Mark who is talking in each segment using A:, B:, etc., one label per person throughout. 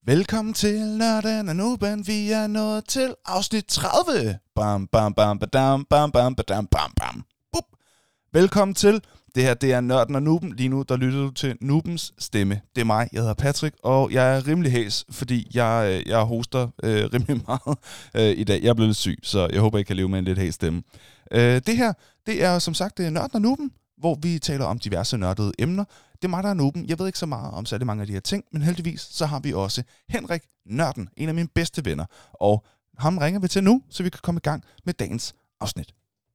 A: Velkommen til Nørden og Nuben. Vi er nået til afsnit 30. Bam, bam, bam, badam, bam, bam, badam, bam, bam. Bup. Velkommen til. Det her, det er Nørden og Nuben. Lige nu, der lytter du til Nubens stemme. Det er mig, jeg hedder Patrick, og jeg er rimelig hæs, fordi jeg hoster rimelig meget i dag. Jeg er blevet lidt syg, så jeg håber, jeg kan leve med en lidt hæs stemme. Det her, det er som sagt Nørden og Nuben, hvor vi taler om diverse nørdede emner. Det er mig, der er Nuben. Jeg ved ikke så meget om særlig mange af de her ting, men heldigvis så har vi også Henrik Nørden, en af mine bedste venner. Og ham ringer vi til nu, så vi kan komme i gang med dagens afsnit.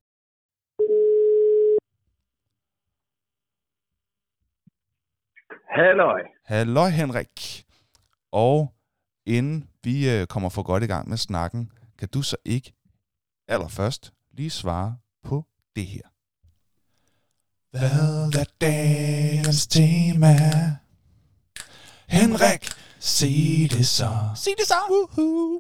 B: Halløj.
A: Halløj, Henrik. Og inden vi kommer for godt i gang med snakken, kan du så ikke allerførst lige svare på det her. Hvad er dagens tema? Henrik, sig det så. Sig det så. Woohoo.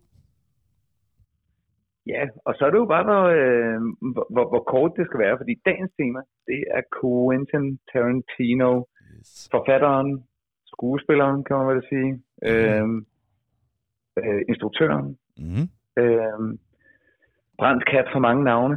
B: Ja, og så er det jo bare, hvor kort det skal være, fordi dagens tema, det er Quentin Tarantino, forfatteren, skuespilleren, kan man vel sige, instruktøren, Brands kat for mange navne.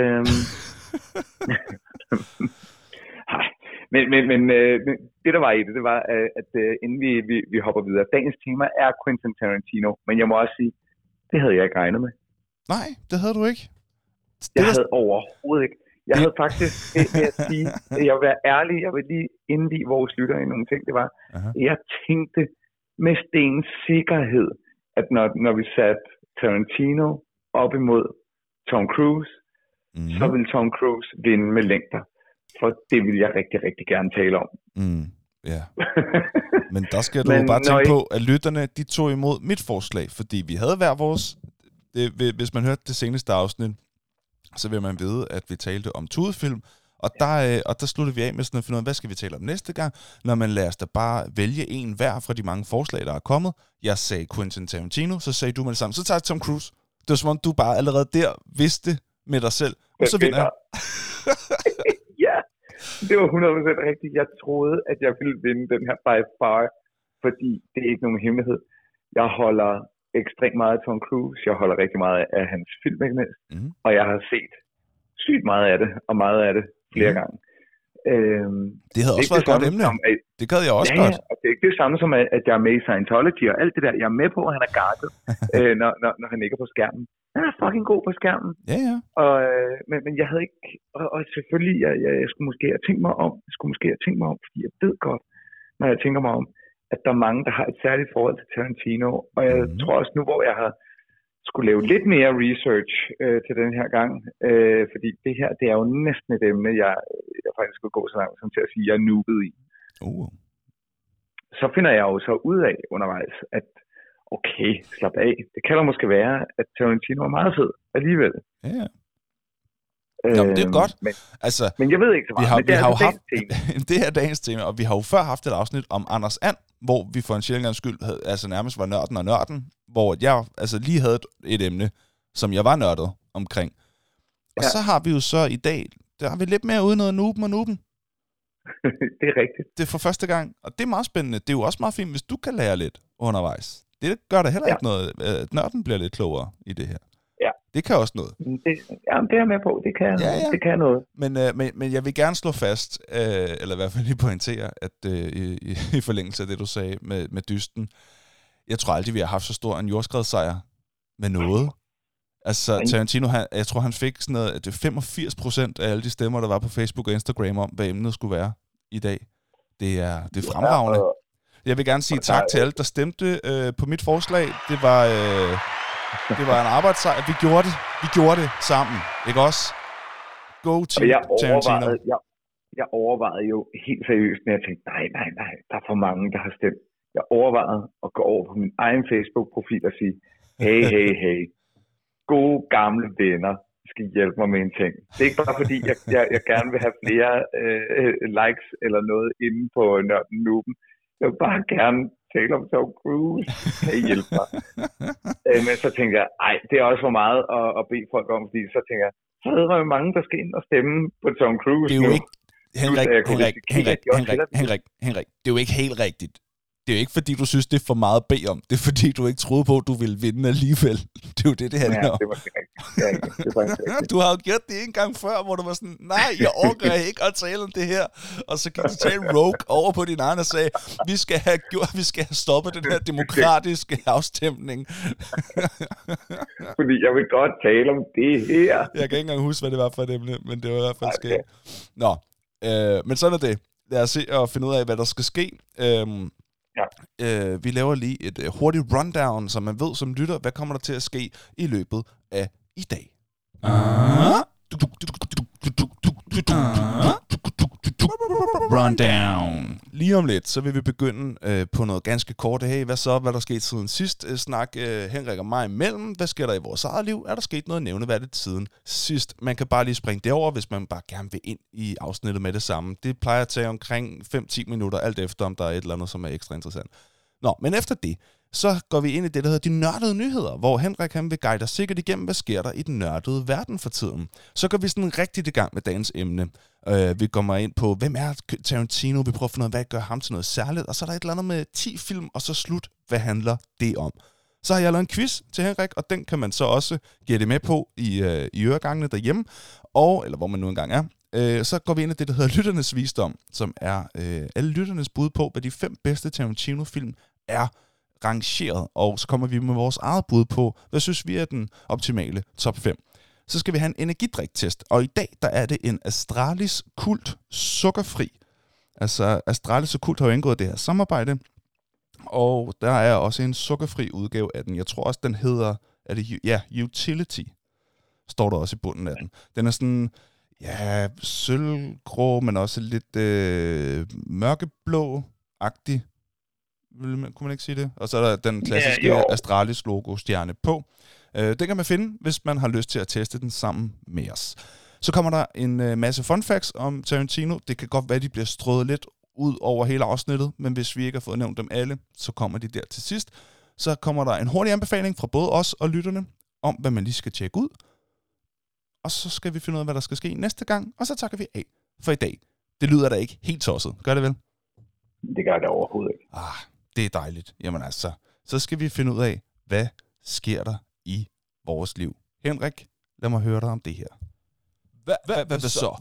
B: Men det der var i det var, at inden vi hopper videre, dagens tema er Quentin Tarantino, men jeg må også sige, det havde jeg ikke regnet med.
A: Nej, det havde du ikke.
B: Jeg havde overhovedet ikke. Jeg havde faktisk, det at sige, jeg vil være ærlig, jeg vil lige indvige vores lytter i nogle ting, det var, jeg tænkte med stensikkerhed, at når vi satte Tarantino op imod Tom Cruise, så ville Tom Cruise vinde med længder. For det vil jeg rigtig, rigtig gerne tale om.
A: Ja. Men der skal du bare tænke på, at lytterne, de tog imod mit forslag, fordi vi havde hver vores. Hvis man hørte det seneste afsnit, så vil man vide, at vi talte om tudefilm, og der sluttede vi af med sådan at finde ud af, hvad skal vi tale om næste gang, når man lader os da bare vælge en hver fra de mange forslag, der er kommet. Jeg sagde Quentin Tarantino, så sagde du med det samme, så tager jeg Tom Cruise. Det var som om, du bare allerede der vidste med dig selv, og så vinder jeg.
B: Ja, det var 100% rigtigt. Jeg troede, at jeg ville vinde den her by far, fordi det er ikke nogen hemmelighed. Jeg holder ekstremt meget af Tom Cruise. Jeg holder rigtig meget af hans film, og jeg har set sygt meget af det, og meget af det flere gange.
A: Det havde også været et godt emne. Det gad jeg også godt.
B: Og det er ikke det samme som, at jeg er med i Scientology og alt det der. Jeg er med på, at han er gakket, når han ikke er på skærmen. Han er fucking god på skærmen.
A: Ja.
B: Men jeg havde ikke. Og selvfølgelig, jeg skulle måske have tænkt mig om. Fordi jeg ved godt, når jeg tænker mig om, at der er mange, der har et særligt forhold til Tarantino. Og jeg tror også nu, hvor jeg har skulle lave lidt mere research til den her gang. Fordi det her, det er jo næsten et emne, jeg faktisk skulle gå så langt som til at sige, jeg er noobet i. Så finder jeg jo så ud af undervejs, at okay, slap af. Det kan da måske være, at Tarantino er meget fed alligevel.
A: Ja. Nå, men det er godt.
B: Men jeg ved ikke så meget.
A: Vi har jo haft det her dagens tema, og vi har jo før haft et afsnit om Anders And, hvor vi for en sjældent gangs skyld nærmest var nørden, hvor jeg lige havde et emne, som jeg var nørdet omkring. Og så har vi jo så i dag, der har vi lidt mere uden noget nuben.
B: Det er rigtigt.
A: Det er for første gang, og det er meget spændende. Det er jo også meget fint, hvis du kan lære lidt undervejs. Det gør da heller ikke noget, at nørden bliver lidt klogere i det her.
B: Ja.
A: Det kan også noget.
B: Det er jeg med på. Det kan noget.
A: Men jeg vil gerne slå fast, eller i hvert fald lige pointere, at i forlængelse af det, du sagde med dysten, jeg tror aldrig, vi har haft så stor en jordskredssejr med noget. Altså, Tarantino, jeg tror, han fik sådan noget, at 85% af alle de stemmer, der var på Facebook og Instagram om, hvad emnet skulle være i dag. Det er fremragende. Jeg vil gerne sige tak til alle, der stemte på mit forslag. Det var en arbejdssejr. Vi gjorde det sammen. Ikke også? Go team Tarantino.
B: Jeg overvejede jo helt seriøst, når jeg tænkte, nej, der er for mange, der har stemt. Jeg overvejede at gå over på min egen Facebook-profil og sige, hey, gode gamle venner skal hjælpe mig med en ting. Det er ikke bare fordi, jeg gerne vil have flere likes eller noget inde på Nørden Nuben. Jeg vil bare gerne tale om Tom Cruise. Kan I hjælpe mig? Men så tænkte jeg, det er også for meget at bede folk om, fordi så tænker jeg, så ved der jo mange, der skal ind og stemme på Tom Cruise.
A: Det er jo ikke Henrik, det er jo ikke helt rigtigt. det er jo ikke, fordi du synes, det er for meget at bede om. Det er, fordi du ikke troede på, at du ville vinde alligevel. Det er jo det handler om.
B: Ja, det var rigtigt. Ja, det var rigtigt.
A: Du har jo gjort det en gang før, hvor du var sådan, nej, jeg orker ikke at tale om det her. Og så gik du tale rogue over på din egen og sagde, vi skal have stoppet den her demokratiske afstemning.
B: Fordi jeg vil godt tale om det her.
A: Jeg kan ikke engang huske, hvad det var for et emne, men det var i hvert fald sket. Nå, men sådan er det. Lad os se og finde ud af, hvad der skal ske. Vi laver lige et hurtigt rundown, så man ved som lytter, hvad kommer der til at ske i løbet af i dag. Rundown. Lige om lidt, så vil vi begynde på noget ganske kort. Hey, hvad så? Hvad der skete siden sidst? Snak Henrik og mig imellem. Hvad sker der i vores eget liv? Er der sket noget nævneværdigt siden sidst? Man kan bare lige springe det over, hvis man bare gerne vil ind i afsnittet med det samme. Det plejer at tage omkring 5-10 minutter, alt efter om der er et eller andet, som er ekstra interessant. Nå, men efter det, så går vi ind i det, der hedder de nørdede nyheder, hvor Henrik han vil guide os sikkert igennem, hvad sker der i den nørdede verden for tiden. Så går vi sådan rigtigt i gang med dagens emne. Vi kommer ind på, hvem er Tarantino? Vi prøver at finde ud af, hvad gør ham til noget særligt. Og så er der et eller andet med 10 film, og så slut, hvad handler det om? Så har jeg lavet en quiz til Henrik, og den kan man så også gætte med på i øregangene derhjemme, eller hvor man nu engang er. Så går vi ind i det, der hedder Lytternes Visdom, som er alle lytternes bud på, hvad de 5 bedste Tarantino-film er rangeret, og så kommer vi med vores eget bud på, hvad synes vi er den optimale top 5. Så skal vi have en energidriktest, og i dag, der er det en Astralis Kult sukkerfri. Altså, Astralis og Kult har jo indgået det her samarbejde, og der er også en sukkerfri udgave af den. Jeg tror også, den hedder, Utility, står der også i bunden af den. Den er sådan, sølvgrå, men også lidt mørkeblå-agtig. Kunne man ikke sige det? Og så er der den klassiske Astralis logo stjerne på. Det kan man finde, hvis man har lyst til at teste den sammen med os. Så kommer der en masse fun facts om Tarantino. Det kan godt være, at de bliver strøget lidt ud over hele afsnittet, men hvis vi ikke har fået nævnt dem alle, så kommer de der til sidst. Så kommer der en hurtig anbefaling fra både os og lytterne om, hvad man lige skal tjekke ud. Og så skal vi finde ud af, hvad der skal ske næste gang, og så takker vi af for i dag. Det lyder da ikke helt tosset. Gør det vel?
B: Det gør det overhovedet ikke.
A: Det er dejligt. Jamen altså, så skal vi finde ud af, hvad sker der i vores liv. Henrik, lad mig høre dig om det her. Hvad så?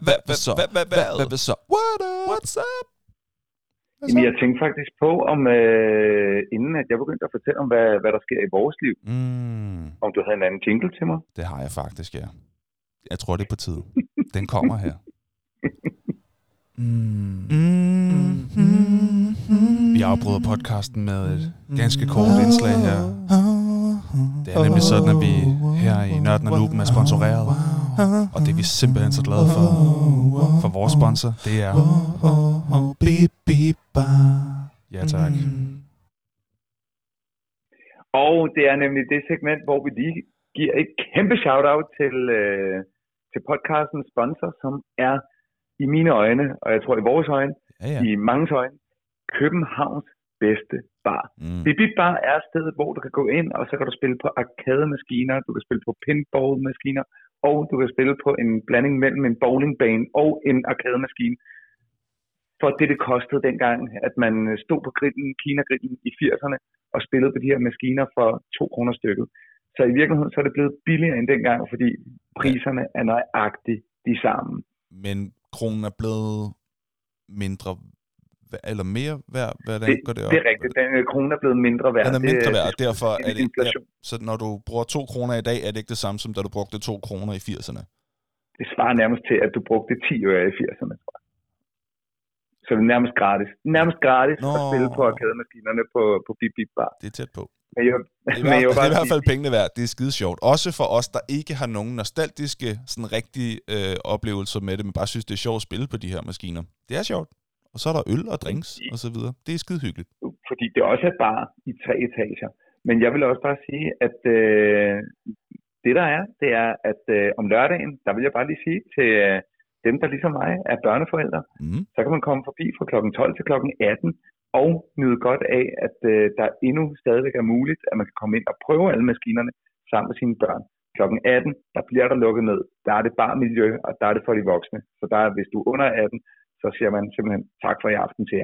A: Hvad så? What's up?
B: Jamen, jeg tænkte faktisk på, om inden at jeg begyndte at fortælle om, hvad der sker i vores liv. Om du havde en anden jingle til mig?
A: Det har jeg faktisk, ja. Jeg tror, det er på tide. Den kommer her. Vi afbryder podcasten med et ganske kort indslag her. Det er nemlig sådan, at vi her i Nørden og Nuben er sponsoreret. Og det er vi simpelthen så glade for vores sponsor. Det er Ja, tak.
B: Og det er nemlig det segment, hvor vi lige giver et kæmpe shout-out til podcastens sponsor, som er i mine øjne, og jeg tror i vores øjne, i manges øjne, Københavns bedste bar. Bip Bip Bar er stedet, hvor du kan gå ind, og så kan du spille på arcade-maskiner, du kan spille på pinball-maskiner, og du kan spille på en blanding mellem en bowlingbane og en arcade-maskine. For det kostede dengang, at man stod på Kina-grillen i 80'erne og spillede på de her maskiner for 2 kroner stykket. Så i virkeligheden så er det blevet billigere end dengang, fordi priserne er nøjagtigt de samme.
A: Men kronen er blevet mindre eller mere værd? Går det op?
B: Det er rigtigt. Den krone er blevet mindre værd.
A: Den er mindre værd, og derfor er det inflation. Så når du bruger 2 kroner i dag, er det ikke det samme, som da du brugte 2 kroner i 80'erne?
B: Det svarer nærmest til, at du brugte 10 øre i 80'erne, tror jeg. Så det er nærmest gratis. Nærmest gratis at spille på arcade-maskinerne på Bip Bip Bar.
A: Det er tæt på.
B: Det
A: er i hvert fald pengene værd. Det er skide sjovt. Også for os, der ikke har nogen nostalgiske, sådan rigtige oplevelser med det, men bare synes, det er sjovt at spille på de her maskiner. Det er sjovt. Og så er der øl og drinks og så videre. Det er skide hyggeligt.
B: Fordi det også er bar i 3 etager. Men jeg vil også bare sige, at det der er, det er, at om lørdagen, der vil jeg bare lige sige til dem, der ligesom mig er børneforældre, så kan man komme forbi fra kl. 12 til kl. 18 og nyde godt af, at der endnu stadigvæk er muligt, at man kan komme ind og prøve alle maskinerne sammen med sine børn. Kl. 18, der bliver der lukket ned. Der er det bare miljø, og der er det for de voksne. Så der er, hvis du er under 18, så siger man simpelthen tak for i aften til jer.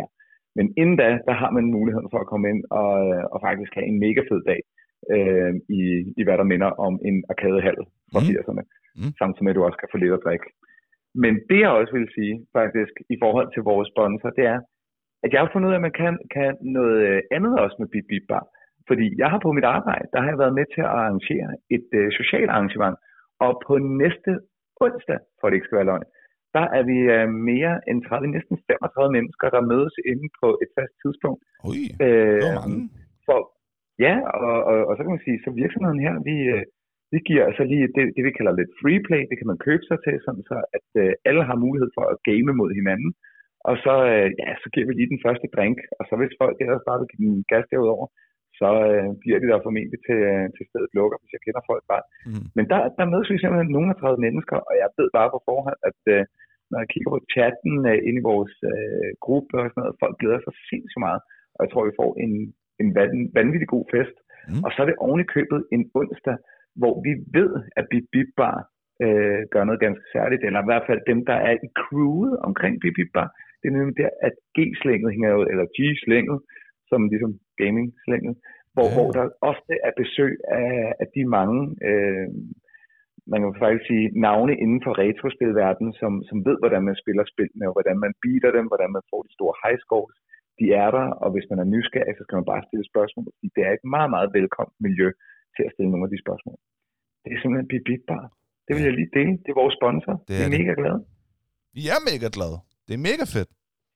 B: Men inden da, der har man muligheden for at komme ind og faktisk have en mega fed dag i hvad der minder om en arkadehal fra 80'erne. Samtidig med, at du også kan få lidt at drikke. Men det jeg også vil sige, faktisk, i forhold til vores sponsor, det er, at jeg har fundet ud af, at man kan noget andet også med Bip Bip Bar. Fordi jeg har på mit arbejde, der har jeg været med til at arrangere et socialt arrangement. Og på næste onsdag, for det ikke skal være løgn, der er vi mere end 30, næsten 35 mennesker, der mødes inde på et fast tidspunkt.
A: Ui, det var mange.
B: Ja, og så kan man sige, så virksomheden her, vi giver altså lige det, vi kalder lidt free play. Det kan man købe sig til, sådan så at alle har mulighed for at game mod hinanden. Og så, så giver vi lige den første drink. Og så hvis folk ellers bare vil give den gas derudover, så bliver de der formentlig til stedet lukker, hvis jeg kender folk bare. Men der mødes vi simpelthen nogle af 30 mennesker, og jeg ved bare på forhånd, at når jeg kigger på chatten inde i vores gruppe og sådan noget, folk glæder sig sindssygt meget. Og jeg tror, vi får en vanvittig god fest. Og så er det oven i købet en onsdag, hvor vi ved, at Bip Bip Bar gør noget ganske særligt, eller i hvert fald dem, der er i crewet omkring Bip Bip Bar. Det er nemlig der, at G-slænget hænger ud, eller G-slænget, som ligesom gaming-slænget, hvor der ofte er besøg af de mange, man kan faktisk sige, navne inden for retrospilverdenen, som ved, hvordan man spiller spillene, og hvordan man beater dem, hvordan man får de store high scores. De er der, og hvis man er nysgerrig, så skal man bare stille spørgsmål, fordi det er et meget, meget velkomment miljø til at stille nogle af de spørgsmål. Det er simpelthen Bip Bip Bar. Det vil jeg lige dele. Det er vores sponsor. Vi er mega glade.
A: Vi er mega glade. Det er mega fedt.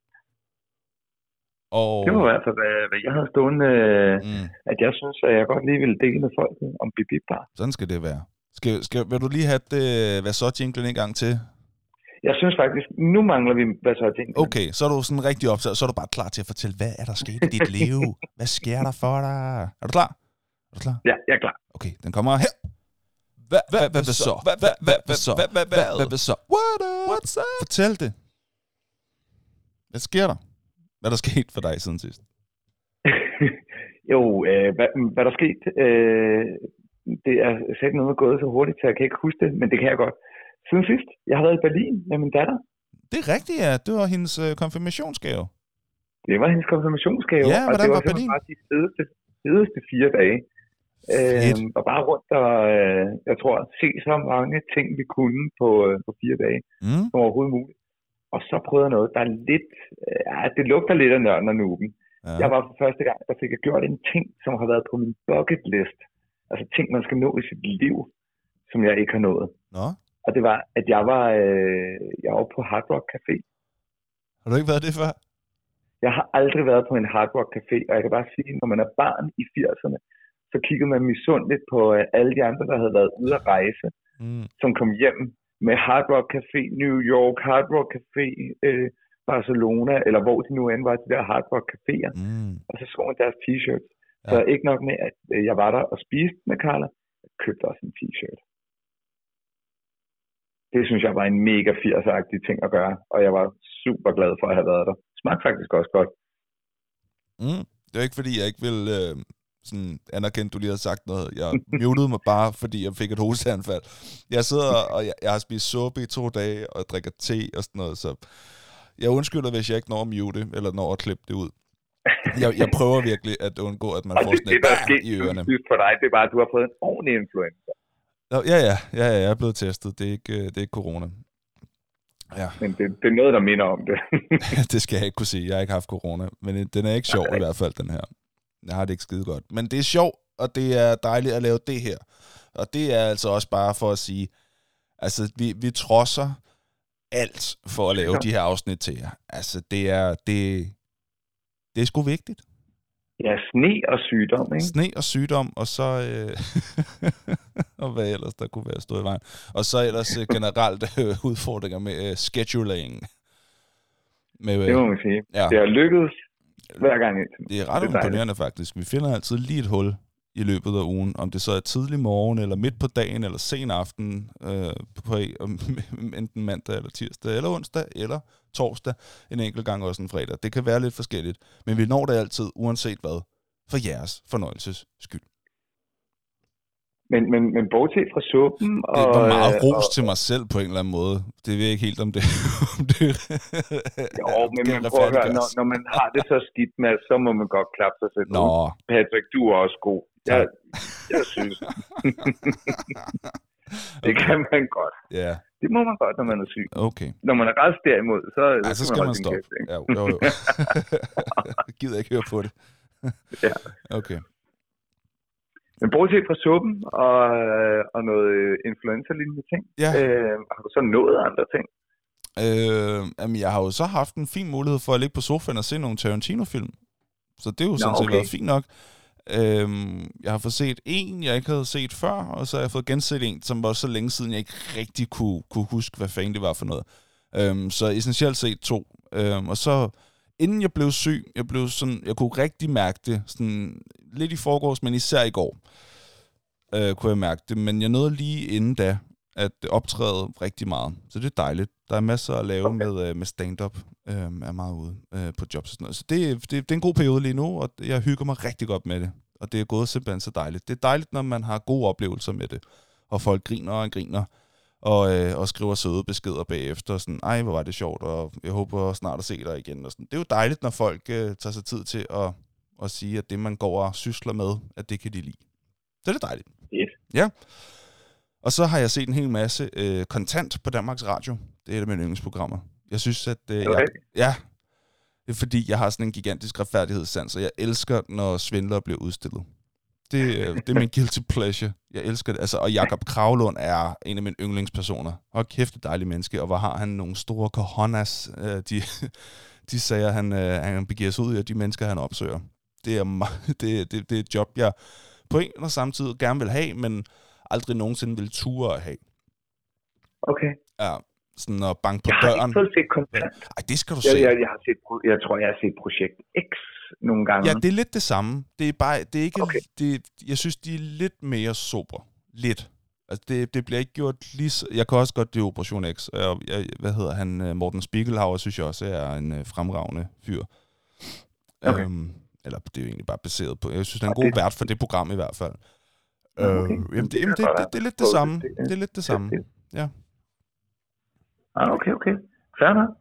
A: Og... Det
B: var i hvert fald, hvad jeg havde stående, at jeg synes, at jeg godt lige ville dele med folk om Bip Bip Bar.
A: Sådan skal det være. Vil du lige have det, hvad så jinglen en gang til?
B: Jeg synes faktisk, nu mangler vi, hvad så jinglen.
A: Okay, så er du sådan rigtig optaget, så er du bare klar til at fortælle, hvad er der sket i dit liv? Hvad sker der for dig? Er du klar?
B: Ja, jeg er klar.
A: Okay, den kommer her. Hvad så? Hvad så? What's up? Fortæl det. Hvad sker der? Hvad er der sket for dig siden sidst?
B: Jo, hvad der er sket, det er sikkert noget gået så hurtigt, så jeg kan ikke huske det, men det kan jeg godt. Siden sidst, jeg har været i Berlin med min datter.
A: Det er rigtigt, ja. Det var hendes konfirmationsgave.
B: Det var hendes konfirmationsgave,
A: ja,
B: og det var
A: Berlin?
B: Bare de fedeste 4 dage. Og bare rundt og, jeg tror, se så mange ting, vi kunne på 4 dage, som overhovedet muligt. Og så prøvede jeg noget, der er lidt, det lugter lidt af nørden og nuben. Ja. Jeg var for første gang, der fik jeg gjort en ting, som har været på min bucket list. Altså ting, man skal nå i sit liv, som jeg ikke har nået.
A: Nå.
B: Og det var, at jeg var på Hard Rock Café.
A: Har du ikke været det før?
B: Jeg har aldrig været på en Hard Rock Café, og jeg kan bare sige, når man er barn i 80'erne, så kiggede man misundeligt på alle de andre, der havde været ude at rejse, som kom hjem med Hard Rock Café New York, Hard Rock Café Barcelona, eller hvor de nu end var, de der Hard Rock Caféer. Og så man deres t-shirts. Ja. Så ikke nok med, at jeg var der og spiste med Carla, jeg købte også en t-shirt. Det synes jeg var en mega 80'er-agtig ting at gøre, og jeg var super glad for at have været der. Det smagte faktisk også godt.
A: Det er ikke fordi, jeg ikke vil sådan anerkende, du lige har sagt noget. Jeg mutede mig bare, fordi jeg fik et hosteanfald. Jeg sidder, og jeg har spist suppe i 2 dage, og jeg drikker te og sådan noget, så jeg undskylder, hvis jeg ikke når at mute, eller når at klippe det ud. Jeg prøver virkelig at undgå, at man får sådan et i ørerne.
B: For dig, det er bare, at du har fået en ordentlig influenza.
A: Ja, jeg er blevet testet. Det er ikke corona. Ja.
B: Men det er noget, der minder om det.
A: Det skal jeg ikke kunne sige. Jeg har ikke haft corona. Men den er ikke sjov i hvert fald, den her. Jeg har det ikke skide godt. Men det er sjovt, og det er dejligt at lave det her. Og det er altså også bare for at sige, altså vi trodser alt for at lave de her afsnit til jer. Altså det er sgu vigtigt.
B: Ja, sne og sygdom, ikke?
A: Sne og sygdom, og så... og hvad ellers, der kunne være stået i vejen. Og så ellers generelt udfordringer med scheduling.
B: Det må man sige.
A: Ja.
B: Det har lykkedes hver gang.
A: Det er ret imponerende faktisk. Vi finder altid lige et hul i løbet af ugen. Om det så er tidlig morgen, eller midt på dagen, eller sen aften, enten mandag eller tirsdag, eller onsdag, eller torsdag, en enkelt gang også en fredag. Det kan være lidt forskelligt, men vi når det altid, uanset hvad, for jeres fornøjelses skyld.
B: Men bortset fra suppen og...
A: Det var meget ros til mig selv på en eller anden måde. Det ved jeg ikke helt, om det
B: jo, men prøv at høre, når man har det så skidt med, så må man godt klappe sig selv.
A: Nå.
B: Patrick, du er også god. Jeg synes. Det kan man godt.
A: Ja.
B: Det må man godt, når man er syg.
A: Okay.
B: Når man er rest derimod,
A: så skal man stoppe. Ja, jo. Jeg gider ikke høre på det.
B: Ja.
A: Okay.
B: Men bortset fra suppen og noget influencer-lignende ting,
A: ja.
B: Har du så nået andre ting?
A: Jamen, jeg har jo så haft en fin mulighed for at ligge på sofaen og se nogle Tarantino-film. Så det er jo sådan set været fint nok. Jeg har fået set en, jeg ikke havde set før, og så har jeg fået genset en, som var så længe siden, jeg ikke rigtig kunne huske, hvad fanden det var for noget. Så essentielt set 2. Og så, inden jeg blev syg, jeg kunne rigtig mærke det, sådan lidt i forgårs, men især i går, kunne jeg mærke det. Men jeg nåede lige inden da, at optræde rigtig meget. Så det er dejligt. Der er masser at lave med stand-up. Er meget ude på jobs og sådan noget. Så det er en god periode lige nu, og jeg hygger mig rigtig godt med det. Og det er gået simpelthen så dejligt. Det er dejligt, når man har gode oplevelser med det. Og folk griner, og skriver søde beskeder bagefter. Sådan, ej, hvor var det sjovt, og jeg håber snart at se dig igen. Og sådan. Det er jo dejligt, når folk tager sig tid til at sige, at det, man går og sysler med, at det kan de lide. Så det er dejligt.
B: Yes.
A: Ja. Og så har jeg set en hel masse Kontant på Danmarks Radio. Det er et af mine yndlingsprogrammer. Jeg synes, at... det er fordi, jeg har sådan en gigantisk retfærdighedssans, og jeg elsker, når svindlere bliver udstillet. Det er min guilty pleasure. Jeg elsker det. Altså, og Jakob Kravlund er en af mine yndlingspersoner. Hold kæft, et dejligt menneske. Og hvor har han nogle store cojones, de sager, han begiver sig ud i, og de mennesker, han opsøger. Det er et job, jeg på en og samme tid gerne vil have, men aldrig nogensinde vil ture at have.
B: Okay.
A: Ja, sådan at banke på døren.
B: Jeg har ikke fået set Kontant.
A: Ej, det skal du se.
B: Jeg tror, jeg har set Projekt X nogle gange.
A: Ja, det er lidt det samme. Det er bare, det er ikke, jeg synes, de er lidt mere sober. Lidt. Altså, det bliver ikke gjort lige så... Jeg kan også godt lide Operation X. Hvad hedder han? Morten Spiegelhauer, synes jeg også er en fremragende fyr.
B: Okay.
A: Eller det er jo egentlig bare baseret på... Jeg synes, han er en god vært for det program i hvert fald. Jamen, det er lidt det samme. Det er lidt det samme. Ja.
B: Okay. Fair nok.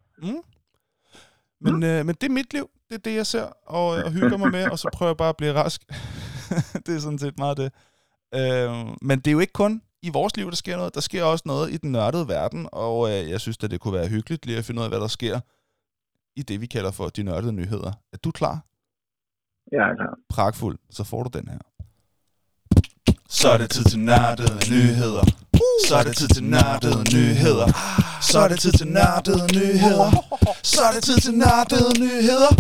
A: Men det er mit liv. Det er det, jeg ser og hygger mig med, og så prøver jeg bare at blive rask. Det er sådan set meget det. Men det er jo ikke kun i vores liv, der sker noget. Der sker også noget i den nørdede verden, og jeg synes, at det kunne være hyggeligt lige at finde ud af, hvad der sker i det, vi kalder for de nørdede nyheder. Er du klar?
B: Ja, jeg er klar.
A: Pragtfuld. Så får du den her. Så er det tid til nørdede nyheder. Så er det tid til nørdede nyheder. Så er det tid til nørdede nyheder. Så er det tid til nørdede nyheder.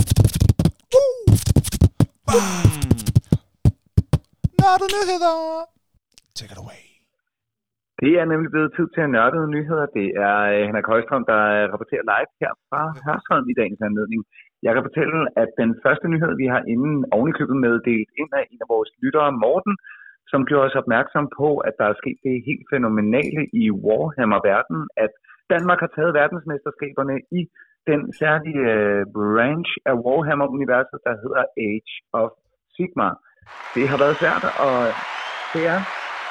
A: Nørdede nyheder. Take it away.
B: Det er nemlig blevet tid til nørdede nyheder. Det er Henrik Højstrøm, der rapporterer live her fra Hørsholm i dagens anledning. Jeg kan fortælle, at den første nyhed, vi har inden ovenikøbet meddelt ind af en af vores lyttere, Morten, som gjorde os opmærksom på, at der er sket det helt fænomenale i Warhammer-verden, at Danmark har taget verdensmesterskaberne i den særlige branch af Warhammer-universet, der hedder Age of Sigmar. Det har været svært, og det er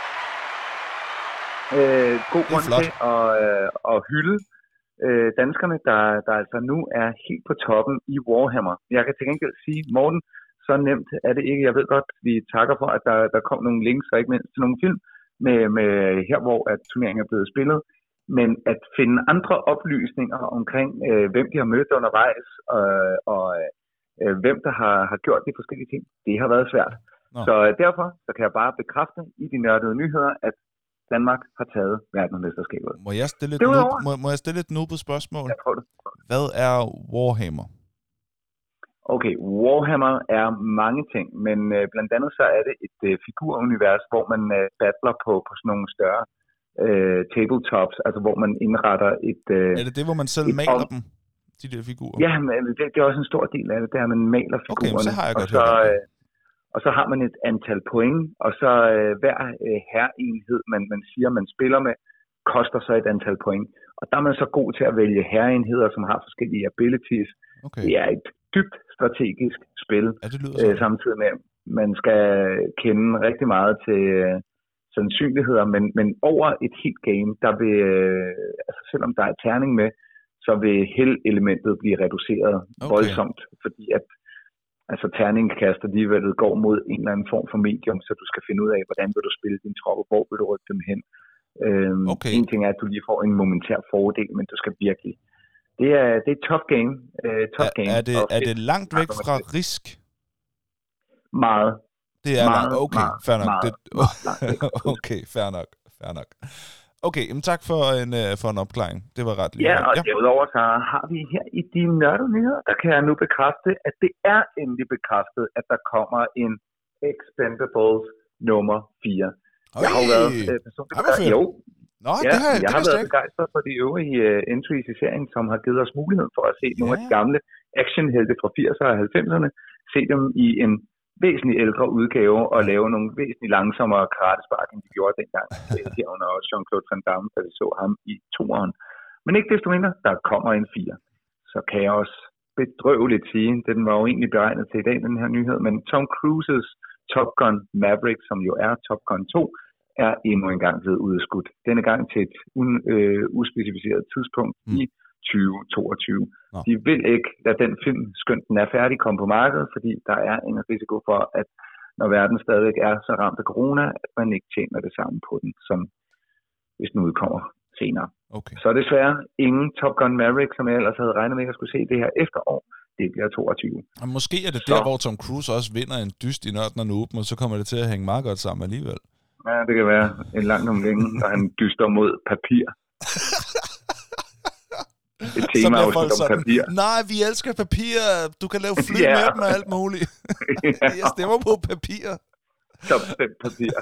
B: god grund til at hylde danskerne, der altså nu er helt på toppen i Warhammer. Jeg kan til gengæld sige, Morten, så nemt er det ikke. Jeg ved godt, vi takker for, at der kom nogle links, og ikke mindst til nogle film, med her, hvor at turneringen er blevet spillet. Men at finde andre oplysninger omkring, hvem de har mødt undervejs, og hvem der har gjort de forskellige ting, det har været svært. Nå. Så derfor så kan jeg bare bekræfte i de nørdede nyheder, at Danmark har taget verdensmesterskabet.
A: Må jeg stille et nubet spørgsmål?
B: Jeg tror det.
A: Hvad er Warhammer?
B: Okay, Warhammer er mange ting, men blandt andet så er det et figurunivers, hvor man battler på sådan nogle større tabletops, altså hvor man indretter et...
A: er det hvor man selv maler dem, de der figurer?
B: Ja, men det er også en stor del af det, der man maler figurerne.
A: Okay, så har jeg godt hørt det.
B: Og så har man et antal point, og så hver herreenhed, man siger, man spiller med, koster så et antal point. Og der er man så god til at vælge herreenheder, som har forskellige abilities.
A: Okay.
B: Det er et dybt strategisk spil,
A: ja, det lyder
B: samtidig med, at man skal kende rigtig meget sandsynligheder, men over et helt game, der vil, altså selvom der er terning med, så vil held-elementet blive reduceret voldsomt, fordi at altså terningkaster alligevel går mod en eller anden form for medium, så du skal finde ud af, hvordan vil du spille dine tropper, hvor vil du rykke dem hen. En ting er, at du lige får en momentær fordel, men du skal virkelig. Det er et tough game.
A: Er det langt væk fra Risk?
B: Meget.
A: Det er langt. Okay, fair nok. Okay, fair nok. Okay, jamen tak for en opklaring. Det var ret lige.
B: Ja, og derudover så har vi her i de nørdede nyheder, der kan jeg nu bekræfte, at det er endelig bekræftet, at der kommer en Expendables nummer 4. Jeg har jo været personligt begejstret. Jo.
A: Nå, ja,
B: jeg har været begejstret for de øvrige entries i serien, som har givet os mulighed for at se nogle af de gamle actionhelte fra 80'erne og 90'erne, se dem i en væsentlig ældre udgave og lave nogle væsentligt langsommere karatespark, end de gjorde dengang. Herunder også Jean-Claude Van Damme, da vi så ham i 2'eren. Men ikke desto mindre, der kommer en 4. Så kan jeg også bedrøveligt sige, den var jo egentlig beregnet til i dag, den her nyhed, men Tom Cruises Top Gun Maverick, som jo er Top Gun 2, er endnu engang blevet udskudt. Denne gang til et uspecificeret tidspunkt i 2022. De vil ikke lade den film, skønt den er færdig, komme på markedet, fordi der er en risiko for, at når verden stadig er så ramt af corona, at man ikke tjener det samme på den, som hvis den udkommer senere.
A: Okay.
B: Så desværre ingen Top Gun Maverick, som jeg ellers havde regnet med, at jeg skulle se det her efterår. Det bliver 22.
A: Og måske er det der, hvor Tom Cruise også vinder en dyst i Nørden og Nuben, og så kommer det til at hænge meget godt sammen alligevel.
B: Ja, det kan være en lang omgænge, når han dyster mod papir. Et tema om papir.
A: Nej, vi elsker papir. Du kan lave fly med dem og alt muligt. Jeg stemmer på papir.
B: Top 5 papir.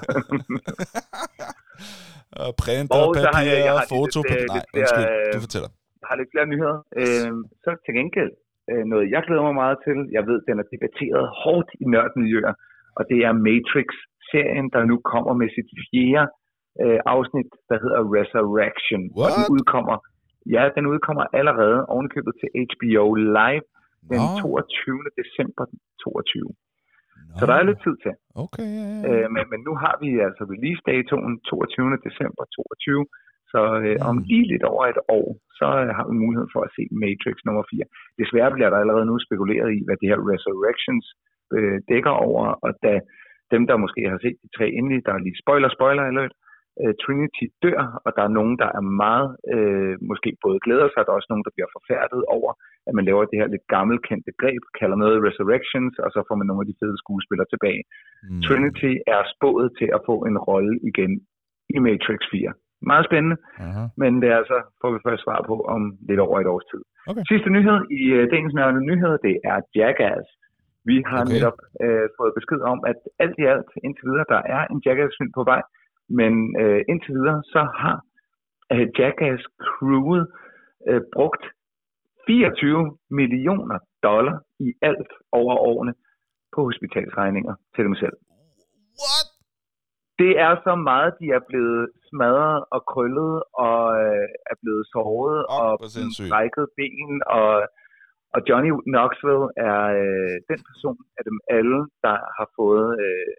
A: Printer, papir, fotopapir. Nej, undskyld, du fortæller.
B: Jeg har lidt flere nyheder. Så til gengæld noget, jeg glæder mig meget til. Jeg ved, den er debatteret hårdt i nørdmiljøer, og det er Matrix-serien, der nu kommer med sit 4. afsnit, der hedder Resurrection.
A: What?
B: Og den udkommer allerede ovenikøbet til HBO Live den 22. december 22. Så der er lidt tid til.
A: Okay.
B: Men nu har vi altså release-datoen 22. december 22. Så om lige lidt over et år, så har vi mulighed for at se Matrix nummer 4. Desværre bliver der allerede nu spekuleret i, hvad det her Resurrections dækker over, og da dem, der måske har set de 3 endelige, der er lige spoiler alert, Trinity dør, og der er nogen, der er meget, måske både glæder sig, og der er også nogen, der bliver forfærdet over, at man laver det her lidt gammelkendte greb, kalder noget Resurrections, og så får man nogle af de fede skuespillere tilbage. Trinity er spået til at få en rolle igen i Matrix 4. Meget spændende, men det er altså, får vi først svar på om lidt over et års tid.
A: Okay.
B: Sidste nyhed i dagens nørdede nyhed, det er Jackass. Vi har netop fået besked om, at alt i alt indtil videre, der er en Jackass-film på vej, men indtil videre, så har Jackass-crewet brugt $24 millioner i alt over årene på hospitalsregninger til dem selv.
A: What?
B: Det er så meget, de er blevet smadret og krøllet og er blevet såret og brækket ben. Og Johnny Knoxville er den person af dem alle, der har fået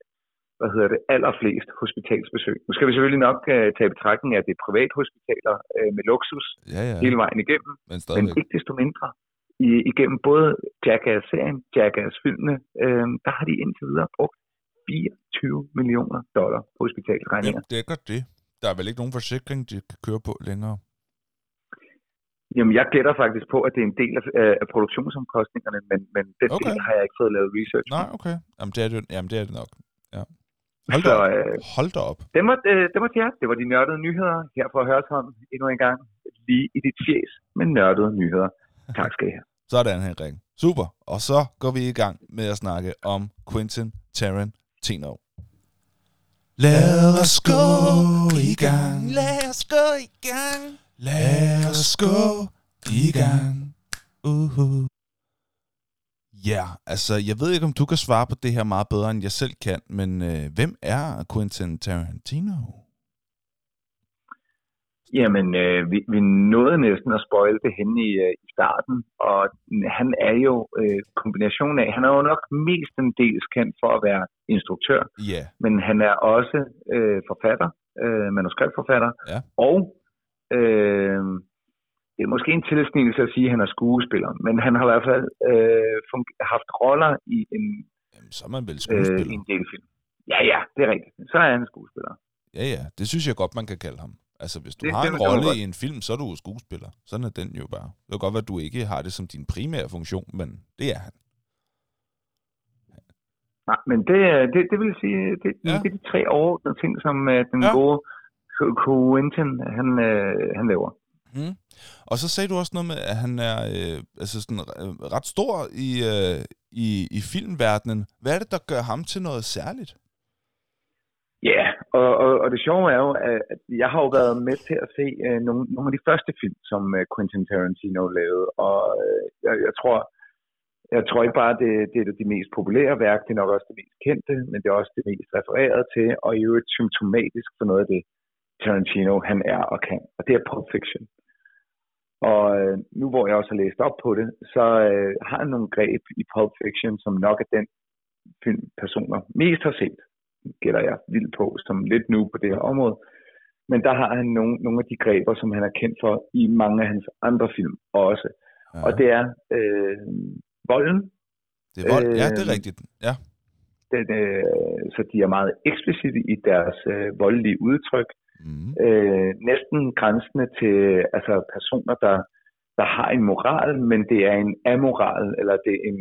B: allerflest hospitalsbesøg. Nu skal vi selvfølgelig nok tage i betragtning af, at det er privathospitaler med luksus hele vejen igennem. Men ikke desto mindre. Igennem både Jackass-serien, Jackass-filmene, der har de indtil videre brugt $24 millioner på hospitalsregninger.
A: Det er godt det. Der er vel ikke nogen forsikring, de kan køre på længere?
B: Jamen, jeg gætter faktisk på, at det er en del af produktionsomkostningerne, men den del har jeg ikke fået lavet research på.
A: Nej, okay. Jamen, det er det nok. Ja. Hold da op.
B: Det var det var de nørdede nyheder her fra Hørsholm endnu en gang. Lige i dit fjes med nørdede nyheder. Tak skal I have.
A: Sådan, Henrik. Super. Og så går vi i gang med at snakke om Quentin Tarantino. Lad os gå i gang. Lad os gå i gang. Lad os gå i gang. Ja, altså, jeg ved ikke, om du kan svare på det her meget bedre, end jeg selv kan, men hvem er Quentin Tarantino?
B: Jamen, vi nåede næsten at spoile det henne i starten, og han er jo kombination af, han er jo nok mestendels kendt for at være instruktør,
A: Ja.
B: men han er også forfatter, manuskriptforfatter,
A: Ja.
B: og det er måske en tilsnigelse at sige, at han er skuespiller, men han har i hvert fald haft roller i
A: Jamen, så er man vel skuespiller.
B: i en del film. Ja, det er rigtigt. Så er han skuespiller.
A: Ja, det synes jeg godt, man kan kalde ham. Altså, hvis du
B: Det
A: har en
B: kan man
A: rolle
B: godt.
A: i en film, så er du skuespiller. Sådan er den jo bare. Det kan godt være, at du ikke har det som din primære funktion, men det er han.
B: Nej, men det vil sige, det er de 3 overordnede ting, som den gode Quentin, han laver.
A: Mm. Og så sagde du også noget med, at han er ret stor i filmverdenen. Hvad er det, der gør ham til noget særligt?
B: Ja, og det sjove er jo, at jeg har jo været med til at se nogle af de første film, som Quentin Tarantino lavede, og jeg tror ikke bare, det er de mest populære værk, det er nok også det mest kendte, men det er også det mest refereret til, og i øvrigt symptomatisk for noget af det, Tarantino han er og kan, og det er Pulp Fiction. Og nu hvor jeg også har læst op på det, så har han nogle greb i Pulp Fiction, som nok er den film, personer mest har set, gætter jeg vildt på, som lidt nu på det her område. Men der har han nogle af de greber, som han er kendt for i mange af hans andre film også. Ja. Og det er volden.
A: Det er vold, ja, det er rigtigt, ja.
B: Så de er meget eksplicite i deres voldelige udtryk.
A: Mm.
B: Næsten grænsende til altså personer, der har en moral, men det er en amoral, eller det er en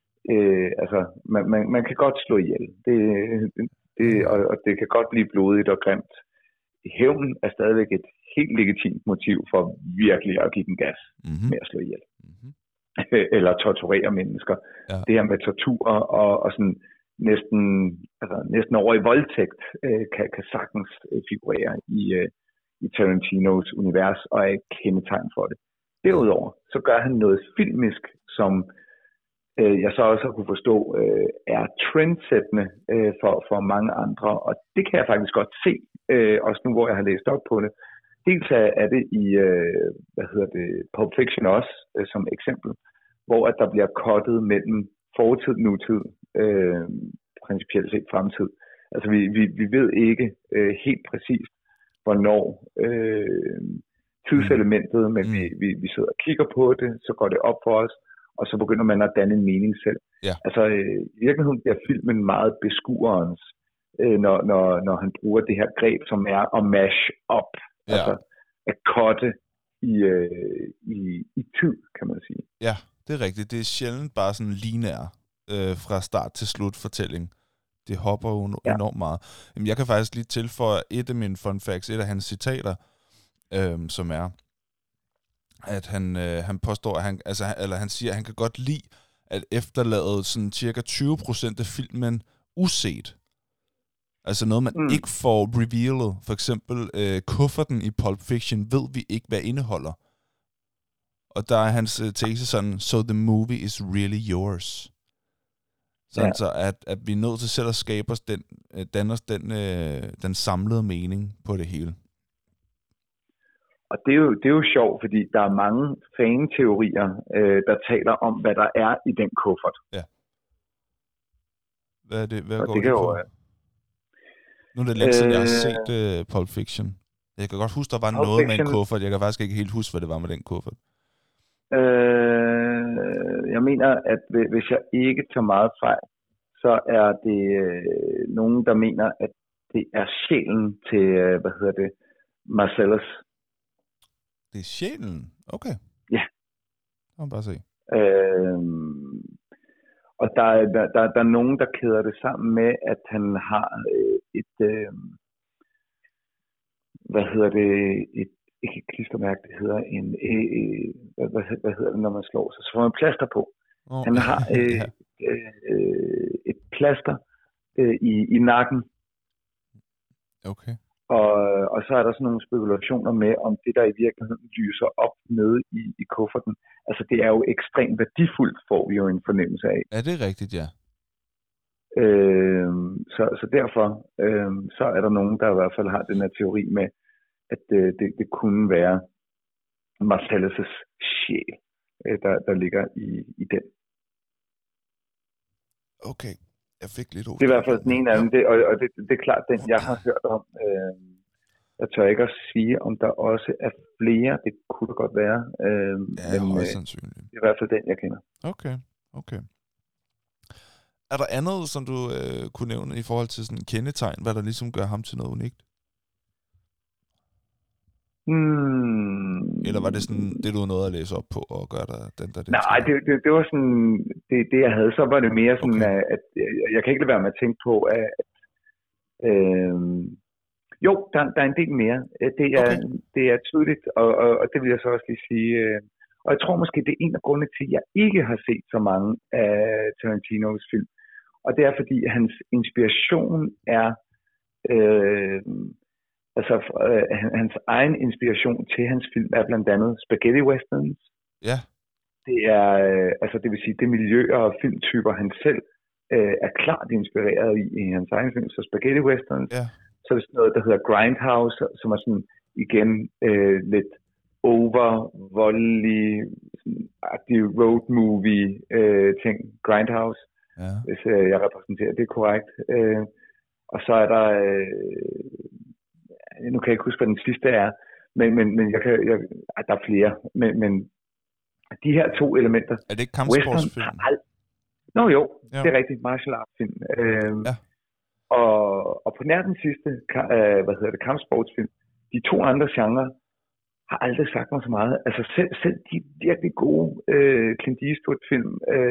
B: man kan godt slå ihjel. Og det kan godt blive blodigt og grimt. Hævn er stadigvæk et helt legitimt motiv for virkelig at give den gas med at slå ihjel. Mm-hmm. Eller torturere mennesker. Ja. Det her med tortur og sådan næsten over i voldtægt kan sagtens figurere i Tarantinos univers og er et kendetegn for det. Derudover så gør han noget filmisk, som jeg så også har kunne forstå er trendsættende for mange andre, og det kan jeg faktisk godt se, også nu hvor jeg har læst op på det. Dels er det i Pulp Fiction også som eksempel, hvor at der bliver cuttet mellem fortid, nutid, principielt set fremtid. Altså vi ved ikke helt præcist, hvornår tidselementet, men vi sidder og kigger på det, så går det op for os, og så begynder man at danne en mening selv.
A: Ja.
B: Altså i virkeligheden bliver filmen meget beskuerens, når han bruger det her greb, som er at mash up, altså at cutte i tid, kan man sige.
A: Ja, det er rigtigt. Det er sjældent bare sådan lineær fra start til slut fortælling. Det hopper jo enormt meget. Jamen, jeg kan faktisk lige tilføje et af mine fun facts, et af hans citater, som er, at han påstår, at han siger, at han kan godt lide at efterlade sådan cirka 20% af filmen uset. Altså noget, man ikke får revealet. For eksempel kufferten i Pulp Fiction ved vi ikke, hvad indeholder. Og der er hans tese sådan, so the movie is really yours. Sådan så, at vi er nødt til selv at skabe os den samlede mening på det hele.
B: Og det er jo sjovt, fordi der er mange fan-teorier, der taler om, hvad der er i den kuffert.
A: Ja. Hvad er det? Hvad
B: og
A: går
B: det
A: det
B: på?
A: Nu er det længe siden, jeg har set Pulp Fiction. Jeg kan godt huske, der var
B: Pulp
A: noget
B: Fiction.
A: med en kuffert. Jeg kan faktisk ikke helt huske, hvad det var med den kuffert.
B: Jeg mener, at hvis jeg ikke tager meget fejl, så er det nogen, der mener, at det er sjælen til, Marcellus.
A: Det er sjælen? Okay.
B: Ja.
A: Det må man bare se.
B: Og der er nogen, der kæder det sammen med, at han har et ikke et klistermærke, det hedder hvad hedder det, når man slår sig? Så får man plaster på. Han har et plaster i nakken.
A: Okay.
B: Og så er der sådan nogle spekulationer med, om det der i virkeligheden lyser op nede i kufferten. Altså det er jo ekstremt værdifuldt, får vi jo en fornemmelse af.
A: Er det rigtigt, ja?
B: Så derfor så er der nogen, der i hvert fald har den her teori med, at det kunne være Marcellus' sjæl, der ligger i den.
A: Okay, jeg fik lidt
B: Det er i hvert fald den ene af dem, og det er klart den, jeg har hørt om. Jeg tør ikke at sige, om der også er flere. Det kunne det godt være.
A: Men højst sandsynligt.
B: Det er i hvert fald den, jeg kender.
A: Okay. Er der andet, som du kunne nævne i forhold til sådan en kendetegn, hvad der ligesom gør ham til noget unikt? Eller var det sådan, det du nåede at læse op på og gøre dig den der?
B: Nej, det var sådan, det jeg havde, så var det mere sådan, at jeg kan ikke lade være med at tænke på, at jo, der er en del mere. Det er tydeligt, og det vil jeg så også lige sige. Og jeg tror måske, det er en af grundene til, at jeg ikke har set så mange af Tarantinos film. Og det er, fordi hans inspiration er, hans egen inspiration til hans film er blandt andet spaghetti westerns.
A: Ja.
B: Det er, det vil sige, det miljø og filmtyper, han selv er klart inspireret i hans egen film. Så spaghetti westerns. Ja. Så er det sådan noget, der hedder Grindhouse, som er sådan igen lidt over-voldelig, agtig road movie ting. Grindhouse, hvis jeg repræsenterer det korrekt. Og så er der, nu kan jeg ikke huske, hvad den sidste er, men der er flere. Men de her to elementer.
A: Er det ikke kampsportsfilm?
B: Jo, det er rigtigt. Martial arts film. Ja. Og på nær den sidste, kampsportsfilm, de to andre genrer har aldrig sagt mig så meget. Altså selv de virkelig gode Clint Eastwood-film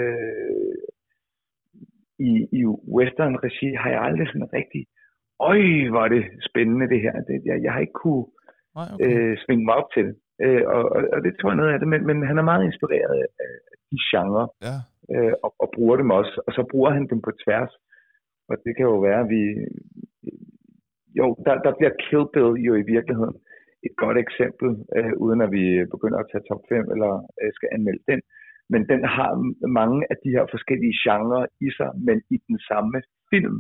B: i western-regi har jeg aldrig sådan rigtig, hvor er det spændende det her. Jeg har ikke kunne svinge mig op til det. Og det tror jeg noget af det, men han er meget inspireret af de genrer, og bruger dem også. Og så bruger han dem på tværs. Og det kan jo være, at der bliver Kill Bill jo i virkeligheden et godt eksempel, uden at vi begynder at tage top 5 eller skal anmelde den. Men den har mange af de her forskellige genrer i sig, men i den samme film.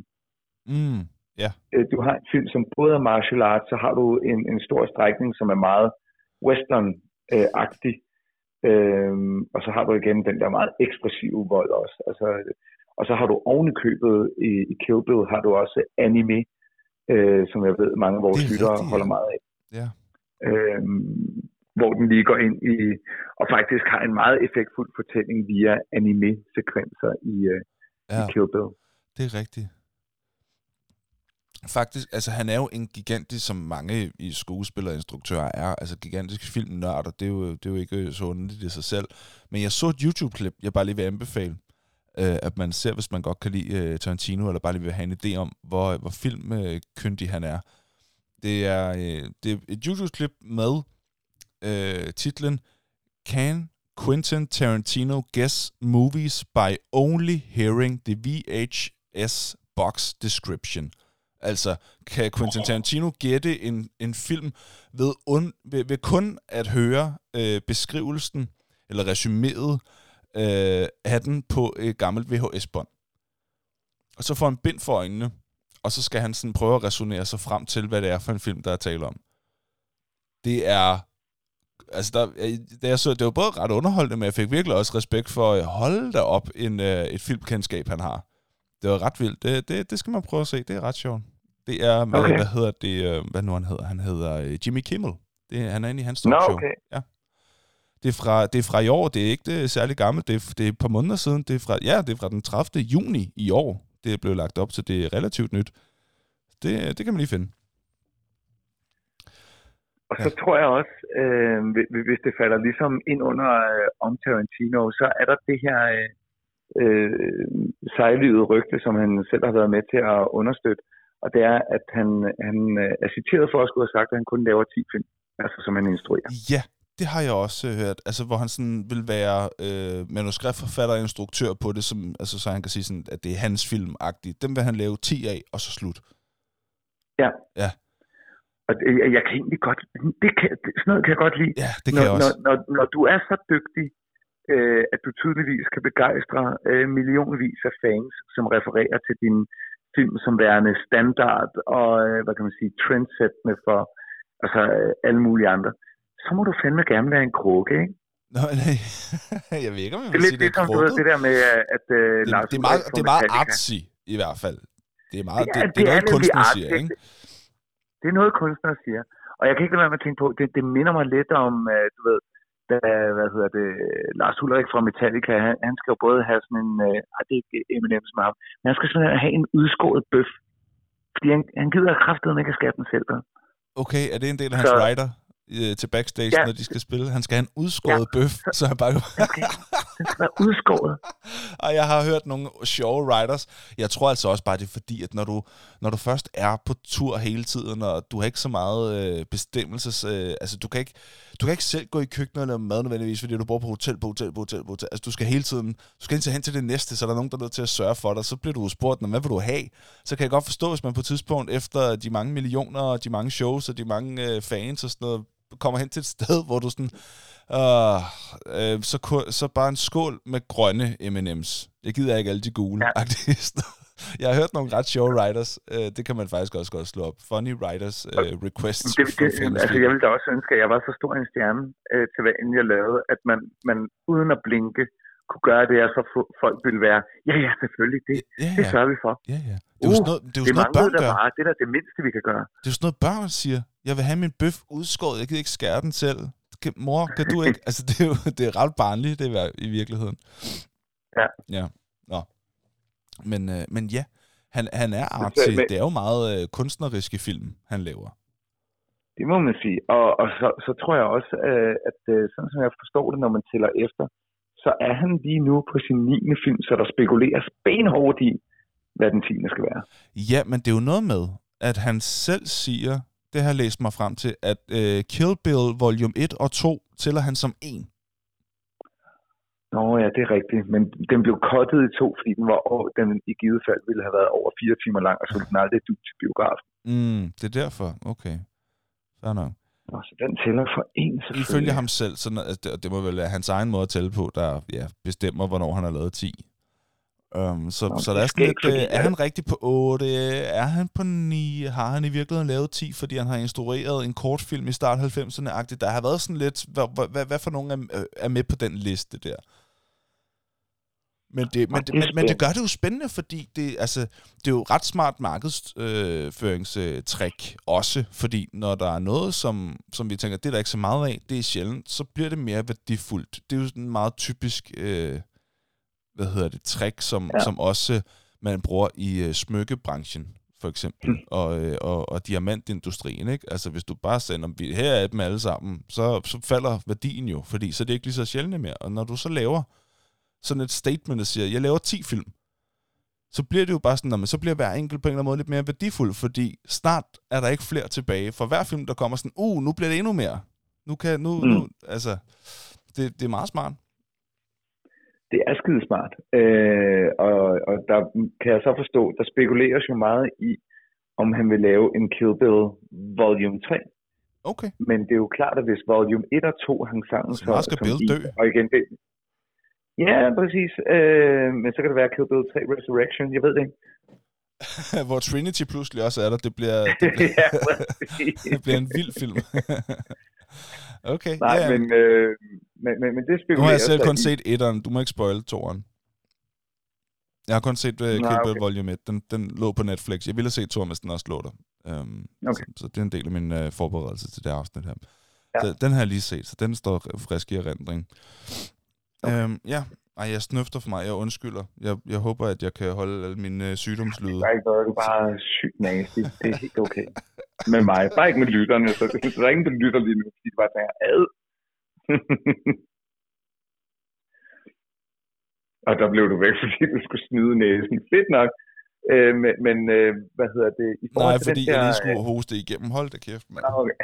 B: Du har en film, som både er martial arts, så har du en stor strækning, som er meget western-agtig. Og så har du igen den der meget ekspressive vold også. Altså, og så har du ovenikøbet i Kill Bill, har du også anime, som jeg ved, mange af vores lyttere holder meget af.
A: Ja.
B: Hvor den lige går ind i, og faktisk har en meget effektfuld fortælling via anime-sekvenser i Kill Bill.
A: Det er rigtigt. Faktisk, altså han er jo en gigantisk, som mange i skuespillere og instruktører er, altså gigantiske filmnørder, det er jo ikke så underligt i sig selv. Men jeg så et YouTube-klip, jeg bare lige vil anbefale, at man ser, hvis man godt kan lide Tarantino, eller bare lige vil have en idé om, hvor filmkyndig han er. Det er et YouTube-klip med titlen Can Quentin Tarantino guess movies by only hearing the VHS box description? Altså, kan Quentin Tarantino gætte en film ved kun at høre beskrivelsen, eller resuméet af den på et gammelt VHS-bånd? Og så får han bind for øjnene, og så skal han sådan prøve at resonere sig frem til, hvad det er for en film, der er tale om. Det er... Altså, det var både ret underholdende, men jeg fik virkelig også respekt for at holde der op et filmkendskab, han har. Det var ret vildt. Det skal man prøve at se. Det er ret sjovt. Det er, hvad nu han hedder? Han hedder Jimmy Kimmel. Han er inde i hans talkshow.
B: Okay.
A: Ja. Det er fra i år. Det er ikke særlig gammelt. Det er et par måneder siden. Det er fra den 30. juni i år. Det er blevet lagt op, så det er relativt nyt. Det kan man lige finde.
B: Og så tror jeg også, hvis det falder ligesom ind under om Tarantino, så er der det her sejlivede rygte, som han selv har været med til at understøtte. Og det er, at han er citeret for at skulle have sagt, at han kun laver 10 film, altså som han instruerer.
A: Ja, det har jeg også hørt. Altså, hvor han sådan vil være manuskriptforfatter og instruktør på det, som, altså, så han kan sige sådan, at det er hans film-agtigt. Dem vil han lave 10 af, og så slut.
B: Ja. Og jeg kan egentlig godt... sådan noget kan jeg godt lide.
A: Ja, det kan jeg også.
B: Når du er så dygtig, at du tydeligvis kan begejstre millionvis af fans, som refererer til din film som værende standard og, hvad kan man sige, trendsættende for altså alle mulige andre, så må du fandme gerne være en krukke, ikke?
A: Nå, nej. Jeg ved ikke, om jeg
B: Det er
A: vil
B: lidt
A: sige, det er
B: ligesom, du ved,
A: krukket.
B: det der med, at Lars
A: Det
B: Ulrik fra
A: er meget
B: Metallica.
A: artsy, i hvert fald. Det er noget,
B: nemlig
A: kunstner
B: artsy,
A: siger, ikke?
B: Det er noget, kunstner siger. Og jeg kan ikke lade være med at tænke på, det minder mig lidt om, du ved, da, Lars Ulrik fra Metallica, han skal jo både have sådan en, det er ikke Eminem som ham, men han skal sådan have en udskåret bøf. Fordi han gider kraftedeme ikke at skabe den selv.
A: Okay, er det en del af hans rider til backstage, når de skal spille? Han skal have en udskåret bøf, så han bare...
B: Den skal være udskåret.
A: Og jeg har hørt nogle sjove riders. Jeg tror altså også bare, det er fordi, at når du først er på tur hele tiden, og du har ikke så meget bestemmelses... altså, du kan ikke selv gå i køkkenet og lave mad nødvendigvis, fordi du bor på hotel. Altså, du skal hele tiden hen til det næste, så der er nogen, der er nødt til at sørge for dig. Så bliver du spurgt, hvad vil du have? Så kan jeg godt forstå, hvis man på et tidspunkt, efter de mange millioner, og de mange shows, og de mange fans og sådan noget, kommer hen til et sted, hvor du sådan... så bare en skål med grønne M&M's. Jeg gider ikke alle de gule. Ja. Jeg har hørt nogle ret sjove writers. Det kan man faktisk også godt slå op. Funny writers requests.
B: Altså, jeg ville da også ønske, at jeg var så stor en stjerne til hvad end jeg lavede, at man uden at blinke kunne gøre det, og så folk ville være, ja, selvfølgelig, det sørger vi for.
A: Ja. Det er jo sådan noget, børn gør.
B: Bare, det er det mindste, vi kan gøre.
A: Det er jo sådan noget, børn siger. Jeg vil have min bøf udskåret. Jeg gider ikke skære den selv. Mor, kan du ikke? Altså, det er ret barnligt, det er i virkeligheden. Ja. Nå. Men ja, han er artsy. Det er jo meget kunstneriske film, han laver.
B: Det må man sige. Og så tror jeg også, at sådan som jeg forstår det, når man tæller efter, så er han lige nu på sin 9. film, så der spekuleres benhårdt i, hvad den 10. skal være.
A: Ja, men det er jo noget med, at han selv siger, det har jeg læst mig frem til, at Kill Bill volume 1 og 2 tæller han som 1.
B: Nå ja, det er rigtigt. Men den blev cuttet i 2, fordi den i givet fald ville have været over 4 timer lang, og så ville den aldrig du til biografen.
A: Det er derfor. Okay. Fair nok.
B: Så den tæller for 1, selvfølgelig.
A: Ifølge ham selv, så det må vel være hans egen måde at tælle på, der bestemmer, hvornår han har lavet 10. Så der er sådan lidt, er han rigtig på 8? Er han på 9? Har han i virkeligheden lavet 10, fordi han har instrueret en kortfilm i start 90'erne-agtigt? Der har været sådan lidt, hvad for nogen er med på den liste der? Men det gør det jo spændende, fordi det er jo ret smart markedsføringstrik også, fordi når der er noget, som vi tænker, det er der ikke så meget af, det er sjældent, så bliver det mere værdifuldt. Det er jo sådan en meget typisk... trick, som også man bruger i smykkebranchen, for eksempel, og diamantindustrien, ikke? Altså, hvis du bare sender, her er dem alle sammen, så falder værdien jo, fordi så er det ikke lige så sjældent mere. Og når du så laver sådan et statement, der siger, jeg laver 10 film, så bliver det jo bare sådan, så bliver hver enkelt på en eller anden måde lidt mere værdifuld, fordi snart er der ikke flere tilbage. For hver film, der kommer sådan, nu bliver det endnu mere. Nu, altså, det er meget smart.
B: Det er skidesmart. Og der kan jeg så forstå, der spekuleres jo meget i, om han vil lave en Kill Bill Volume 3.
A: Okay.
B: Men det er jo klart, at hvis Volume 1 og 2 hang sammen,
A: så skal Bill dø.
B: Og igen, ja, præcis. Men så kan det være Kill Bill 3 Resurrection, jeg ved det ikke.
A: Hvor Trinity pludselig også er der. Det bliver en vild film. Okay.
B: Nej,
A: yeah.
B: men det spekulerer.
A: Nu har jeg selv kun set 1'eren. Du må ikke spoil 2'eren. Jeg har kun set Kill Bill Volume 1. Den lå på Netflix. Jeg ville have set 2'eren, hvis den også lå der.
B: Okay.
A: Så det er en del af min forberedelse til det afsnit her.
B: Ja.
A: Så den har jeg lige set, så den står frisk i erindring. Okay. Jeg snøfter for mig. Jeg undskylder. Jeg håber, at jeg kan holde alle mine sygdomslyde.
B: Der er ikke noget. Du er bare sygt nasty. Det er helt okay. Med mig. Bare ikke med lytterne. Så der er ingen, der lytter lige nu, fordi de bare tænker, ad. Og der blev du væk, fordi du skulle snyde næsen. Fedt nok. Men hvad hedder det?
A: Nej, fordi jeg lige skulle hoste igennem. Hold da kæft, mand.
B: Okay.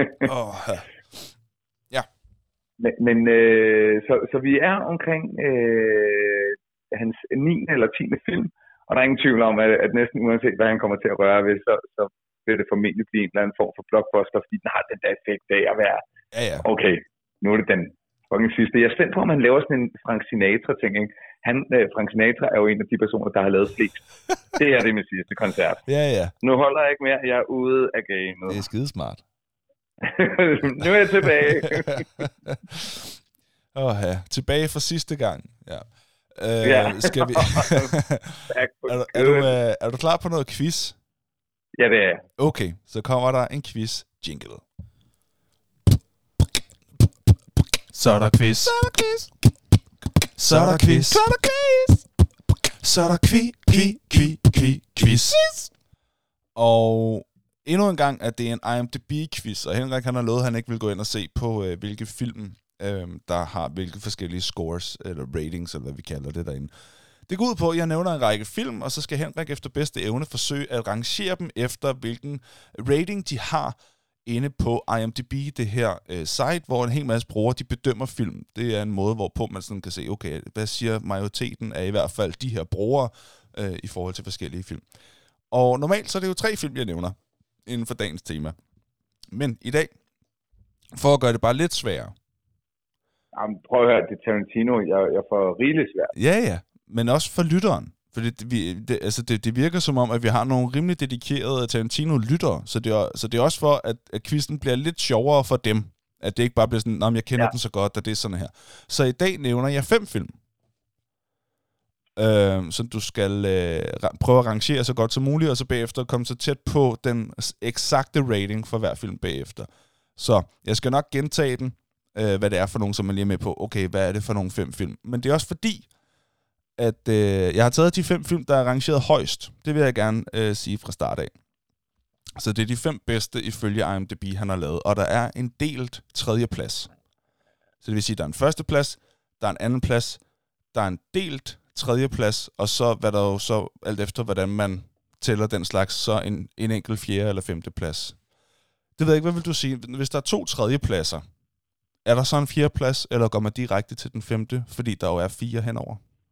A: Ja.
B: Men så vi er omkring hans 9. eller 10. film, og der er ingen tvivl om, at næsten uanset hvad han kommer til at røre ved, så vil det formentlig blive en eller anden form for blockbuster, fordi den har den der effekt af at være, okay, nu er det den fucking sidste. Jeg er spændt på, om han laver sådan en Frank Sinatra-ting, ikke? Frank Sinatra er jo en af de personer, der har lavet flest. Det er det med sidste koncert.
A: Ja.
B: Nu holder jeg ikke mere, jeg er ude af gamet.
A: Det er skidesmart.
B: Nu er jeg tilbage.
A: Tilbage fra sidste gang. Ja. Skal vi... er du klar på noget quiz?
B: Ja, det er.
A: Okay, så kommer der en quiz jingle. Så er der quiz. Så er der quiz. Så er der quiz. Så er der quiz. Så er der quiz. Og endnu en gang, at det er en IMDb-quiz, og Henrik han har lovet, at han ikke vil gå ind og se på, hvilke film, der har hvilke forskellige scores, eller ratings, eller hvad vi kalder det derinde. Det går ud på, at jeg nævner en række film, og så skal Henrik efter bedste evne forsøge at rangere dem efter, hvilken rating de har inde på IMDb, det her site, hvor en hel masse brugere, de bedømmer film. Det er en måde, hvorpå man sådan kan se, okay, hvad siger majoriteten af i hvert fald de her brugere i forhold til forskellige film. Og normalt så er det jo 3 film, jeg nævner inden for dagens tema. Men i dag, for at gøre det bare lidt sværere.
B: Jamen, prøv at høre, det er Tarantino, jeg får rigeligt svært.
A: Ja, men også for lytteren. For det virker som om, at vi har nogle rimelig dedikerede Tarantino-lyttere, så det er også for, at quizzen bliver lidt sjovere for dem. At det ikke bare bliver sådan, jeg kender den så godt, og det er sådan her. Så i dag nævner jeg 5 film. Så du skal prøve at rangere så godt som muligt, og så bagefter komme så tæt på den eksakte rating for hver film bagefter. Så jeg skal nok gentage den, hvad det er for nogen, som man lige er med på. Okay, hvad er det for nogle 5 film? Men det er også fordi, at jeg har taget de 5 film, der er rangeret højst. Det vil jeg gerne sige fra start af. Så det er de 5 bedste ifølge IMDb, han har lavet. Og der er en delt 3. plads. Så det vil sige, at der er en 1. plads, der er en 2. plads, der er en delt 3. plads, og så hvad der jo så, alt efter hvordan man tæller den slags, så en enkelt 4. eller 5. plads. Det ved jeg ikke, hvad vil du sige? Hvis der er 2 3. pladser, er der så en 4. plads, eller går man direkte til den 5., fordi der jo er 4 henover?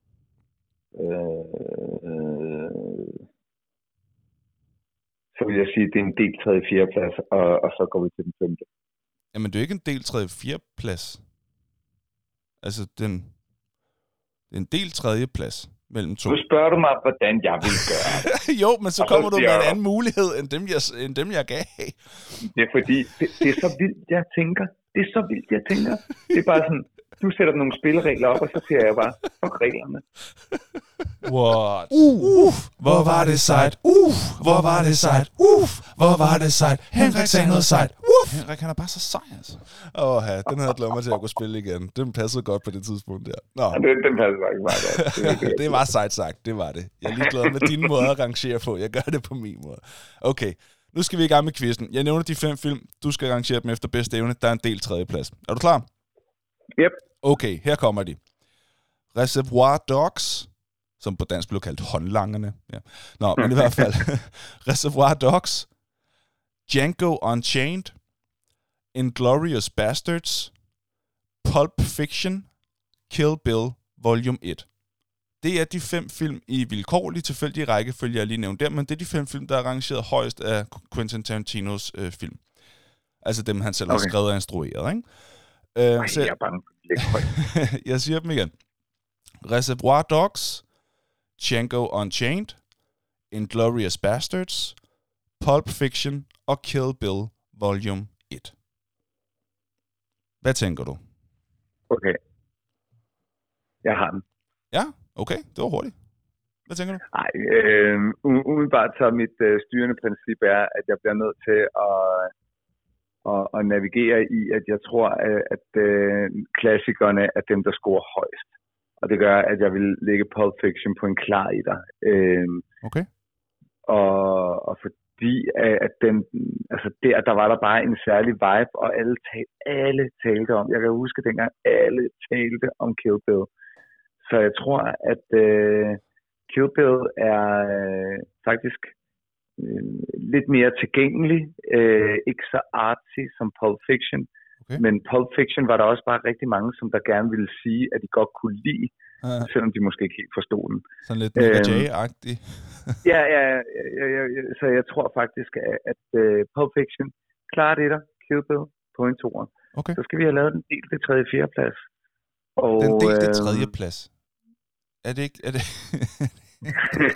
B: Så vil jeg sige, at det er en del 3. 4. plads, og så går vi til den 5.
A: Jamen, det er jo ikke en del 3. 4. plads. Altså, det er en del 3. plads mellem 2.
B: Nu spørger du mig, hvordan jeg vil gøre det.
A: Jo, men så kommer du med en anden mulighed, end dem, jeg gav.
B: Det er fordi, det er så vildt, jeg tænker. Det er bare sådan, du sætter nogle spilleregler op, og så siger jeg bare, fuck reglerne.
A: What? Hvor var det sejt? Hvor var det sejt? Hvor var det sejt? Henrik sagde noget sejt. Henrik, han er bare så sej, altså. Den havde jeg glædet mig til at kunne spille igen. Den passede godt på det tidspunkt der. Nå.
B: Den passede faktisk meget godt.
A: Det var sejt sagt, det var det. Jeg er lige glad med dine måder at rangere på. Jeg gør det på min måde. Okay, nu skal vi i gang med quizzen. Jeg nævner de 5 film. Du skal rangere dem efter bedste evne. Der er en del 3. plads. Er du klar?
B: Yep.
A: Okay, her kommer de. Reservoir Dogs, som på dansk blev kaldt håndlangerne. Ja. Nå, men i hvert fald. Reservoir Dogs, Django Unchained, Inglourious Basterds, Pulp Fiction, Kill Bill, Volume 1. Det er de 5 film i vilkårlig tilfældige rækkefølge, jeg lige nævnte der, men det er de 5 film, der er rangeret højst af Quentin Tarantinos film. Altså dem, han selv har skrevet og instrueret, ikke?
B: Jeg er bange for det lidt højt.
A: Jeg siger dem igen. Reservoir Dogs, Django Unchained, Inglourious Basterds, Pulp Fiction og Kill Bill Volume 1. Hvad tænker du?
B: Okay. Jeg har den.
A: Ja, okay. Det var hurtigt. Hvad tænker du?
B: Nej, umiddelbart så mit styrende princip er, at jeg bliver nødt til at navigere i, at jeg tror, at klassikerne er dem, der scorer højst. Og det gør, at jeg vil lægge Pulp Fiction på en klar etter.
A: Okay.
B: Og fordi at den, altså der var der bare en særlig vibe, og alle talte om, jeg kan huske dengang, alle talte om Kill Bill. Så jeg tror, at Kill Bill er faktisk lidt mere tilgængelig, ikke så artsy som Pulp Fiction, men Pulp Fiction var der også bare rigtig mange, som der gerne ville sige, at de godt kunne lide, selvom de måske ikke helt forstod den.
A: Sådan lidt Nick Jay-agtig.
B: Ja, så jeg tror faktisk, at Pulp Fiction klarer det der, Kill Bill på en 2'er.
A: Okay.
B: Så skal vi have lavet den delte 3. 4. plads. Og,
A: den delte 3. plads? Er det ikke...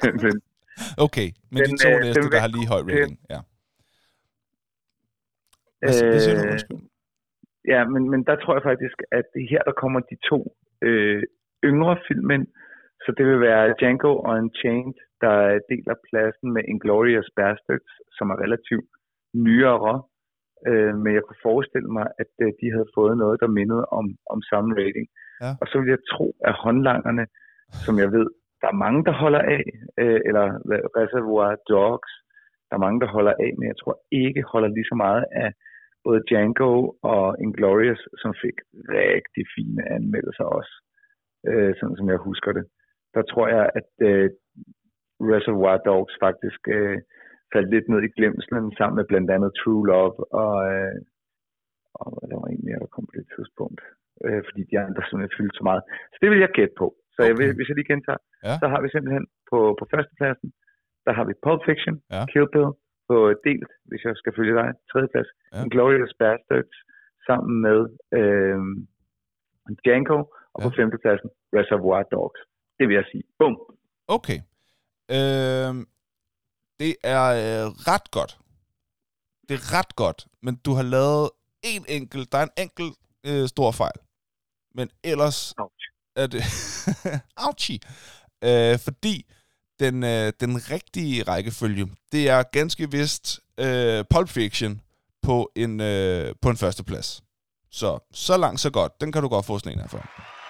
A: Okay, men de 2 næste, der har lige høj rating. Ja. Hvad siger du? Undskyld.
B: Ja, men der tror jeg faktisk, at det her, der kommer de 2 yngre film ind. Så det vil være Django Unchained, der deler pladsen med Inglourious Basterds, som er relativt nyere. Men jeg kunne forestille mig, at de havde fået noget, der mindede om samme rating.
A: Ja.
B: Og så vil jeg tro, at håndlangerne, som jeg ved, der er mange, der holder af, eller Reservoir Dogs, der er mange, der holder af, men jeg tror ikke holder lige så meget af både Django og Inglourious, som fik rigtig fine anmeldelser også, sådan som jeg husker det. Der tror jeg, at Reservoir Dogs faktisk faldt lidt ned i glemslen sammen med blandt andet True Love og der var en mere, der kom på det tidspunkt, fordi de andre simpelthen fyldte så meget. Så det vil jeg gætte på. Så hvis jeg lige gentager, så har vi simpelthen på førstepladsen, der har vi Pulp Fiction, Kill Bill, på delt, hvis jeg skal følge dig, tredjeplads, Inglourious Basterds, sammen med Django, og på femtepladsen, Reservoir Dogs. Det vil jeg sige. Bum.
A: Okay. Det er ret godt. Det er ret godt, men du har lavet der er en enkelt stor fejl. Men ellers er det... Ouchie. Fordi den rigtige rækkefølge, det er ganske vist Pulp Fiction på en førsteplads. Så langt, så godt. Den kan du godt få sådan en her for.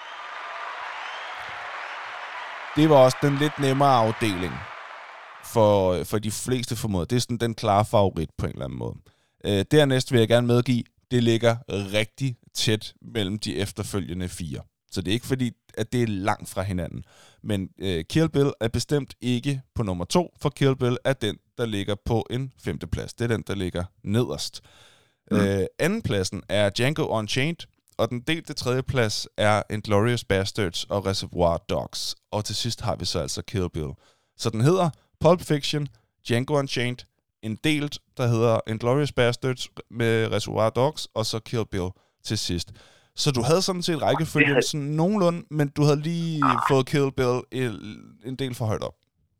A: Det var også den lidt nemmere afdeling for de fleste formodet. Det er sådan den klare favorit på en eller anden måde. Dernæst vil jeg gerne medgive, det ligger rigtig tæt mellem de efterfølgende 4. Så det er ikke fordi, at det er langt fra hinanden. Men Kill Bill er bestemt ikke på nummer 2, for Kill Bill er den, der ligger på en femteplads. Det er den, der ligger nederst. Andenpladsen er Django Unchained, og den delte tredjeplads er Inglourious Basterds og Reservoir Dogs. Og til sidst har vi så altså Kill Bill. Så den hedder Pulp Fiction, Django Unchained, en delt, der hedder Inglourious Basterds med Reservoir Dogs, og så Kill Bill til sidst. Så du havde sådan set rækkefølgen sådan nogenlunde, men du havde lige fået Kill Bill en del for højt op.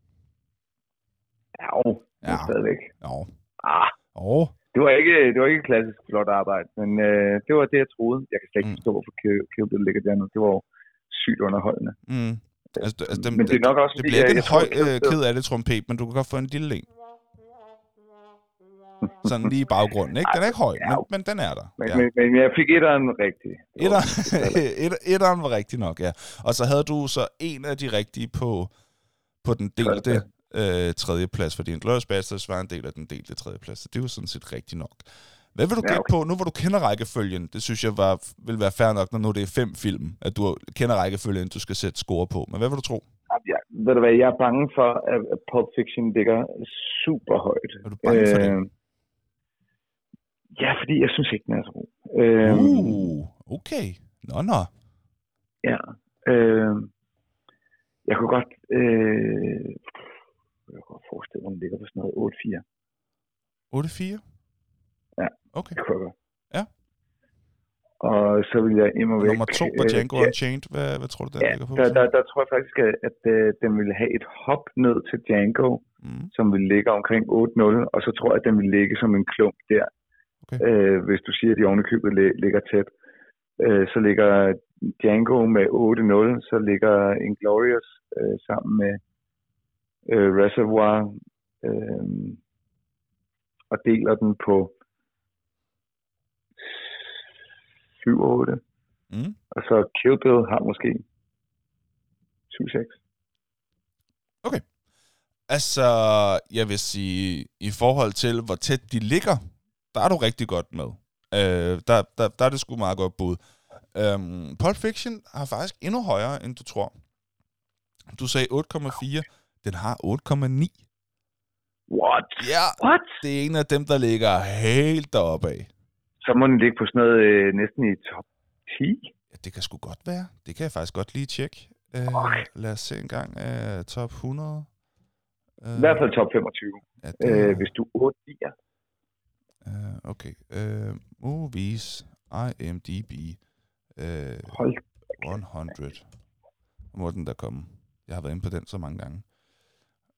B: Ja, stadigvæk.
A: Ja.
B: Det var ikke klassisk flot arbejde, men det var det, jeg troede. Jeg kan slet ikke forstå, hvorfor Kill Bill ligger dernede. Det var jo sygt underholdende.
A: Men det er nok også... Det bliver ikke en høj ked af det trompet, men du kan godt få en lille en. Sådan lige i baggrunden, ikke? Den er ikke høj, men den er der.
B: Men jeg fik etteren rigtig.
A: Etteren var rigtig nok, ja. Og så havde du så en af de rigtige på den delte tredje plads, fordi Inglourious Basterds var en del af den delte tredje plads, så det er jo sådan set rigtig nok. Hvad vil du gætte på, nu hvor du kender rækkefølgen? Det synes jeg vil være fair nok, når nu det er 5 film, at du kender rækkefølgen, du skal sætte score på. Men hvad vil du tro?
B: Ved du hvad, jeg er bange for, at Pulp Fiction ligger super højt.
A: Er du bange for det?
B: Ja, fordi jeg synes ikke, den er så god.
A: Okay. Nå.
B: Ja. Jeg kunne godt forestille mig, at den ligger på sådan noget 8-4.
A: 8-4?
B: Ja,
A: okay.
B: Det kunne jeg godt.
A: Ja.
B: Og så vil jeg væk...
A: Nummer 2 var Django Unchained. Hvad tror du, den ligger på?
B: Der tror jeg faktisk, at den ville have et hop ned til Django, som vil ligge omkring 8-0, og så tror jeg, at den vil ligge som en klump der. Okay. Hvis du siger, at de ovenikøbet ligger tæt. Så ligger Django med 8-0, så ligger Inglourious sammen med Reservoir og deler den på 7-8. Og så Kill Bill har måske 7-6.
A: Okay. Altså, jeg vil sige, i forhold til, hvor tæt de ligger, der er du rigtig godt med. Der er det sgu meget godt bud. Pulp Fiction har faktisk endnu højere, end du tror. Du sagde 8,4. Den har 8,9.
B: What?
A: Ja,
B: What?
A: Det er en af dem, der ligger helt deroppe af.
B: Så må den ligge på sådan noget næsten i top 10?
A: Ja, det kan sgu godt være. Det kan jeg faktisk godt lige tjekke. Lad os se en gang. Top 100.
B: I hvert fald top 25. Ja, hvis du 8 10'er.
A: Okay. Movies. IMDb. 100. Må den der komme? Jeg har været inde på den så mange gange.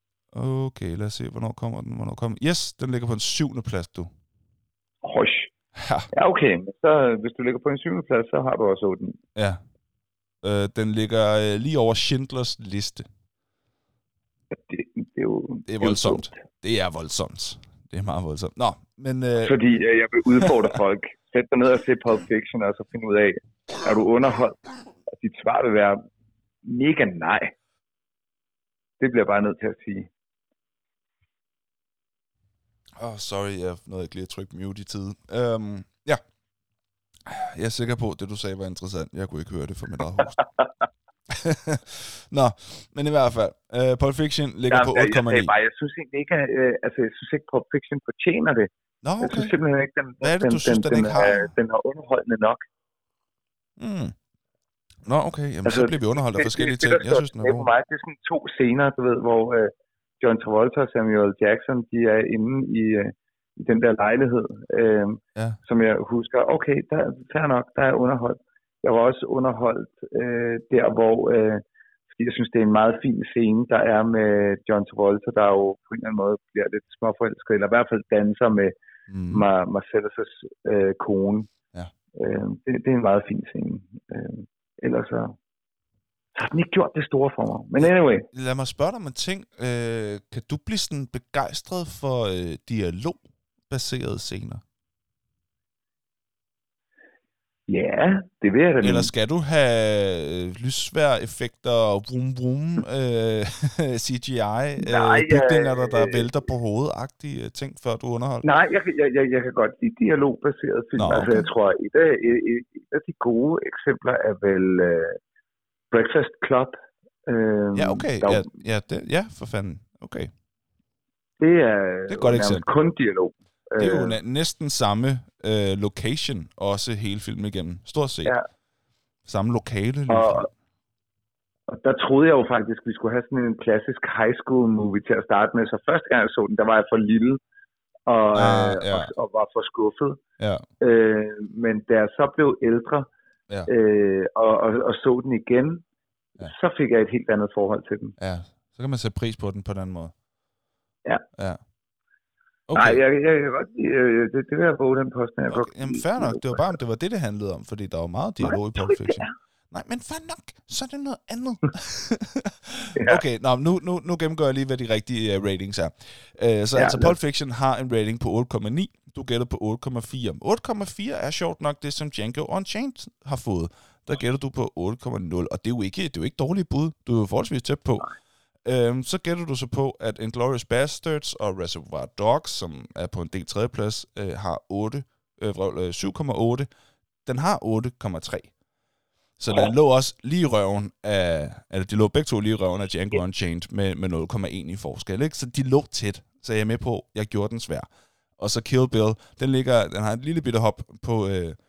A: Okay, lad os se, hvornår kommer den. Yes, den ligger på en 7. plads, du.
B: Høj. Ja, okay. Så hvis du ligger på en 7. plads, så har du også 8.
A: Ja. Den ligger lige over Schindlers liste.
B: Det er jo...
A: Det er voldsomt. Det er voldsomt. Det er meget voldsomt. Nå, men...
B: Fordi jeg vil udfordre folk. Sæt dig ned og se Pulp Fiction, og så finde ud af, er du underholdt? Og dit svar vil være mega nej. Det bliver jeg bare nødt til at sige.
A: Sorry, jeg nåede ikke lige at trykke mute i tide. Ja. Jeg er sikker på, at det du sagde var interessant. Jeg kunne ikke høre det for mit eget host. Nå, men i hvert fald, Pulp Fiction ligger på 8,9.
B: Jeg synes egentlig ikke, jeg synes ikke, Pulp Fiction fortjener det.
A: Nå, okay.
B: Jeg synes simpelthen ikke,
A: hvad er det, du synes, den ikke har?
B: Den er underholdende nok.
A: Nå, okay. Jamen, så bliver vi underholdt af forskellige ting. Jeg synes, den er god.
B: For mig, det er sådan 2 scener, du ved, hvor John Travolta og Samuel Jackson, de er inde i den der lejlighed, som jeg husker. Okay, fair nok, der er underholdt. Jeg var også underholdt der, hvor... fordi jeg synes, det er en meget fin scene, der er med John Travolta, der jo på en eller anden måde bliver lidt småforelsket, eller i hvert fald danser med Marcellus' kone.
A: Ja.
B: Det er en meget fin scene. Ellers så har den ikke gjort det store for mig. Men anyway.
A: Lad mig spørge dig om en ting. Kan du blive sådan begejstret for dialogbaserede scener?
B: Ja, det vil jeg da.
A: Eller skal du have lysvejr-effekter og vroom-vroom, CGI, bygninger, der vælter på hovedet-agtige ting, før du underholder?
B: Nej, jeg kan godt lide dialogbaseret film.
A: Nå, okay.
B: Altså, jeg tror, et af de gode eksempler er vel Breakfast Club.
A: Ja, okay. Ja, for fanden. Okay.
B: Det er
A: et godt eksempel.
B: Kun dialog.
A: Det er jo næsten samme location, også hele filmen igennem. Stort set. Ja. Samme lokale.
B: Og der troede jeg jo faktisk, at vi skulle have sådan en klassisk high school movie til at starte med. Så første gang jeg så den, der var jeg for lille og var for skuffet.
A: Ja.
B: Men da jeg så blev ældre og så den igen, så fik jeg et helt andet forhold til den.
A: Ja, så kan man sætte pris på den på den måde.
B: Ja. Okay. Nej, jeg godt det vil jeg bruge den posten.
A: Okay. Jamen fair nok, det var bare, om det var det handlede om, fordi der var meget dialog i Pulp Fiction. Nej, men fair nok, så er det noget andet. Okay, nu gennemgår jeg lige, hvad de rigtige ratings er. Altså Pulp Fiction har en rating på 8,9, du gætter på 8,4. 8,4 er sjovt nok det, som Django Unchained har fået. Der gætter du på 8,0, og det er jo ikke dårligt bud. Du er jo forholdsvis tæt på. Så gætter du så på, at Inglourious Basterds og Reservoir Dogs, som er på en del tredjeplads, har 7,8. Den har 8,3. Så den lå også lige i røven af... Eller de lå begge to lige i røven af Django Unchained med 0,1 i forskel, ikke? Så de lå tæt, så jeg er med på, jeg gjorde den svær. Og så Kill Bill, den har et lille bitte hop på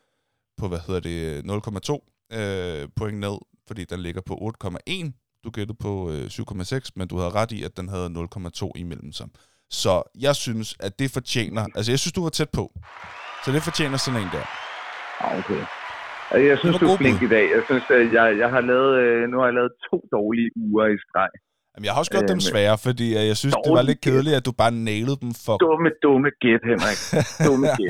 A: 0,2 point ned, fordi den ligger på 8,1. Du gættede på 7,6, men du havde ret i, at den havde 0,2 imellem sig. Så jeg synes, at det fortjener... Altså, jeg synes, du var tæt på. Så det fortjener sådan en der.
B: Okay. Jeg synes, du er flink i dag. Jeg synes, at jeg har lavet... Nu har jeg lavet 2 dårlige uger i streg.
A: Jamen, jeg har også gjort dem svære, fordi jeg synes, det var lidt kedeligt, at du bare nailede dem for...
B: Dumme gæt, Henrik. Dumme gæt.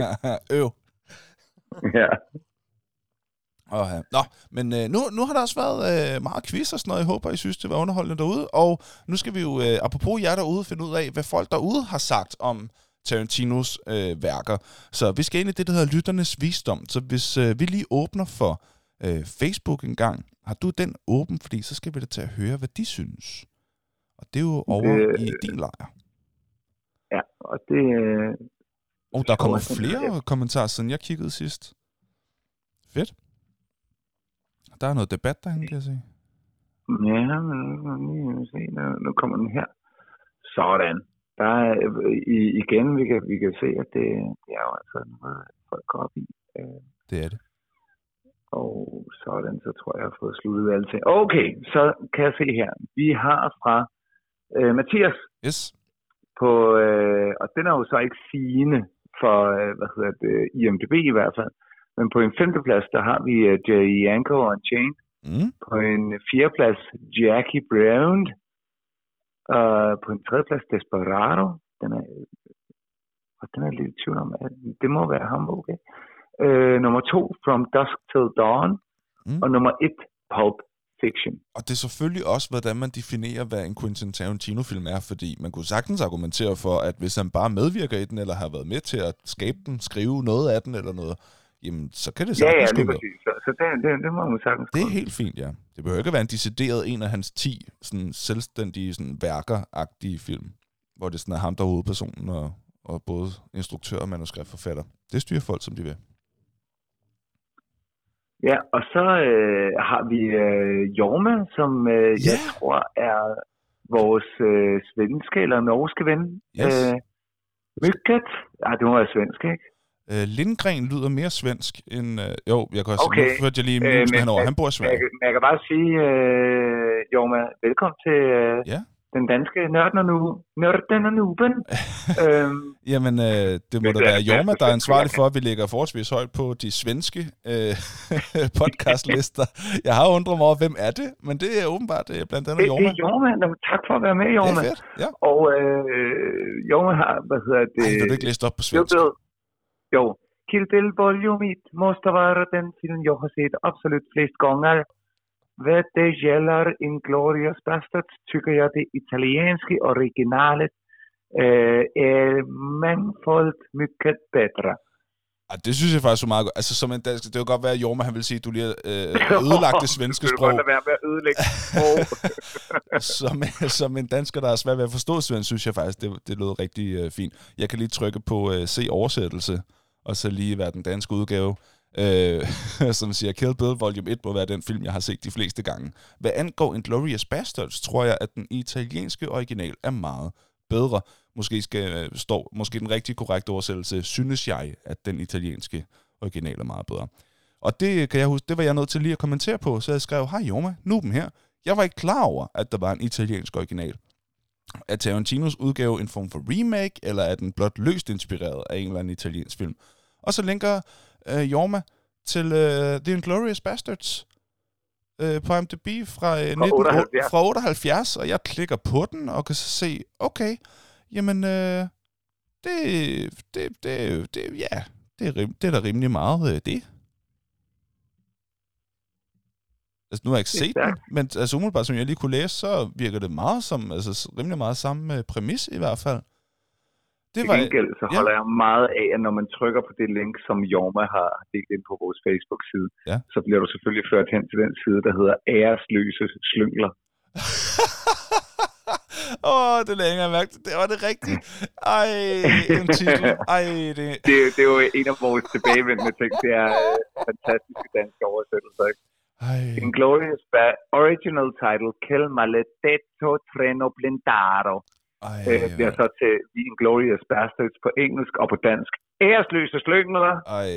B: Ja.
A: Nå, men nu har der også været meget quiz og sådan noget. Jeg håber, I synes, det var underholdende derude. Og nu skal vi jo, apropos jer derude, finde ud af, hvad folk derude har sagt om Tarantinos værker. Så vi skal ind i det, der hedder Lytternes Visdom. Så hvis vi lige åbner for Facebook en gang, har du den åben? Fordi så skal vi da til at høre, hvad de synes. Og det er jo over i din lejr.
B: Ja, og det...
A: der kommer flere kommentarer, siden jeg kiggede sidst. Fedt. Der er noget debat derinde, kan jeg se.
B: Ja, men nu kommer den her. Sådan. Der er igen, vi kan se, at det er jo altså noget, folk går op i.
A: Det er det.
B: Og sådan, så tror jeg, jeg har fået sluttet alting. Okay, så kan jeg se her. Vi har fra Mathias.
A: Yes.
B: Og den er jo så ikke sigende for, IMDb i hvert fald. Men på en 5. plads, der har vi Django Unchained. På en 4. plads, Jackie Brown. På en 3. plads, Desperado. den er lidt i tvivl om, at det må være ham, okay. Nummer 2, From Dusk Till Dawn, og nummer 1, Pulp Fiction.
A: Og det er selvfølgelig også, hvordan man definerer, hvad en Quentin Tarantino-film er, fordi man kunne sagtens argumentere for, at hvis han bare medvirker i den, eller har været med til at skabe den, skrive noget af den, eller noget, jamen, så kan det sagtens
B: gå med. Så det må man sagtens.
A: Det er helt fint, ja. Det behøver ikke at være en decideret en af hans 10 sådan selvstændige sådan værker-agtige film, hvor det sådan er ham, der er hovedpersonen, og både instruktør og manuskriptforfatter. Det styrer folk, som de vil.
B: Ja, og så har vi Jorma, som jeg tror er vores svenske eller norske ven.
A: Yes.
B: Mycket. Det må være svensk, ikke?
A: Lindgren lyder mere svensk end... jo, jeg kan også... Okay. Nu hørte jeg lige musen henover. Han bor i Sverige.
B: Jeg kan bare sige, Jorma, velkommen til den danske Nørden og Nuben.
A: Jamen, det må da være Jorma, der er ansvarlig for, at vi ligger forholdsvis højt på de svenske podcastlister. Jeg har undret mig over, hvem er det? Men det er åbenbart blandt andet Jorma.
B: Det er Jorma. Tak for at være med, Jorma.
A: Det er fedt, ja.
B: Og Jorma har, hvad hedder det...
A: Ej, vil du ikke læse op på svensk?
B: Jo. Kill Bill Volume 1 måste vara den film jag har sett absolut flest gånger. Vad det gäller Inglourious Basterds tycker jag det italienske originalet är mångfald mycket bättre.
A: Det synes jeg faktisk er meget godt. Altså, som en dansk, det kan godt være, at Jorma, han vil sige, at du lige har ødelagt det svenske sprog.
B: Det kan godt være med at ødelægge sprog.
A: som en dansker, der er svært ved at forstå svensk, synes jeg faktisk, det lød rigtig fint. Jeg kan lige trykke på se oversættelse, og så lige være den danske udgave, som siger, Kill Bill Volume 1 må være den film, jeg har set de fleste gange. Hvad angår Inglourious Basterds, tror jeg, at den italienske original er meget bedre. Måske den rigtig korrekte oversættelse, synes jeg, at den italienske original er meget bedre. Og det kan jeg huske, det var jeg nødt til lige at kommentere på, så jeg skrev, hej Jorma, Nuben her. Jeg var ikke klar over, at der var en italiensk original. Er Tarantinos udgave en form for remake, eller er den blot løst inspireret af en eller anden italiensk film? Og så linker Jorma til The Inglourious Basterds på IMDb fra 78, og jeg klikker på den og kan så se, okay, jamen, det er da rimelig meget det. Altså, nu har jeg ikke set den, men altså, umiddelbart, som jeg lige kunne læse, så virker det meget som, altså rimelig meget samme præmis i hvert fald.
B: Til gengæld, så holder jeg meget af, at når man trykker på det link, som Jorma har delt ind på vores Facebook-side, så bliver du selvfølgelig ført hen til den side, der hedder Æresløse Slyngler.
A: Det lagde jeg mærke til. Det var det rigtige. Ej, en titel.
B: Det er jo en af vores tilbagevendende ting. Det er fantastiske danske oversættelser, ikke? Inglourious original title, Quel maledetto treno blindaro. Det er så til The Inglourious Basterds på engelsk og på dansk. Æresløse slyngler.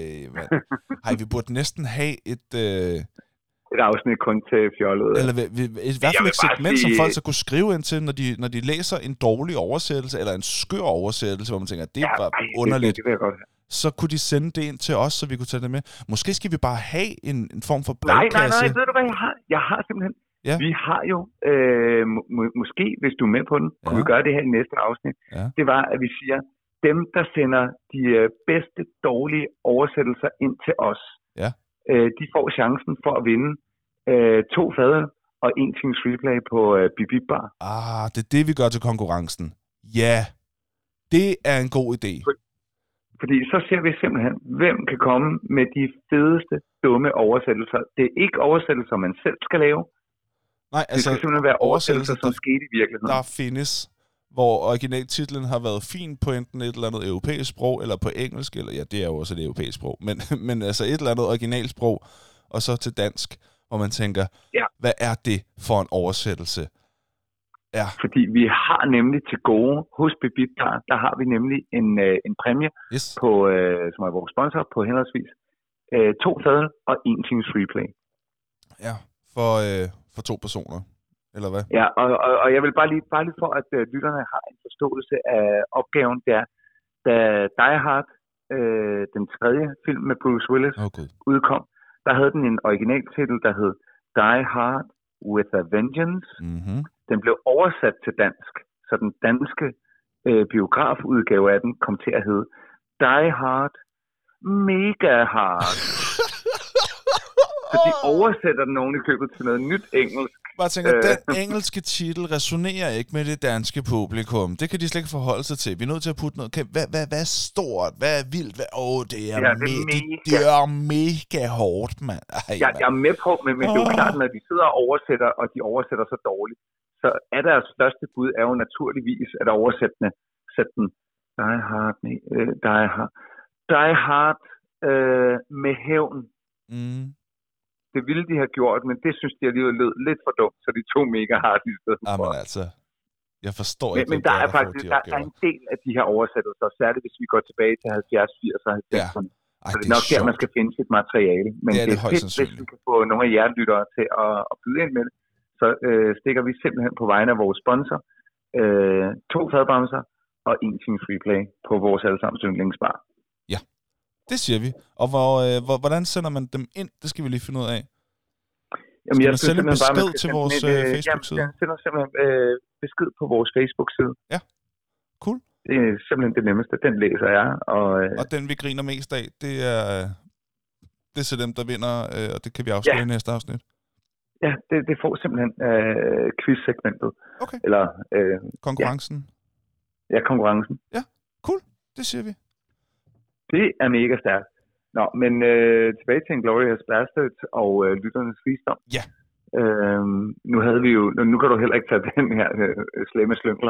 A: Ej, vi burde næsten have et
B: afsnit kun til fjollet.
A: Eller i hvert fald et segment, som folk så kunne skrive ind til, når de læser en dårlig oversættelse, eller en skør oversættelse, hvor man tænker, at det var underligt.
B: Det vil jeg godt have.
A: Så kunne de sende det ind til os, så vi kunne tage det med. Måske skal vi bare have en form for brevkasse.
B: Nej, ved du hvad jeg har? Jeg har simpelthen... Ja. Vi har jo, måske hvis du er med på den, kunne vi gøre det her i næste afsnit. Ja. Det var, at vi siger, dem der sender de bedste dårlige oversættelser ind til os, de får chancen for at vinde 2 fadøl og 1 times replay på Bip Bar.
A: Det er det, vi gør til konkurrencen. Ja, det er en god idé.
B: Fordi så ser vi simpelthen, hvem kan komme med de fedeste, dumme oversættelser. Det er ikke oversættelser, man selv skal lave.
A: Nej, altså,
B: det skal simpelthen være oversættelser, som skete i virkeligheden.
A: Der findes, hvor originaltitlen har været fin på enten et eller andet europæisk sprog, eller på engelsk, eller ja, det er jo også et europæisk sprog, men altså et eller andet originalsprog, og så til dansk, hvor man tænker, hvad er det for en oversættelse? Ja.
B: Fordi vi har nemlig til gode hos Bibitbar, der har vi nemlig en præmie, på, som er vores sponsor, på henholdsvis 2 fadøl og 1 times replay.
A: Ja, for 2 personer, eller hvad?
B: Ja, og jeg vil bare lige for, at lytterne har en forståelse af opgaven, det er, da Die Hard, den 3. film med Bruce Willis, udkom, der havde den en originaltitel, der hed Die Hard with a Vengeance. Mm-hmm. Den blev oversat til dansk, så den danske biografudgave af den kom til at hedde Die Hard, Mega Hard. Så de oversætter den oven i købet til noget nyt engelsk.
A: Jeg tænker, den engelske titel resonerer ikke med det danske publikum. Det kan de slet ikke forholde sig til. Vi er nødt til at putte noget. Hvad er stort? Hvad er vildt? Det er mega hårdt, mand.
B: Jeg er med på, men det er jo klart, når de sidder og oversætter, og de oversætter så dårligt, så er deres største bud er jo naturligvis, at oversættende sætte den Die Hard med hævn.
A: Mm.
B: Det ville de have gjort, men det synes de alligevel lød lidt for dumt, så de tog Mega Hard i stedet for.
A: Jamen altså, jeg forstår ikke,
B: men der er faktisk der er en del af de her oversættelser, særligt hvis vi går tilbage til 70, 80 og 90'erne. Så det er nok der, man skal finde sit materiale. Men det er fedt, hvis vi kan få nogle af jer lyttere til at byde ind med det. Så stikker vi simpelthen på vegne af vores sponsor 2 fadbamser og 1 time freeplay på vores allesammens yndlingsbar.
A: Ja, det siger vi. Og hvordan sender man dem ind? Det skal vi lige finde ud af.
B: Jamen,
A: skal man sende en besked til vores Facebook-side?
B: Jeg sender simpelthen besked på vores Facebook-side.
A: Ja, cool.
B: Det er simpelthen det nemmeste. Den læser jeg.
A: Og den, vi griner mest af, det er så dem, der vinder, og det kan vi afsløre i næste afsnit.
B: Ja, det får simpelthen quiz-segmentet.
A: Okay.
B: Eller
A: konkurrencen.
B: Ja, konkurrencen.
A: Ja, cool. Det siger vi.
B: Det er mega stærkt. Nå, men tilbage til Inglourious Basterds og lytternes visdom.
A: Ja.
B: Nu havde vi jo... Nu kan du heller ikke tage den her slemme slyngler.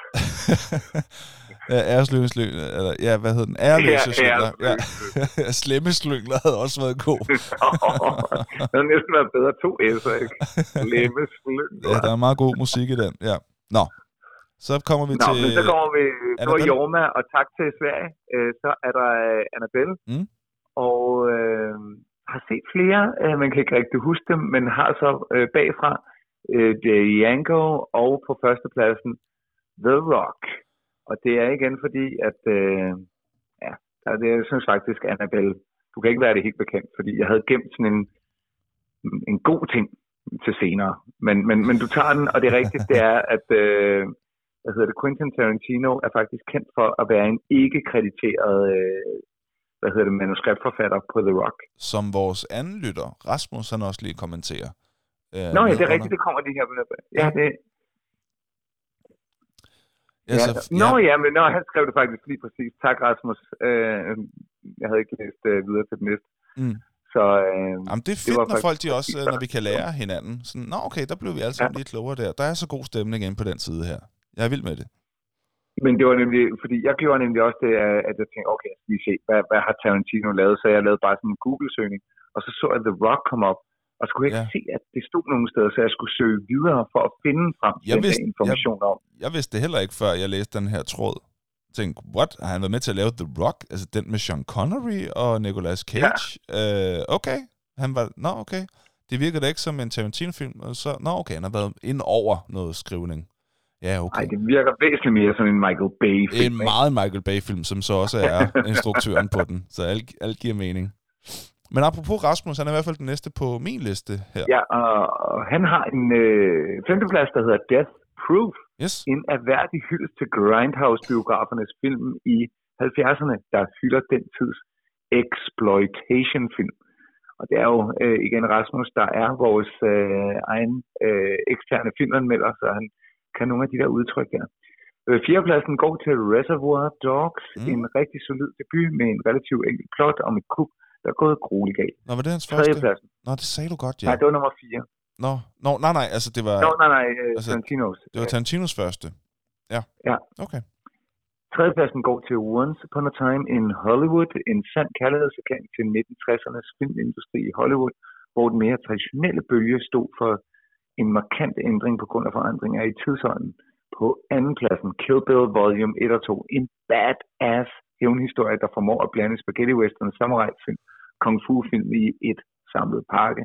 A: Æreløse slyngler. Eller, ja, hvad hed den? Æreløse slyngler. Ja. Slemme slyngler havde også været god.
B: Det havde næsten været bedre 2 S'er, ikke? Slemme slyngler.
A: Ja, der er meget god musik i den. Ja. Nå. Så kommer vi til...
B: men så kommer vi til Jorma, og tak til Sverige. Så er der Annabelle. Og har set flere, man kan ikke rigtig huske dem, men har så bagfra Django og på førstepladsen The Rock. Og det er igen fordi, at jeg synes faktisk, Annabelle, du kan ikke være det helt bekendt, fordi jeg havde gemt sådan en god ting til senere. Men du tager den, og det rigtige, det er, at Quentin Tarantino er faktisk kendt for at være en ikke-krediteret manuskriptforfatter på The Rock.
A: Som vores anden lytter, Rasmus, han også lige kommenterer.
B: Nå ja, det er rigtigt, det kommer de her. Ja, det... men han skrev det faktisk lige præcis. Tak, Rasmus. Jeg havde ikke læst videre til den næste. Så,
A: jamen, det er fedt, når folk de også, når vi kan lære hinanden. Sådan, okay, der blev vi alle sammen lidt klogere der. Der er så god stemning inde på den side her. Jeg er vild med det.
B: Men det var nemlig, fordi jeg gjorde nemlig også det, at jeg tænkte, okay, jeg skal lige se, hvad har Tarantino lavet? Så jeg lavede bare sådan en Google-søgning, og så jeg The Rock komme op, og så kunne jeg ikke se, at det stod nogle steder, så jeg skulle søge videre for at finde frem til den information om.
A: Jeg vidste det heller ikke, før jeg læste den her tråd. Jeg tænkte, what? Har han været med til at lave The Rock? Altså den med Sean Connery og Nicolas Cage? Ja. Okay. Han var, okay. Det virkede da ikke som en Tarantino-film, og så, okay, han har været ind over noget skrivning. Ja, okay.
B: Nej, det virker væsentligt mere som en Michael Bay-film.
A: En meget Michael Bay-film, som så også er instruktøren på den. Så alt giver mening. Men apropos Rasmus, han er i hvert fald den næste på min liste her.
B: Ja, og han har en femteplads, der hedder Death Proof.
A: Yes.
B: En erhverdig hyldest til Grindhouse-biografernes film i 70'erne, der hylder den tids exploitation-film. Og det er jo igen Rasmus, der er vores egen eksterne filmanmelder, så han kan nogle af de der udtryk her. Fjerdepladsen går til Reservoir Dogs, en rigtig solid debut med en relativt enkel plot om et kup, der er gået grueligt galt.
A: Nå, var det hans første?
B: Tredjepladsen.
A: Nå, det sagde du godt, ja.
B: Nej, det var nummer 4.
A: Nej, altså det var...
B: Altså, Tarantinos.
A: Det var Tarantinos første. Ja. Okay.
B: Tredjepladsen går til Once Upon a Time in Hollywood, en sand kærlighedserklæring til 1960'ernes filmindustri i Hollywood, hvor den mere traditionelle bølge stod for en markant ændring på grund af forandringer i tidsånden. På andenpladsen Kill Bill Volume 1 og 2, en badass hævnhistorie, der formår at blande spaghetti western, samurai-film, kung fu-film i et samlet pakke.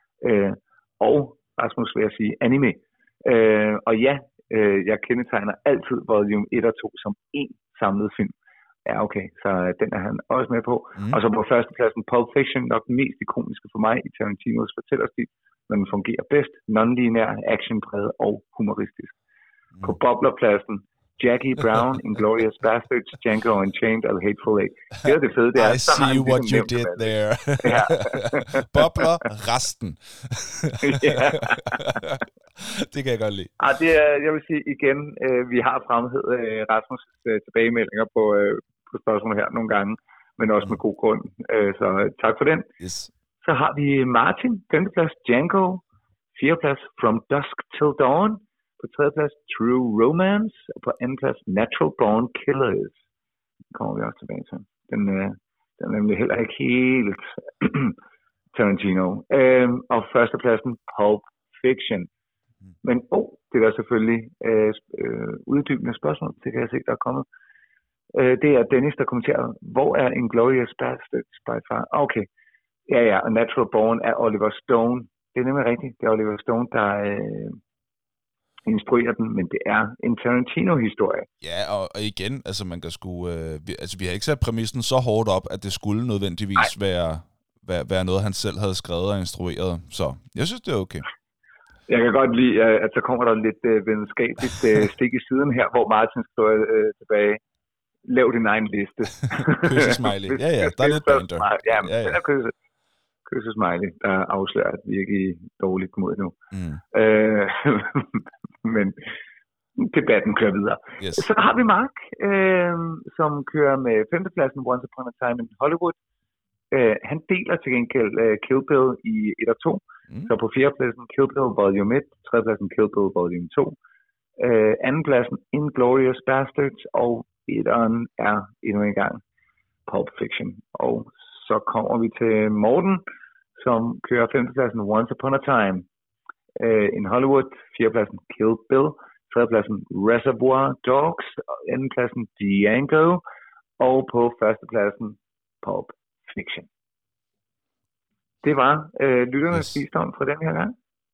B: Og Rasmus vil jeg sige anime. Og ja, jeg kendetegner altid Volume 1 og 2 som en samlet film. Ja, okay, så den er han også med på. Og så på førstepladsen Pulp Fiction, nok den mest ikoniske for mig i Tarantinos fortællerstil, men den fungerer bedst, non-lineær, actionpræget og humoristisk. På boblerpladsen Jackie Brown, Inglourious Basterds, Django Unchained og Hateful Eight. Det er det fede, det er.
A: I see what you did there.
B: Ja.
A: Bobler resten.
B: Ja.
A: Det kan jeg godt lide.
B: Det er, jeg vil sige igen, vi har fremhævet Rasmus' tilbagemeldinger på spørgsmålet her nogle gange, men også med god grund. Så tak for den.
A: Yes.
B: Så har vi Martin, 5. plads Django, 4. plads From Dusk Till Dawn, på 3. plads True Romance, og på 2. plads Natural Born Killers. Den kommer vi også tilbage til. Den er nemlig heller ikke helt Tarantino. Og 1. pladsen Pulp Fiction. Men det er selvfølgelig uddybende spørgsmål, det kan jeg se, der er kommet. Det er Dennis, der kommenterer, hvor er Inglourious Basterds by far? Okay. Ja, og Natural Born er Oliver Stone. Det er nemlig rigtigt. Det er Oliver Stone, der instruerer den, men det er en Tarantino-historie.
A: Ja, og igen, altså man kan vi har ikke sat præmissen så hårdt op, at det skulle nødvendigvis være noget, han selv havde skrevet og instrueret. Så jeg synes, det er okay.
B: Jeg kan godt lide, at så kommer der lidt videnskabeligt stik i siden her, hvor Martin står tilbage. Lav din egen liste.
A: Kysse-smiley. Ja, der er lidt banter.
B: Ja, den er kysse-smiley, der afslører, at vi ikke er dårligt mod nu. Men debatten kører videre.
A: Yes.
B: Så har vi Mark, som kører med 5. pladsen Once Upon a Time in Hollywood. Han deler til gengæld Kill Bill i 1 og 2. Så på 4. pladsen Kill Bill Volume 1, 3. pladsen Kill Bill Volume 2. 2. pladsen Inglourious Basterds, og 1'eren er endnu en gang Pulp Fiction. Og så kommer vi til Morten, som kører 5. pladsen Once Upon a Time in Hollywood, 4. pladsen Kill Bill, 3. pladsen Reservoir Dogs, 2. pladsen Django, og på 1. pladsen Pulp Fiction. Det var lytternes visdom fra den her gang.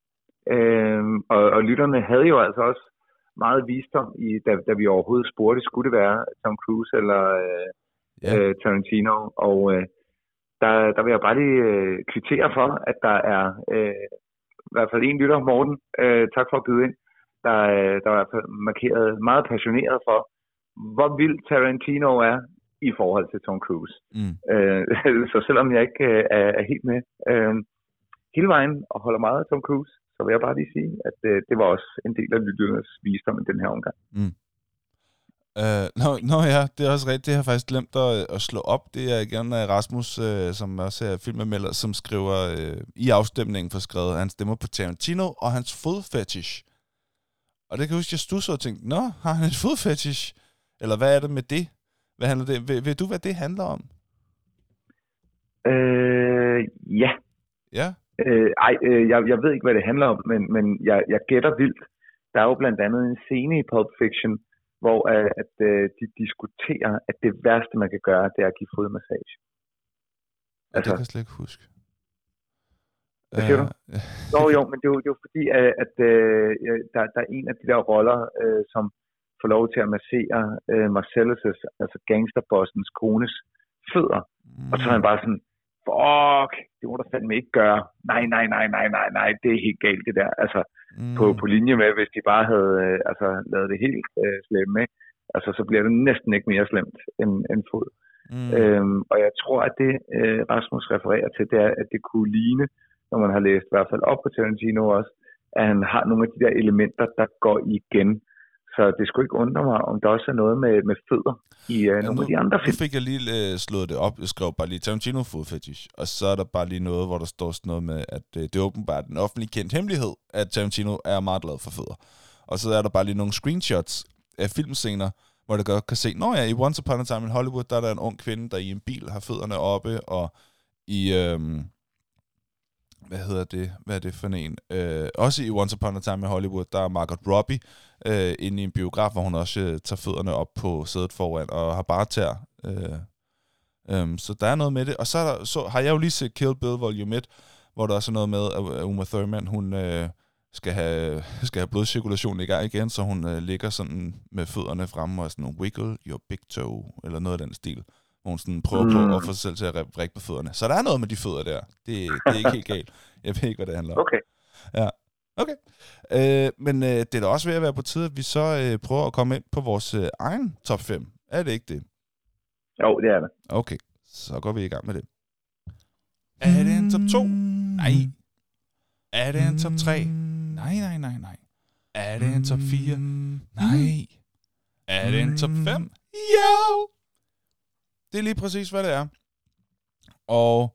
B: Og lytterne havde jo altså også meget visdom, da vi overhovedet spurgte, skulle det være Tom Cruise eller Tarantino. Og der vil jeg bare lige kvittere for, at der er i hvert fald en lytter, Morten, tak for at byde ind, der er i hvert fald markeret meget passioneret for, hvor vild Tarantino er i forhold til Tom Cruise. Så selvom jeg ikke er helt med hele vejen og holder meget af Tom Cruise, så vil jeg bare lige sige, at det var også en del af lytternes visdom i den her omgang.
A: Ja, det er også rigtigt. Det har jeg faktisk glemt at slå op. Det er igen Rasmus, som også er filmanmelder, som skriver i afstemningen for skrevet, han stemmer på Tarantino og hans fodfetish. Og det kan jeg huske, jeg studsede og tænkte, har han et fodfetish? Eller hvad er det med det? Hvad handler det? Ved du, hvad det handler om?
B: Ja.
A: Ja?
B: Jeg ved ikke, hvad det handler om, men jeg gætter vildt. Der er jo blandt andet en scene i Pulp Fiction, hvor de diskuterer, at det værste, man kan gøre, det er at give fodmassage.
A: Altså, det kan jeg slet ikke huske.
B: Hvad siger du? Jo, men det er jo fordi, at der er en af de der roller, som får lov til at massere Marcellus', altså gangsterbossens kones fødder. Og så er han bare sådan, fuck, det må der fandme ikke gøre. Nej, det er helt galt det der. Altså, på linje med, hvis de bare havde lavet det helt slemt med, altså, så bliver det næsten ikke mere slemt end fod. Og jeg tror, at det Rasmus refererer til, det er, at det kunne ligne, når man har læst i hvert fald op på Tarantino også, at han har nogle af de der elementer, der går igen. Så det skulle ikke undre mig, om der også er noget med fødder i nogle af de andre film.
A: Nu fik jeg lige slået det op. Jeg skrev bare lige Tarantino fodfetish. Og så er der bare lige noget, hvor der står sådan noget med, at det er åbenbart en offentlig kendt hemmelighed, at Tarantino er meget glad for fødder. Og så er der bare lige nogle screenshots af filmscener, hvor der godt kan se, i Once Upon a Time in Hollywood, der er der en ung kvinde, der i en bil har fødderne oppe, og i... Hvad er det for en? Også i Once Upon a Time in Hollywood, der er Margot Robbie inde i en biograf, hvor hun også tager fødderne op på sædet foran og har bare tær. Så der er noget med det. Og så har jeg jo lige set Kill Bill Volume 1, hvor der også er noget med, at Uma Thurman, hun skal have blodcirkulation i gang igen, så hun ligger sådan med fødderne fremme og sådan wiggle your big toe, eller noget af den stil. Hvor hun sådan prøver på at få sig selv til at vrikke på fødderne. Så der er noget med de fødder der. Det er ikke helt galt. Jeg ved ikke, hvad det handler om.
B: Okay.
A: Ja. Okay. Men det er da også ved at være på tide, at vi så prøver at komme ind på vores egen top 5. Er det ikke det?
B: Jo, det er det.
A: Okay, så går vi i gang med det. Er det en top 2? Nej. Er det en top 3? Nej. Er det en top 4? Nej. Er det en top 5? Jo! Det er lige præcis, hvad det er. Og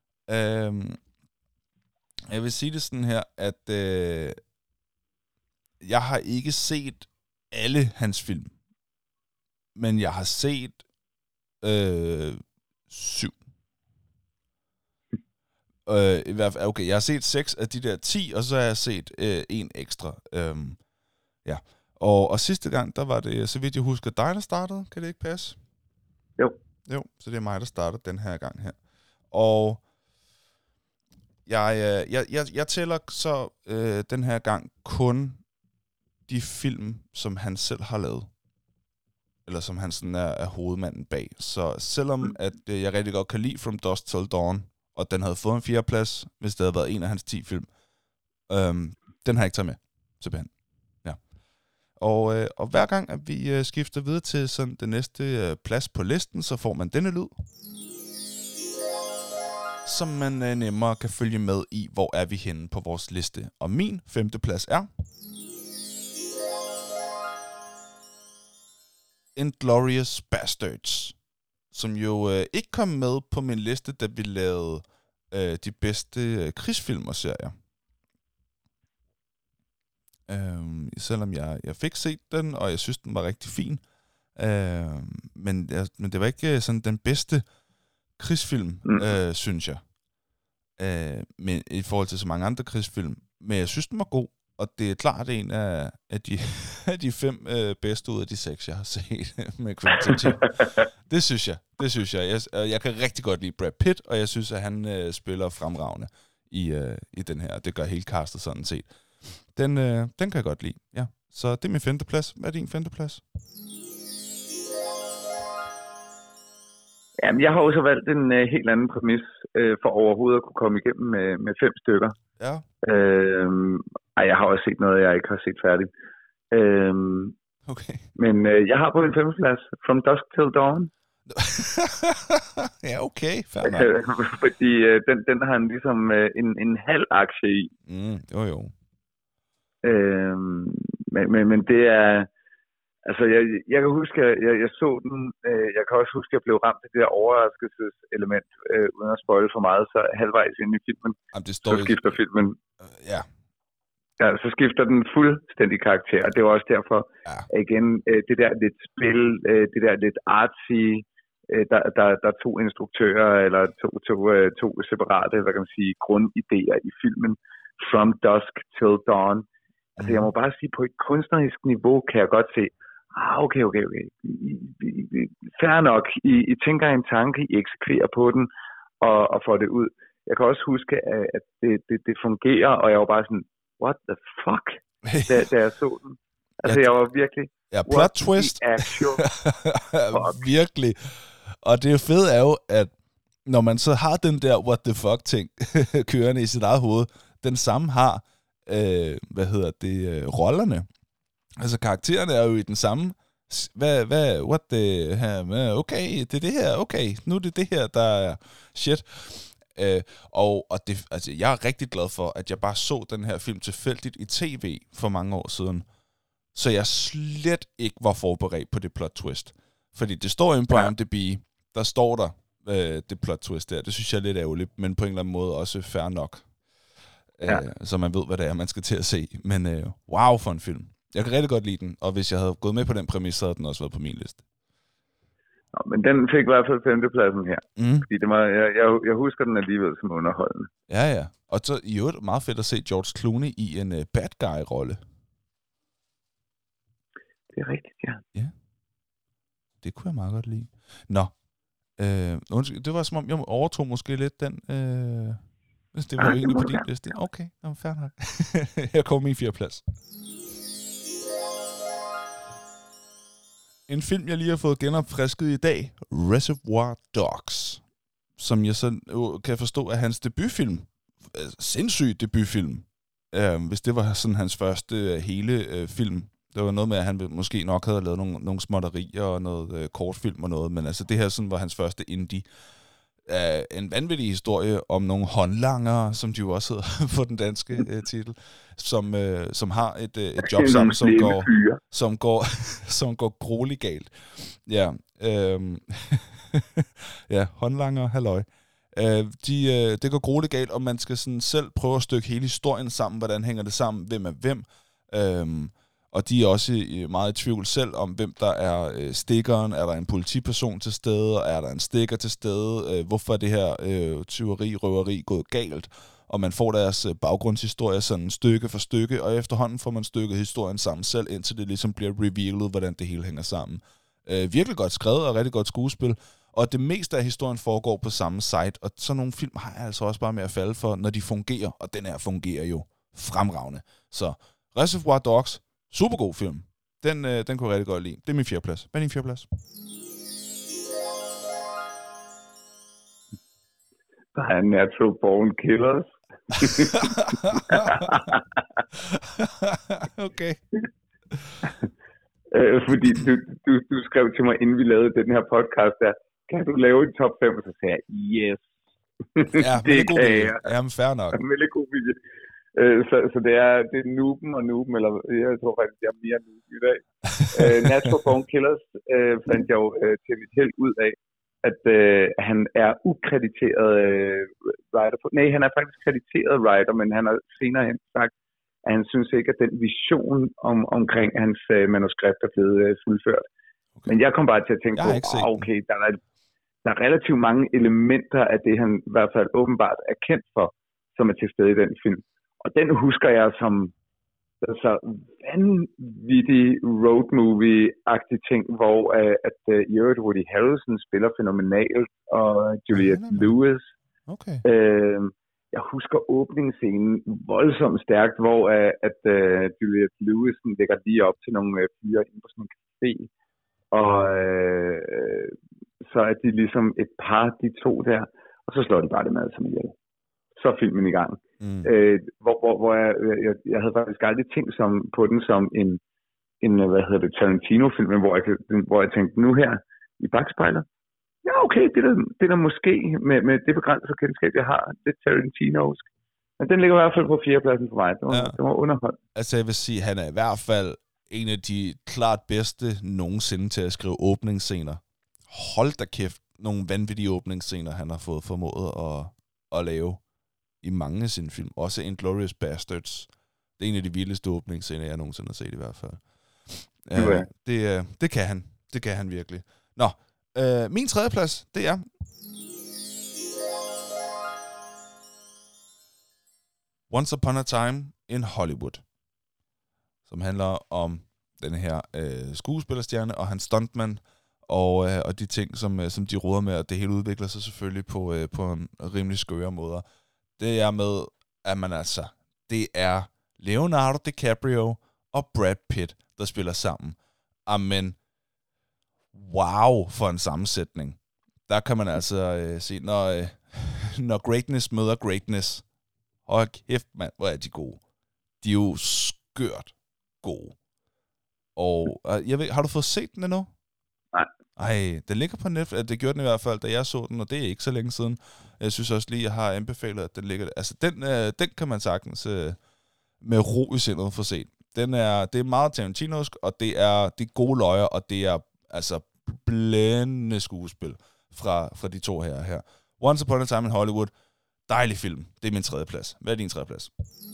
A: jeg vil sige det sådan her, at jeg har ikke set alle hans film. Men jeg har set 7. I hvert fald, okay, jeg har set 6 af de der 10, og så har jeg set en ekstra. Ja. Og sidste gang, der var det, så vidt jeg husker, dig, der startede. Kan det ikke passe? Jo, så det er mig, der startede den her gang her. Og jeg tæller så den her gang kun de film, som han selv har lavet. Eller som han sådan er hovedmanden bag. Så selvom at jeg rigtig godt kan lide From Dusk Till Dawn, og den havde fået en 4. plads, hvis det havde været en af hans 10 film, den har jeg ikke taget med, simpelthen. Ja. Og hver gang, at vi skifter videre til sådan den næste plads på listen, så får man denne lyd, som man nemmere kan følge med i, hvor er vi henne på vores liste. Og min 5. plads er Inglourious Basterds, som jo ikke kom med på min liste, da vi lavede de bedste krigsfilm og serier. Selvom jeg fik set den, og jeg synes, den var rigtig fin. Men det var ikke sådan den bedste krigsfilm, synes jeg. Men i forhold til så mange andre krigsfilm. Men jeg synes, den var god. Og det er klart en af de 5 bedste ud af de 6, jeg har set med Quentin Tarantino. Det synes jeg. Jeg kan rigtig godt lide Brad Pitt, og jeg synes, at han spiller fremragende i den her. Det gør hele castet sådan set. Den kan jeg godt lide, ja. Så det er min 5. plads. Hvad er din 5. plads?
B: Jamen, jeg har også valgt en helt anden præmis for overhovedet at kunne komme igennem med 5 stykker.
A: Ja.
B: Jeg har også set noget, jeg ikke har set færdigt.
A: Okay.
B: Men jeg har på min 5. plads From Dusk Till Dawn.
A: Ja, okay. Fair nok.
B: Fordi den har han ligesom en halv aktie i.
A: Jo.
B: Men det er... Altså, jeg kan huske, jeg så den. Jeg kan også huske, at jeg blev ramt af det der overraskelseselement, uden at spoile for meget, så halvvejs ind i filmen, så skifter filmen.
A: Ja.
B: Ja, så skifter den fuldstændig karakter, og det var også derfor, igen, det der lidt spil, det der lidt artsy, der er 2 instruktører, eller to separate, hvad kan man sige, grundidéer i filmen, From Dusk Till Dawn. Altså, jeg må bare sige, på et kunstnerisk niveau kan jeg godt se, okay. Fair nok, I tænker en tanke, I eksekverer på den, og får det ud. Jeg kan også huske, at det fungerer, og jeg var bare sådan, what the fuck, da jeg så den. Altså, jeg var virkelig...
A: Ja, plot twist. Virkelig. Og det fede er jo, at når man så har den der what the fuck ting kørende i sit eget hoved, den samme har, rollerne. Altså, karaktererne er jo i den samme... What the her? Okay, det er det her, okay. Nu er det her, der er shit. Og det, altså, jeg er rigtig glad for, at jeg bare så den her film tilfældigt i tv for mange år siden. Så jeg slet ikke var forberedt på det plot twist. Fordi det står inde på IMDb, der står der det plot twist der. Det synes jeg er lidt ærgerligt, men på en eller anden måde også fair nok. Så man ved, hvad det er, man skal til at se. Men wow for en film. Jeg kan rigtig godt lide den, og hvis jeg havde gået med på den præmis, så havde den også været på min liste.
B: Nå, men den fik i hvert fald 5. pladsen her. Fordi det var, jeg husker den alligevel som underholdende.
A: Ja. Og så i øvrigt meget fedt at se George Clooney i en bad guy-rolle.
B: Det er rigtigt, ja.
A: Ja. Det kunne jeg meget godt lide. Nå. Det var som om, jeg overtog måske lidt den... det var jo egentlig på din liste. Okay, fair nok. Her kommer min 4. plads. En film, jeg lige har fået genopfrisket i dag, Reservoir Dogs, som jeg så kan forstå er hans debutfilm. Sindssyg debutfilm. hvis det var sådan hans første hele film. Det var noget med, at han måske nok havde lavet nogle småtterier og noget kortfilm og noget, men altså det her sådan var hans første indie. En vanvittig historie om nogle håndlangere, som de jo også hedder på den danske titel, som har et job sammen, som går grueligt galt. Ja, ja, håndlanger, halløj. Det går grueligt galt, og man skal sådan selv prøve at stykke hele historien sammen, hvordan hænger det sammen, hvem er hvem. Og de er også meget i tvivl selv om, hvem der er stikkeren. Er der en politiperson til stede? Er der en stikker til stede? Hvorfor er det her røveri gået galt? Og man får deres baggrundshistorie sådan stykke for stykke, og efterhånden får man stykket historien sammen selv, indtil det ligesom bliver revealet, hvordan det hele hænger sammen. Virkelig godt skrevet og rigtig godt skuespil. Og det meste af historien foregår på samme site, og sådan nogle film har jeg altså også bare med at falde for, når de fungerer, og den her fungerer jo fremragende. Så Reservoir Dogs, super god film. Den kunne jeg rigtig godt lide. Det er min 4. plads. Hvad er din 4. plads?
B: Der er Natural Born Killers.
A: Okay.
B: Fordi du skrev til mig, inden vi lavede den her podcast der, kan du lave en top 5? Og så sagde jeg, yes.
A: Ja, det kan jeg. Jamen, fair nok.
B: Veldig god vilje. Så det er Nuben, eller jeg tror faktisk, jeg er mere Nuben i dag. Natural Born Killers fandt jeg jo til mit held ud af, at han er ukrediteret writer. Nej, han er faktisk krediteret writer, men han har senere hen sagt, at han synes ikke, at den vision omkring hans manuskript er blevet fuldført. Okay. Men jeg kom bare til at tænke på, okay, der er relativt mange elementer af det, han i hvert fald åbenbart er kendt for, som er til stede i den film. Og den husker jeg som så vanvittig road movie-agtig ting, hvor Woody Harrelson spiller fænomenalt, og Juliette Lewis.
A: Okay.
B: Jeg husker åbningsscenen voldsomt stærkt, hvor Juliette Lewis lægger lige op til nogle fyre inde på sådan en café, og så er de ligesom et par, de to der, og så slår de bare det med som ihjel. Så er filmen i gang. Hvor jeg havde faktisk aldrig tænkt på den som en Tarantino-film, hvor jeg tænkte, nu her i bagspejlet, ja okay, det er der måske med det begrænsede kendskab, jeg har, det Tarantinosk. Men den ligger i hvert fald på 4. pladsen for mig. Det var underholdt.
A: Altså jeg vil sige, han er i hvert fald en af de klart bedste nogensinde til at skrive åbningsscener. Hold da kæft, nogle vanvittige åbningsscener, han har fået formået at lave i mange af sine film. Også Inglourious Basterds. Det er en af de vildeste åbningsscener, jeg nogensinde har set i hvert fald. Det kan han. Det kan han virkelig. Nå, min 3. plads, det er Once Upon a Time in Hollywood, som handler om den her skuespillerstjerne og hans stuntman, og de ting, som de råder med, og det hele udvikler sig selvfølgelig på en rimelig skøre måde. Det er med, at det er Leonardo DiCaprio og Brad Pitt, der spiller sammen. Amen. Wow, for en sammensætning. Der kan man altså se, når greatness møder greatness. Hold kæft, mand, hvor er de gode. De er jo skørt gode. Og jeg ved, har du fået set den endnu?
B: Nej.
A: Ej, den ligger på Netflix. Det gjorde den i hvert fald, da jeg så den, og det er ikke så længe siden. Jeg synes også lige, jeg har anbefalet, at den ligger. Altså, den kan man sagtens med ro i sindet få set. Det er meget Tarantinosk, og det er gode løjer, og det er altså blændende skuespil fra de to her. Once Upon a Time in Hollywood. Dejlig film. Det er min 3. plads. Hvad er din 3. plads?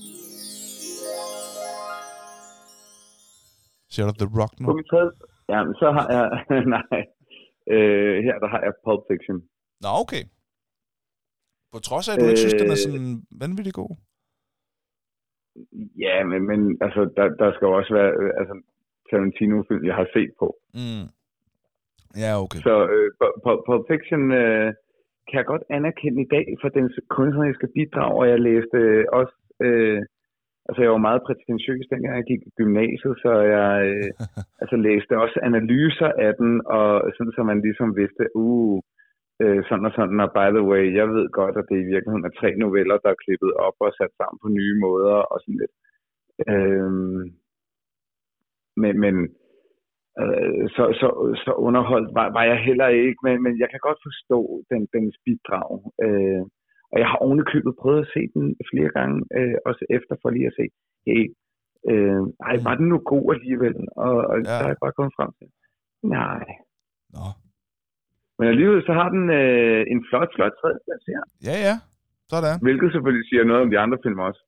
A: Siger du The Rock nu?
B: På min 3. Ja, men så har jeg... nej. Her der har jeg Pulp Fiction.
A: Nå, okay. På trods af, at du ikke synes, den er sådan vanvittig god?
B: Ja, men altså, der skal jo også være Tarantino-film, jeg har set på.
A: Ja, okay.
B: Så Pulp Fiction kan jeg godt anerkende i dag for dens kunstneriske bidrag, og jeg læste også... jeg var meget prætentiøs, dengang jeg gik i gymnasiet, så jeg læste også analyser af den, og sådan, så man ligesom vidste, sådan og sådan, og by the way, jeg ved godt, at det i virkeligheden er 3 noveller, der er klippet op og sat sammen på nye måder og sådan lidt. Men så underholdt var jeg heller ikke, men jeg kan godt forstå dens bidrag. Og jeg har ovenikøbet prøvet at se den flere gange, også efter for lige at se, hey, var den nu god alligevel? Og så er jeg bare kommet frem til, nej.
A: Nå.
B: Men alligevel så har den en flot tredjeplads her.
A: Ja, sådan.
B: Hvilket selvfølgelig siger noget om de andre film også.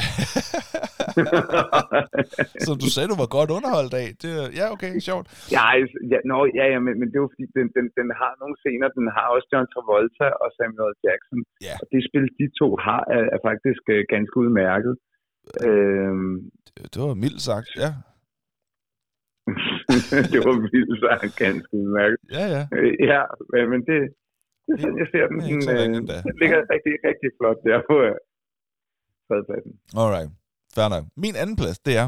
A: Som du sagde, du var godt underholdt af. Det, ja, okay, sjovt.
B: Men det er jo fordi, den har nogle scener. Den har også John Travolta og Samuel Jackson.
A: Yeah.
B: Og det spil, de to har, er faktisk ganske udmærket.
A: Det var mildt sagt, ja.
B: Det var vildt sagt, ganske udmærket.
A: Ja.
B: Men det er sådan, jeg ser den. Den ligger rigtig, rigtig flot der på tredjepladsen.
A: Alright, fair nok. Min anden plads, det er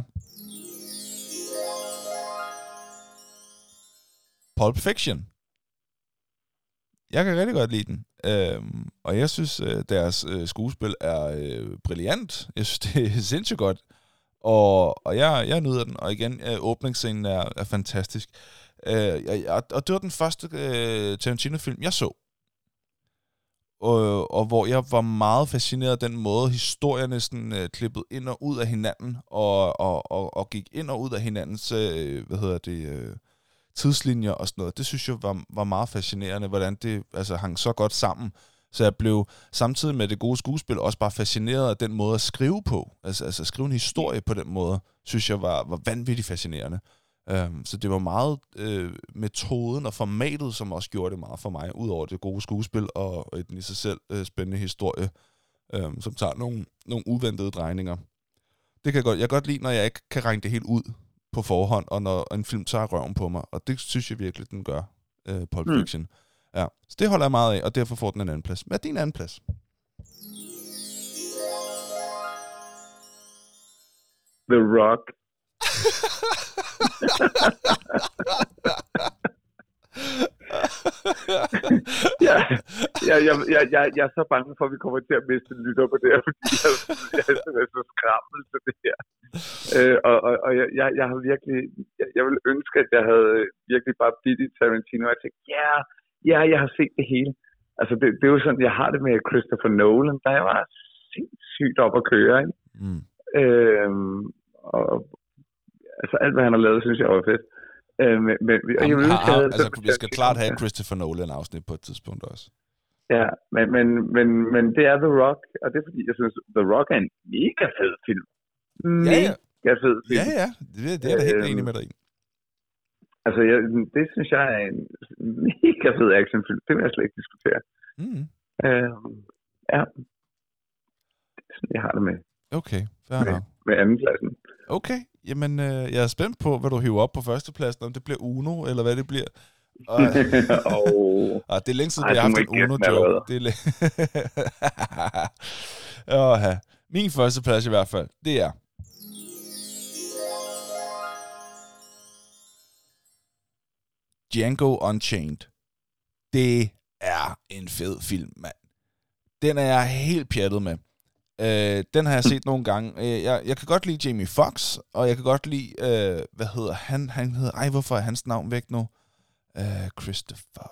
A: Pulp Fiction. Jeg kan rigtig godt lide den. Og jeg synes, deres skuespil er brilliant. Jeg synes, det er sindssygt godt. Og jeg nyder den. Og igen, åbningsscenen er fantastisk. Og det var den første Tarantino-film, jeg så. Og hvor jeg var meget fascineret af den måde, historierne sådan klippede ind og ud af hinanden, og gik ind og ud af hinandens, tidslinjer og sådan noget. Det synes jeg var meget fascinerende, hvordan det altså hang så godt sammen. Så jeg blev samtidig med det gode skuespil også bare fascineret af den måde at skrive på. Altså skrive en historie på den måde, synes jeg var vanvittigt fascinerende. Så det var meget metoden og formatet, som også gjorde det meget for mig, udover det gode skuespil og den i sig selv spændende historie, som tager nogle uventede drejninger. Det kan jeg kan godt lide, når jeg ikke kan regne det helt ud på forhånd, og når en film tager røven på mig, og det synes jeg virkelig, den gør, Pulp Fiction. Ja, så det holder jeg meget af, og derfor får den en anden plads. Hvad er din anden plads?
B: The Rock. Jeg er så bange for, at vi kommer til at miste lytter på det her, fordi jeg er så skræmmel til det her. Og jeg har virkelig, jeg ville ønske, at jeg havde virkelig bare bidt i Tarantino, og jeg tænkte, jeg har set det hele. Altså, det er jo sådan, jeg har det med Christopher Nolan, der jeg var sindssygt op at køre, ikke? Og altså, alt hvad han har lavet, synes jeg var fedt.
A: Vi skal klart have Christopher Nolan-afsnit på et tidspunkt også.
B: Ja, men det er The Rock, og det er fordi, jeg synes, The Rock er en mega fed film. Mega fed film.
A: Ja, det er da helt enig med dig i.
B: Altså, det synes jeg er en mega fed actionfilm. Det vil jeg slet ikke diskutere. Ja. Det er sådan, jeg har det med.
A: Okay, fair nok.
B: Med andenpladsen.
A: Okay, jamen jeg er spændt på, hvad du hiver op på førstepladsen, om det bliver Uno, eller hvad det bliver. Det er længe siden, vi har haft en Uno-joke. Min førsteplads i hvert fald, det er Django Unchained. Det er en fed film, mand. Den er jeg helt pjattet med. Den har jeg set nogle gange. Jeg kan godt lide Jamie Foxx, og jeg kan godt lide, hvad hedder han? Han hedder, hvorfor er hans navn væk nu? Christopher.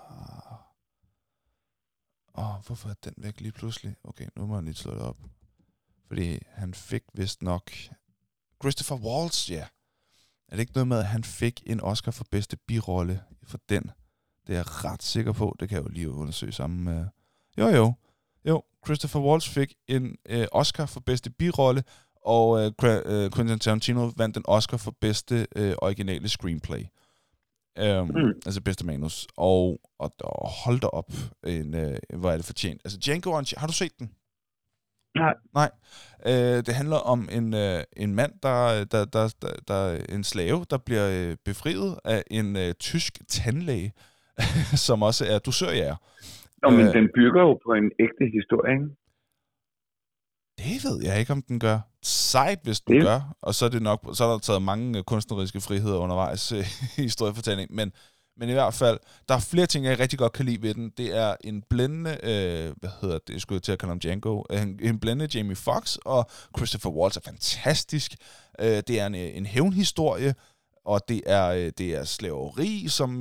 A: Hvorfor er den væk lige pludselig? Okay, nu må jeg lige slå det op. Fordi han fik vist nok Christopher Waltz, ja. Er det ikke noget med, at han fik en Oscar for bedste birolle for den? Det er jeg ret sikker på. Det kan jeg jo lige undersøge sammen med... Jo, Christopher Waltz fik en Oscar for bedste birolle, og Quentin Tarantino vandt en Oscar for bedste originale screenplay. Altså bedste manus. Og hold da op, hvor er det fortjent. Altså Django Unchained, har du set den? Nej. Det handler om en mand, der en slave, der bliver befriet af en tysk tandlæge, som også er dusørjæger.
B: Men den bygger jo på en ægte historie, ikke?
A: Det ved jeg ikke, om den gør. Sejt, hvis den gør. Og så er der taget mange kunstneriske friheder undervejs i historiefortælling. Men i hvert fald, der er flere ting, jeg rigtig godt kan lide ved den. Det er en blændende, jeg skulle til at kalde ham Django, en blændende Jamie Foxx, og Christopher Waltz er fantastisk. Det er en hævnhistorie, og det er slaveri, som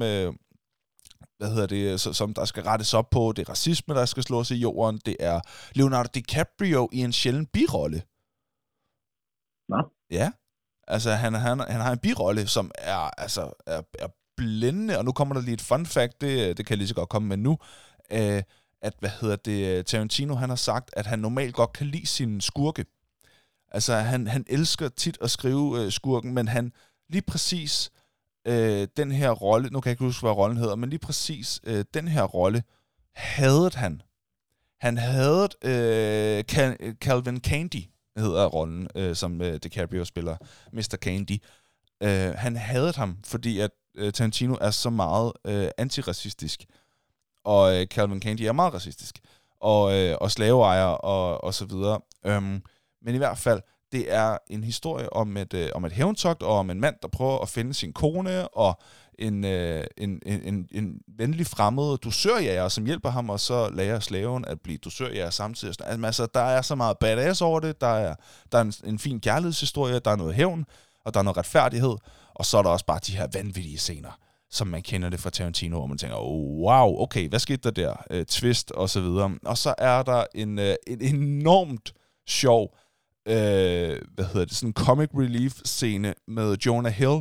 A: som der skal rettes op på. Det er racisme, der skal slås i jorden. Det er Leonardo DiCaprio i en sjælden birolle.
B: Nå? Ja.
A: Altså, han har en birolle, som er blændende, og nu kommer der lige et fun fact, det kan jeg lige så godt komme med nu, at, Tarantino, han har sagt, at han normalt godt kan lide sine skurke. Altså, han elsker tit at skrive skurken, men han lige præcis den her rolle, nu kan jeg ikke huske, hvad rollen hedder, men lige præcis den her rolle hadede han. Han hadede Calvin Candy, hedder rollen, som DiCaprio spiller, Mr. Candy. Han hadede ham, fordi at Tarantino er så meget antiracistisk, og Calvin Candy er meget racistisk, og slaveejer og så videre. Men i hvert fald, det er en historie om et hævntogt, og om en mand, der prøver at finde sin kone, og en venlig fremmed dusørjæger, som hjælper ham, og så lærer slaven at blive dusørjæger samtidig. Altså, der er så meget badass over det, der er en fin kærlighedshistorie, der er noget hævn, og der er noget retfærdighed, og så er der også bare de her vanvittige scener, som man kender det fra Tarantino, og man tænker, wow, okay, hvad skete der der? Twist, og så videre. Og så er der en enormt sjov sådan en comic relief scene med Jonah Hill,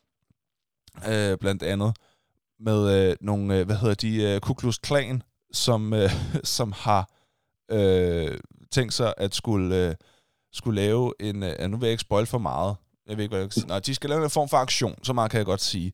A: blandt andet, med nogle, Ku Klux Klan, som har tænkt sig at skulle lave en, nu vil jeg ikke spoil for meget, jeg ved ikke, hvad jeg kan sige. Nej, de skal lave en form for aktion, så meget kan jeg godt sige.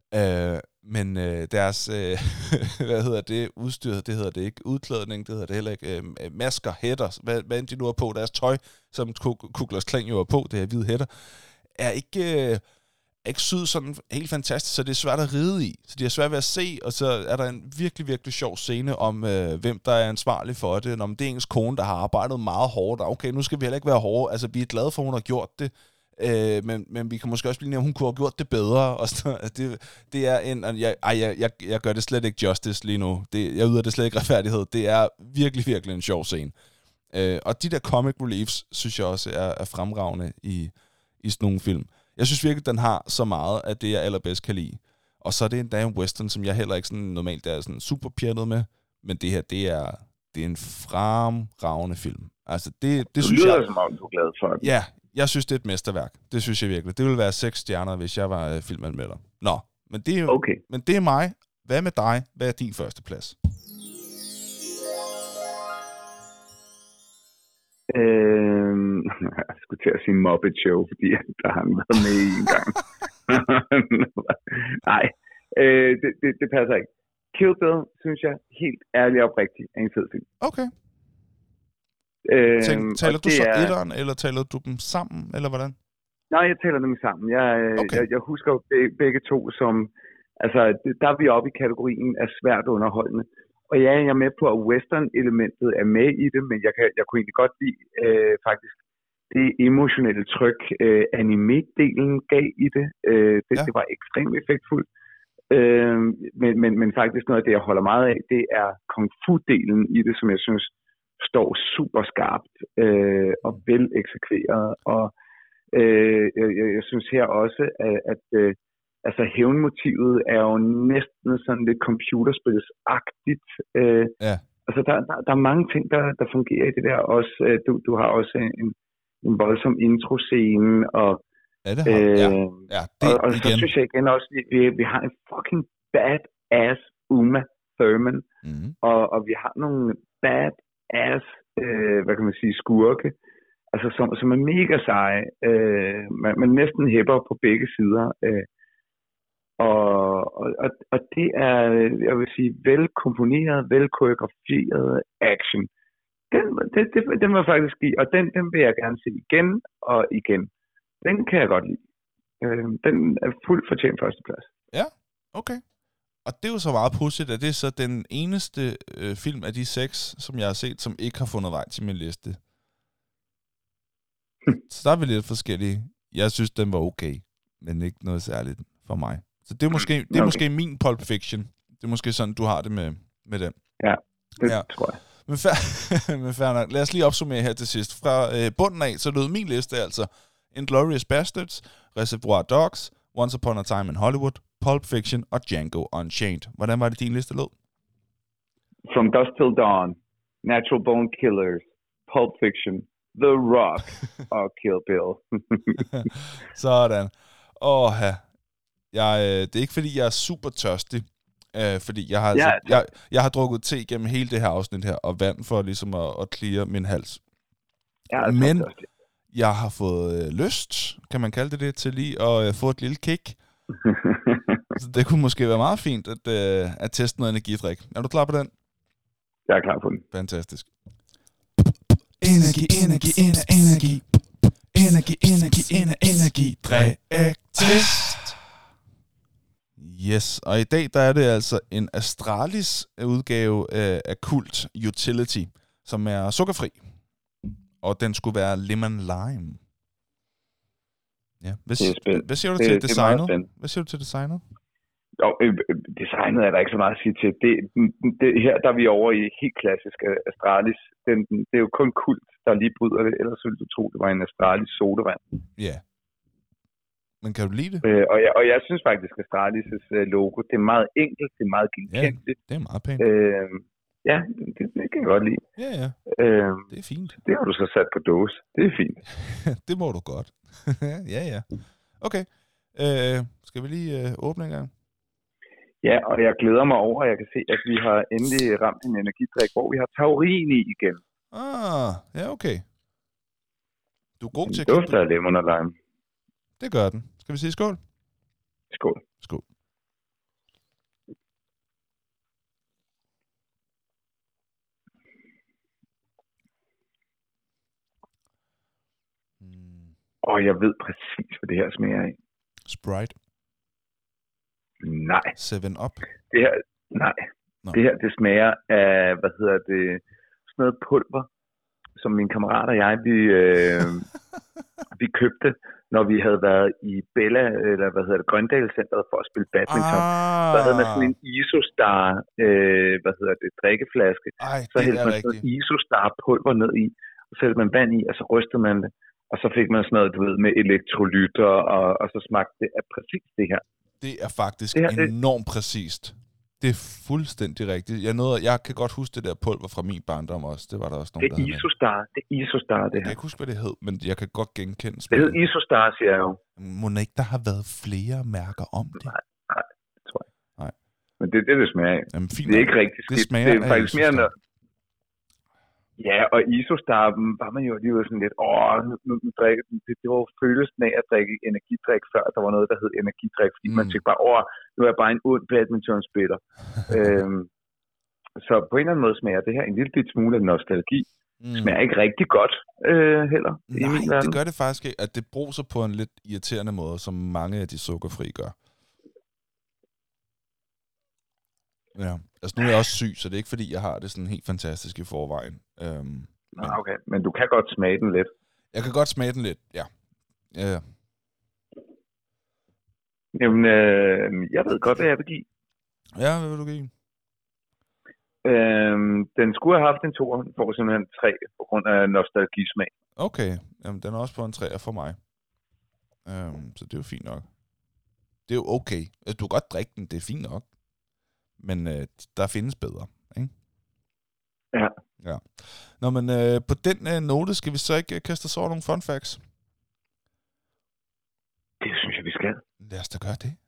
A: Men deres, udstyr, det hedder det ikke, udklædning, det hedder det heller ikke, masker, hætter, hvad end de nu er på, deres tøj, som Ku Klux Klan jo er på, det her hvide hætter, er ikke syet sådan helt fantastisk, så det er svært at ride i, så det er svært ved at se, og så er der en virkelig, virkelig sjov scene om, hvem der er ansvarlig for det, om det er ens kone, der har arbejdet meget hårdt, og okay, nu skal vi heller ikke være hårde, altså vi er glade for, at hun har gjort det, men vi kan måske også blive enige om, hun kunne have gjort det bedre, og så, det er jeg gør det slet ikke justice lige nu, jeg yder det slet ikke retfærdighed, det er virkelig, virkelig en sjov scene, og de der comic reliefs, synes jeg også er fremragende i sådan nogle film. Jeg synes virkelig, den har så meget, at det jeg allerbedst kan lide. Og så er det endda en western, som jeg heller ikke sådan normalt er sådan super pjattet med. Men det her, det er en fremragende film. Altså, det synes jeg...
B: Du lyder som om, du er glad for det.
A: Ja, jeg synes, det er et mesterværk. Det synes jeg virkelig. Det ville være 6 stjerner, hvis jeg var filmanmelder. Nå, men det er jo...
B: Okay.
A: Men det er mig. Hvad med dig? Hvad er din første plads?
B: Jeg skulle til at sige Muppet Show, fordi der har han været med i en gang. Nej, det passer ikke. Kill Bill, synes jeg, helt ærligt og oprigtigt, er en fed film.
A: Okay. Taler du så etteren, eller taler du dem sammen, eller hvordan?
B: Nej, jeg taler dem sammen. Jeg husker jo begge to som... Altså, der er vi oppe i kategorien af svært underholdende. Og ja, jeg er med på, at western-elementet er med i det, men jeg kunne egentlig godt lide faktisk det emotionelle tryk, anime-delen gav i det. Det var ekstremt effektfuldt. Men faktisk noget af det, jeg holder meget af, det er kung fu-delen i det, som jeg synes står super skarpt og vel eksekveret. Og jeg synes her også, at altså hævnmotivet er jo næsten sådan lidt computerspilsagtigt. Altså der er mange ting, der fungerer i det der. Også, du har også en voldsom intro-scene, og og så synes jeg igen også, vi har en fucking badass Uma Thurman, og vi har nogle badass, hvad kan man sige, skurke, altså som er mega seje, man næsten hæpper på begge sider, og det er, jeg vil sige, velkomponeret, velkoreograferet action. Den var faktisk i, og den vil jeg gerne se igen og igen. Den kan jeg godt lide. Den er fuldt fortjent førsteplads.
A: Ja, okay. Og det er jo så meget pudsigt, at det er så den eneste film af de 6, som jeg har set, som ikke har fundet vej til min liste. Så der er vi lidt forskellige. Jeg synes, den var okay, men ikke noget særligt for mig. Så det er måske min Pulp Fiction. Det er måske sådan, du har det med den.
B: Ja, det tror jeg.
A: Men fair nok. Lad os lige opsummere her til sidst. Fra bunden af, så lød min liste altså Inglourious Basterds, Reservoir Dogs, Once Upon a Time in Hollywood, Pulp Fiction og Django Unchained. Hvordan var det, din liste lød?
B: From Dusk Till Dawn, Natural Born Killers, Pulp Fiction, The Rock og Kill Bill.
A: Sådan. Det er ikke, fordi jeg er super tørstig, fordi jeg har drukket te gennem hele det her afsnit her, og vand for ligesom at clear min hals. Men jeg har fået lyst, kan man kalde det, til lige at få et lille kick. Så det kunne måske være meget fint at teste noget energidrik. Er du klar på den?
B: Jeg er klar på den.
A: Fantastisk. Energi. Drik-test. Yes, og i dag der er det altså en Astralis udgave af Kult Utility, som er sukkerfri. Og den skulle være lemon lime. Ja. Hvad siger du til designet? Hvad siger du til designet?
B: Designet er der ikke så meget at sige til. Det her der er vi over i helt klassisk Astralis. Det er jo kun Kult, der lige bryder det. Ellers ville du tro, det var en Astralis sodavand.
A: Ja. Men kan du lide det?
B: Og jeg synes faktisk, at Astralis' logo, det er meget enkelt, det er meget genkendeligt.
A: Ja, det er meget pænt.
B: Ja, det kan jeg godt lide.
A: Ja. Det er fint.
B: Det har du så sat på dåse. Det er fint.
A: Det må du godt. Ja. Okay. Skal vi lige åbne en gang?
B: Ja, og jeg glæder mig over, at jeg kan se, at vi har endelig ramt en energidrik, hvor vi har taurin i igen.
A: Ja, okay. Du er god til at
B: dufter af lemon og lime.
A: Det gør den. Skal vi sige skål?
B: Skål. Og jeg ved præcis, hvad det her smager af.
A: Sprite?
B: Nej.
A: 7-Up?
B: Det her, nej. No. Det her, det smager af, sådan noget pulver, som min kammerat og jeg, vi købte, når vi havde været i Bella, eller Grøndalcenteret for at spille badminton. Så havde man sådan en Isostar, drikkeflaske. Så hældte man sådan en Isostar pulver ned i, og så hældte man vand i, og så rystede man det. Og så fik man sådan noget, med elektrolytter, og så smagte det af præcis det her.
A: Det er faktisk enormt præcist. Det er fuldstændig rigtigt. Jeg kan godt huske det der pulver fra min barndom også. Det var der også nogen,
B: der havde. Det er Isostar, det her.
A: Jeg kan ikke huske, hvad det hed, men jeg kan godt genkende.
B: Det hed Isostar, siger jeg jo.
A: Må ikke der har været flere mærker om det?
B: Nej, det tror jeg. Nej. Men det er det smager af.
A: Jamen, fint,
B: det er ikke rigtigt skidt.
A: Det smager
B: det er faktisk mere noget. Ja, og Isostar var man jo alligevel sådan lidt, nu drikker det var jo følelsen af at drikke energidrik, før der var noget, der hed energidrik, fordi man tænkte bare, nu er jeg bare en ond badmintonspiller. Så på en eller anden måde smager det her en lille bit smule af nostalgi. Smager ikke rigtig godt heller.
A: Nej, det gør det faktisk ikke, at det bruser på en lidt irriterende måde, som mange af de sukkerfri gør. Ja, altså nu er jeg også syg, så det er ikke fordi, jeg har det sådan helt fantastisk i forvejen.
B: Okay, men du kan godt smage den lidt.
A: Jeg kan godt smage den lidt, ja.
B: Jamen, jeg ved godt, hvad jeg vil give.
A: Ja, hvad vil du give?
B: Den skulle have haft en 2, den får simpelthen 3 på grund af nostalgismag.
A: Okay, jamen den er også på en 3 for mig. Så det er jo fint nok. Det er jo okay. Du kan godt drikke den, det er fint nok. Men der findes bedre, ikke? Ja. Nå, men på den note skal vi så ikke kaste os over nogle fun facts?
B: Det synes jeg, vi skal.
A: Lad os da gøre det.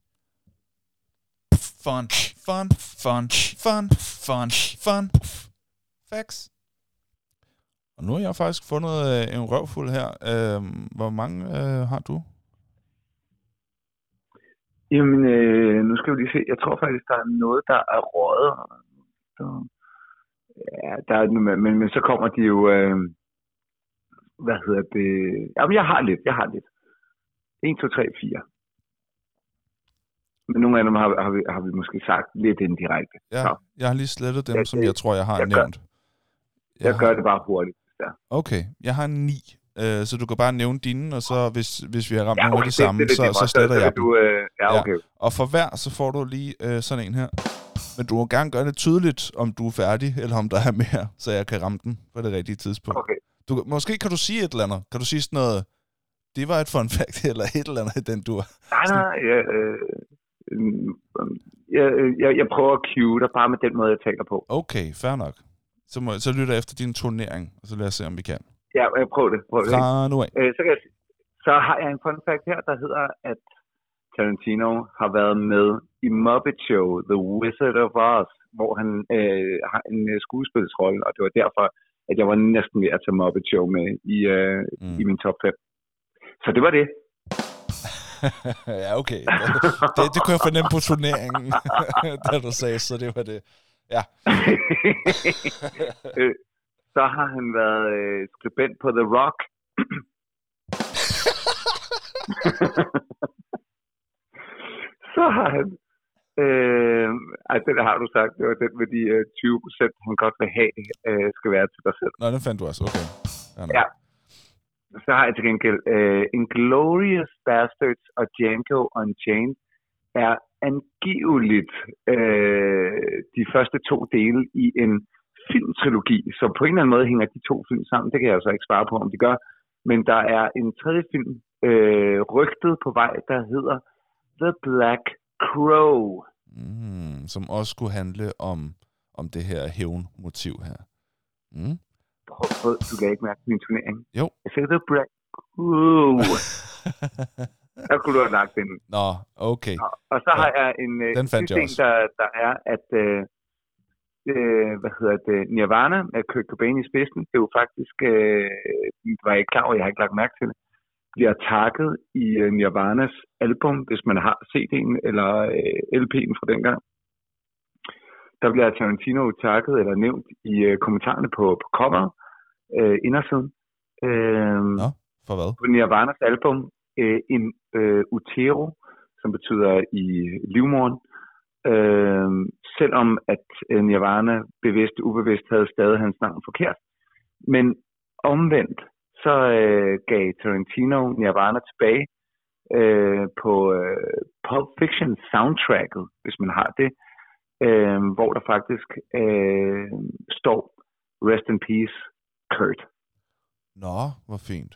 A: Fun facts. Og nu har jeg faktisk fundet en røvfuld her. Hvor mange har du?
B: Jamen, nu skal vi lige se. Jeg tror faktisk, der er noget, der er røget. Ja, men så kommer de jo... Jamen, jeg har lidt. 1, 2, 3, 4. Men nogle af dem har vi måske sagt lidt indirekte.
A: Ja, jeg har lige slettet dem, som jeg tror, jeg har nævnt.
B: Jeg gør det bare hurtigt. Ja.
A: Okay, jeg har 9 så du kan bare nævne dine, og så hvis vi har ramt nogle af de samme, så sletter jeg dem.
B: Okay.
A: Og for hver, så får du lige sådan en her. Men du må gerne gøre det tydeligt, om du er færdig, eller om der er mere, så jeg kan ramme den på det rigtige tidspunkt.
B: Okay.
A: Måske kan du sige et eller andet. Kan du sige sådan noget, det var et fun fact, eller et eller andet i den dur?
B: Jeg prøver at cue dig bare med den måde, jeg taler på.
A: Okay, fair nok. Så lytter jeg efter din turnering, og så lad os se, om vi kan.
B: Ja, jeg prøver det.
A: Fra nu af.
B: Så har jeg en fun fact her, der hedder, at Tarantino har været med i Muppet Show, The Wizard of Oz, hvor han har en skuespilsrolle, og det var derfor, at jeg var næsten ved at tage Muppet Show med i min top 5. Så det var det.
A: Ja, okay. Det kunne jeg fornemme på turneringen, da du sagde, så det var det. Ja.
B: Så har han været skribent på The Rock. Så har han... det der har du sagt, det var den med de 20%, han godt vil have, skal være til dig selv.
A: Nå, den fandt du også, okay.
B: Ja. Så har jeg til gengæld Inglourious Basterds og Django Unchained er angiveligt de første 2 dele i en filmtrilogi, så på en eller anden måde hænger de 2 film sammen. Det kan jeg jo så ikke svare på, om de gør. Men der er en tredje film rygtet på vej, der hedder The Black Crow.
A: Som også skulle handle om det her hævnmotiv her.
B: Prøv, du kan ikke mærke min turnering.
A: Jo.
B: Jeg siger The Black Crow. Der kunne du have lagt den.
A: Nå, okay.
B: Og så har jeg en
A: ting,
B: der er, at Nirvana med Kurt Cobain i spidsen, det er jo faktisk, var jeg ikke klar over, jeg har ikke lagt mærke til det, bliver takket i Nirvanas album, hvis man har CD'en eller LP'en fra dengang. Der bliver Tarantino takket eller nævnt i kommentarerne på coveret, indersiden.
A: Nå, for hvad?
B: På Nirvanas album, in utero, som betyder i livmoderen. Selvom at Nirvana bevidst ubevidst havde stadig hans navn forkert. Men omvendt, så gav Tarantino Nirvana tilbage på Pulp Fiction soundtracket, hvis man har det, hvor der faktisk står Rest in Peace, Kurt.
A: Nå, hvor fint.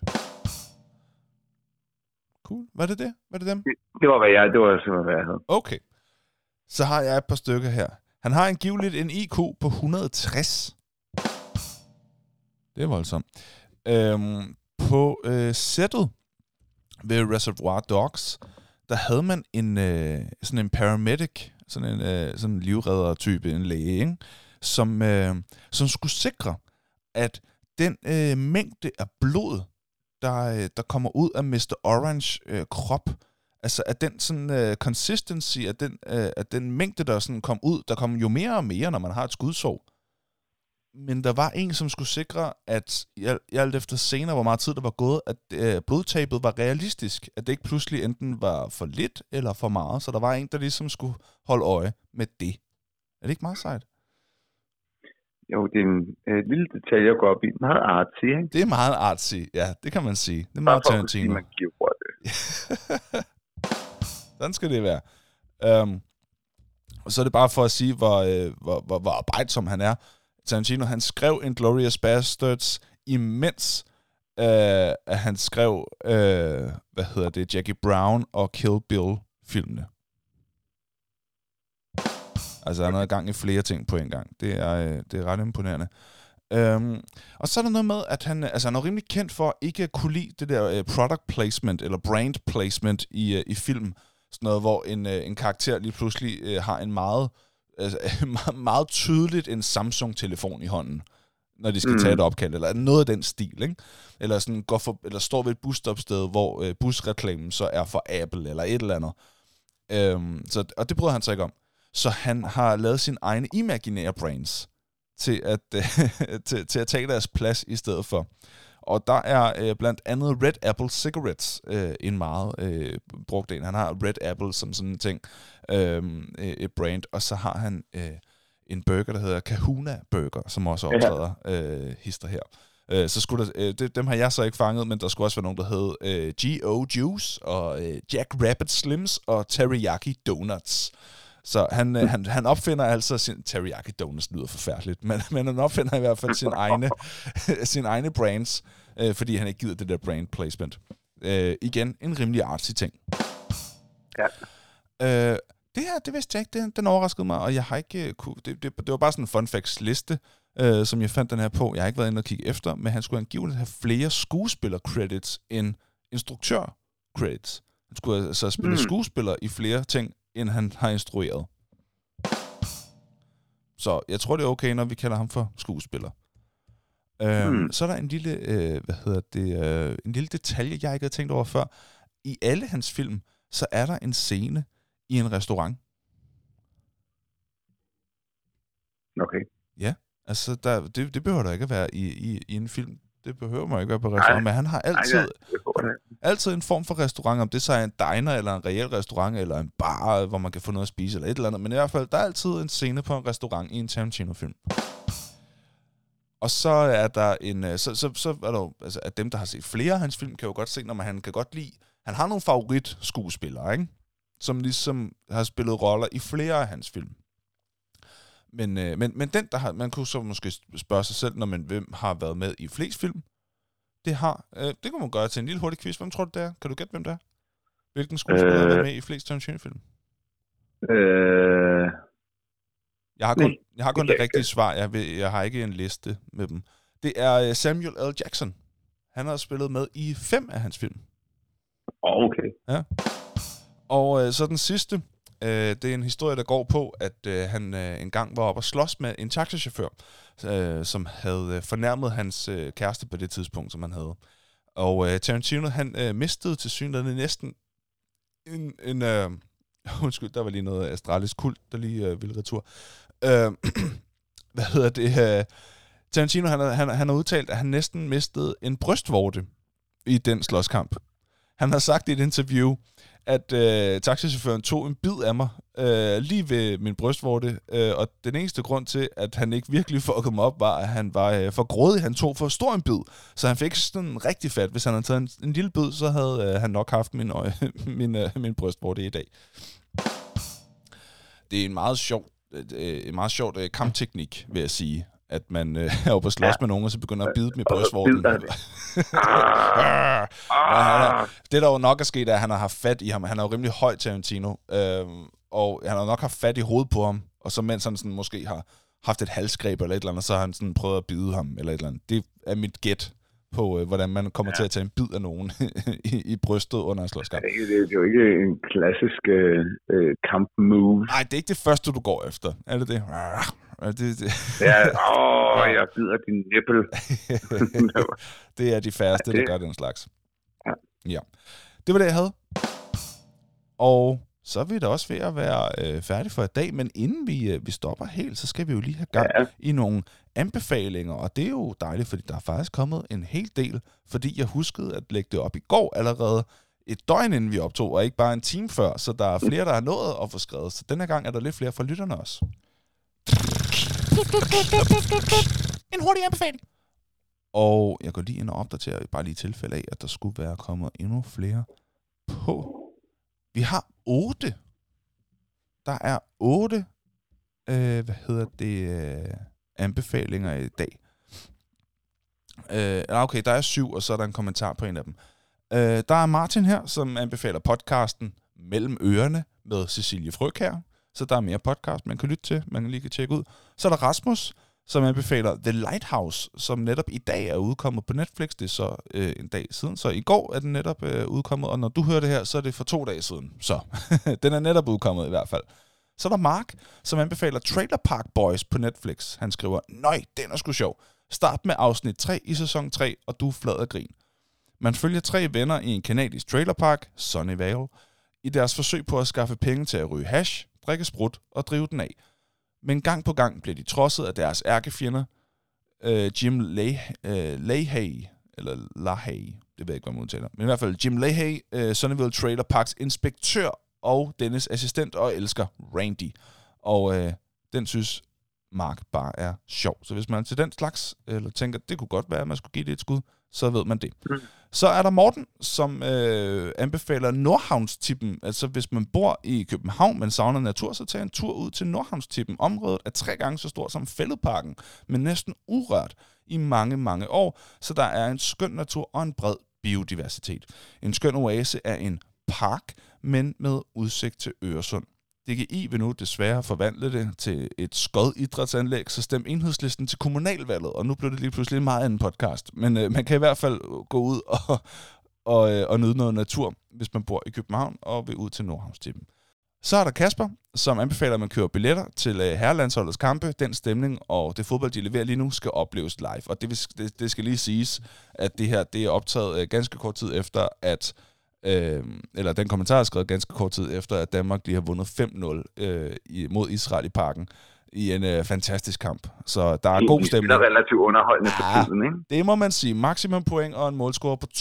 A: Cool. Var det det? Var det dem?
B: Det var simpelthen, hvad jeg havde.
A: Okay. Så har jeg et par stykker her. Han har angiveligt en IQ på 160. Det er voldsomt. På sættet ved Reservoir Dogs, der havde man sådan en paramedic, sådan en livredder-type, en læge, ikke? Som skulle sikre, at den mængde af blod, der kommer ud af Mr. Orange krop, altså at den sådan consistency, at den mængde, der sådan kom ud, der kom jo mere og mere, når man har et skudsår. Men der var en, som skulle sikre, at i alt efter senere, hvor meget tid der var gået, at blodtabet var realistisk. At det ikke pludselig enten var for lidt eller for meget. Så der var en, der ligesom skulle holde øje med det. Er det ikke meget sejt?
B: Jo, det er en lille detalje at gå op i. Meget artsy, ikke?
A: Det er meget artsy, ja, det kan man sige. Det er meget Tarantino.
B: Man giver det.
A: Sådan skal det være. Og så er det bare for at sige, hvor arbejdsom han er. Tarantino, han skrev Inglourious Basterds, imens at han skrev, Jackie Brown og Kill Bill-filmene. Altså, han er i gang i flere ting på en gang. Det er ret imponerende. Og så er der noget med, at han er rimelig kendt for ikke at kunne lide det der product placement, eller brand placement i film. Sådan noget, hvor en karakter lige pludselig har en meget tydeligt en Samsung-telefon i hånden, når de skal tage et opkald, eller noget af den stil, ikke? Eller sådan eller står ved et busstopsted, hvor busreklamen så er for Apple, eller et eller andet. Og det bryder han sig ikke om. Så han har lavet sine egne imaginære brands til at tage deres plads i stedet for. Og der er blandt andet Red Apple Cigarettes en meget brugt en. Han har Red Apple som sådan en ting, et brand, og så har han en burger, der hedder Kahuna Burger, som også optræder hister her. Så skulle der, dem har jeg så ikke fanget, men der skulle også være nogen, der hed G.O. Juice, og Jack Rabbit Slims, og Teriyaki Donuts. Så han opfinder altså sin... Teriyaki Donuts lyder forfærdeligt, men han opfinder i hvert fald sin egne brands, fordi han ikke gider det der brand placement. Igen, en rimelig artsy ting.
B: Ja.
A: Det her, det vidste jeg ikke, den overraskede mig, og jeg har ikke det var bare sådan en fun facts liste, som jeg fandt den her på. Jeg har ikke været inde og kigge efter, men han skulle angiveligt have flere skuespiller-credits end instruktør-credits. Han skulle altså spille skuespiller i flere ting, end han har instrueret. Så jeg tror, det er okay, når vi kalder ham for skuespiller. Så er der en lille, en lille detalje, jeg ikke havde tænkt over før. I alle hans film, så er der en scene i en restaurant.
B: Okay.
A: Ja, altså det behøver der ikke at være i en film. Det behøver man ikke være på restaurant, men han har altid en form for restaurant, om det så er en diner, eller en reel restaurant, eller en bar, hvor man kan få noget at spise, eller et eller andet. Men i hvert fald, der er altid en scene på en restaurant i en Tarantino-film. Og så er der så er der jo, altså, at dem, der har set flere af hans film, kan jo godt se, når han kan godt lide, han har nogle favoritskuespillere, ikke? Som ligesom har spillet roller i flere af hans film. Men den, der har, man kunne så måske spørge sig selv, hvem har været med i flest film? Det kunne man gøre til en lille hurtig quiz. Hvem tror du det er? Kan du gætte, hvem det er? Hvilken skuespiller har været med i flest Tarantino-film? Jeg har kun det rigtige svar. Jeg har ikke en liste med dem. Det er Samuel L. Jackson. Han har spillet med i 5 af hans film.
B: Okay.
A: Ja. Og så den sidste, det er en historie, der går på, at han engang var oppe og slås med en taxichauffør, som havde fornærmet hans kæreste på det tidspunkt, som han havde. Og Tarantino, han mistede til synligheden næsten en undskyld, der var lige noget astralisk kult, der lige ville retur. Tarantino, han har udtalt, at han næsten mistede en brystvorte i den slåskamp. Han har sagt i et interview, at taxichaufføren tog en bid af mig lige ved min brystvorte, og den eneste grund til, at han ikke virkelig fuckede mig op, var, at han var for grådig. Han tog for stor en bid, så han fik sådan rigtig fat. Hvis han havde taget en lille bid, så havde han nok haft min brystvorte i dag. Det er en meget sjov kampteknik, vil jeg sige. At man er oppe og slås med nogen, og så begynder at bide dem i brystvorten. Det der jo nok er sket, er, at han har haft fat i ham. Han er jo rimelig høj, Tarantino. Og han har nok haft fat i hovedet på ham. Og så mens han sådan måske har haft et halsgreb eller et eller andet, så har han sådan prøvet at bide ham eller et eller andet. Det er mit gæt på, hvordan man kommer til at tage en bid af nogen i brystet under en slåskamp.
B: Det er jo ikke en klassisk kamp-move.
A: Nej, det er ikke det første, du går efter. Er det det?
B: Jeg bider din nippel.
A: Det er de færreste, der gør den slags. Ja. Det var det, jeg havde. Og så er vi da også ved at være færdige for i dag, men inden vi stopper helt, så skal vi jo lige have gang i nogle anbefalinger, og det er jo dejligt, fordi der er faktisk kommet en hel del, fordi jeg huskede at lægge det op i går allerede et døgn inden vi optog, og ikke bare en time før, så der er flere, der har nået at få skrevet, så denne gang er der lidt flere fra lytterne også. En hurtig anbefaling. Og jeg går lige ind og opdaterer, bare lige i tilfælde af, at der skulle være kommet endnu flere på. Vi har 8. Der er 8 anbefalinger i dag. Okay, der er 7, og så er der en kommentar på en af dem. Der er Martin her, som anbefaler podcasten Mellem Ørerne med Cecilie Frøkjær. Så der er mere podcast, man kan lytte til, man lige kan tjekke ud. Så er der Rasmus, som anbefaler The Lighthouse, som netop i dag er udkommet på Netflix. Det er så en dag siden, så i går er den netop udkommet, og når du hører det her, så er det for 2 dage siden. Så den er netop udkommet i hvert fald. Så er der Mark, som anbefaler Trailer Park Boys på Netflix. Han skriver, nøj, den er sgu sjov. Start med afsnit 3 i sæson 3, og du er flad af grin. Man følger 3 venner i en kanadisk trailerpark, Sunnyvale, i deres forsøg på at skaffe penge til at ryge hash, drikke sprut og drive den af. Men gang på gang bliver de trodset af deres ærkefjender, Jim Lahey, eller Lahey, det ved jeg ikke, hvad man udtaler. Men i hvert fald Jim Lahey, Sunnyvale Trailer Parks inspektør og dennes assistent og elsker Randy. Og den synes Mark bare er sjov. Så hvis man er til den slags, eller tænker, det kunne godt være, at man skulle give det et skud, så ved man det. Så er der Morten, som anbefaler Nordhavnstippen. Altså hvis man bor i København, men savner natur, så tag en tur ud til Nordhavnstippen. Området er 3 gange så stort som Fælledparken, men næsten urørt i mange, mange år. Så der er en skøn natur og en bred biodiversitet. En skøn oase er en park, men med udsigt til Øresund. DGI vil nu desværre forvandle det til et skodidrætsanlæg, så stem Enhedslisten til kommunalvalget, og nu blev det lige pludselig en meget anden podcast. Men man kan i hvert fald gå ud og nyde noget natur, hvis man bor i København og vil ud til Nordhavnstippen. Så er der Kasper, som anbefaler, at man køber billetter til herrelandsholdets kampe. Den stemning og det fodbold, de leverer lige nu, skal opleves live. Og det skal lige siges, at det her det er optaget ganske kort tid efter, at eller den kommentar er skrevet ganske kort tid efter, at Danmark lige har vundet 5-0 mod Israel i parken i en fantastisk kamp. Så der er god stemning.
B: Det er relativt underholdende for tiden, ikke?
A: Det må man sige. Maksimum point og en målscore på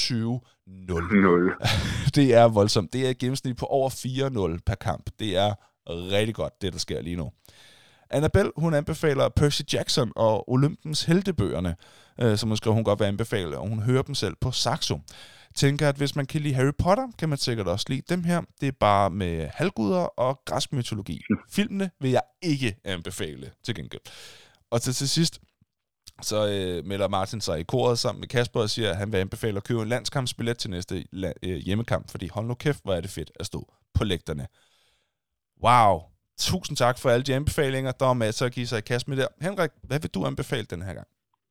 A: 22-0. Det er voldsomt. Det er et gennemsnit på over 4-0 per kamp. Det er rigtig godt, det der sker lige nu. Annabelle, hun anbefaler Percy Jackson og Olympens heltebøgerne, som hun skriver, hun godt vil anbefale, og hun hører dem selv på Saxo. Tænker, at hvis man kan lide Harry Potter, kan man sikkert også lide dem her. Det er bare med halvguder og græsk mytologi. Filmene vil jeg ikke anbefale til gengæld. Og til sidst, så melder Martin sig i koret sammen med Kasper og siger, at han vil anbefale at købe en landskampsbillet til næste hjemmekamp, fordi hold nu kæft, hvor er det fedt at stå på lægterne. Wow! Tusind tak for alle de anbefalinger. Der var masser at give sig i kast med der. Henrik, hvad vil du anbefale den her gang?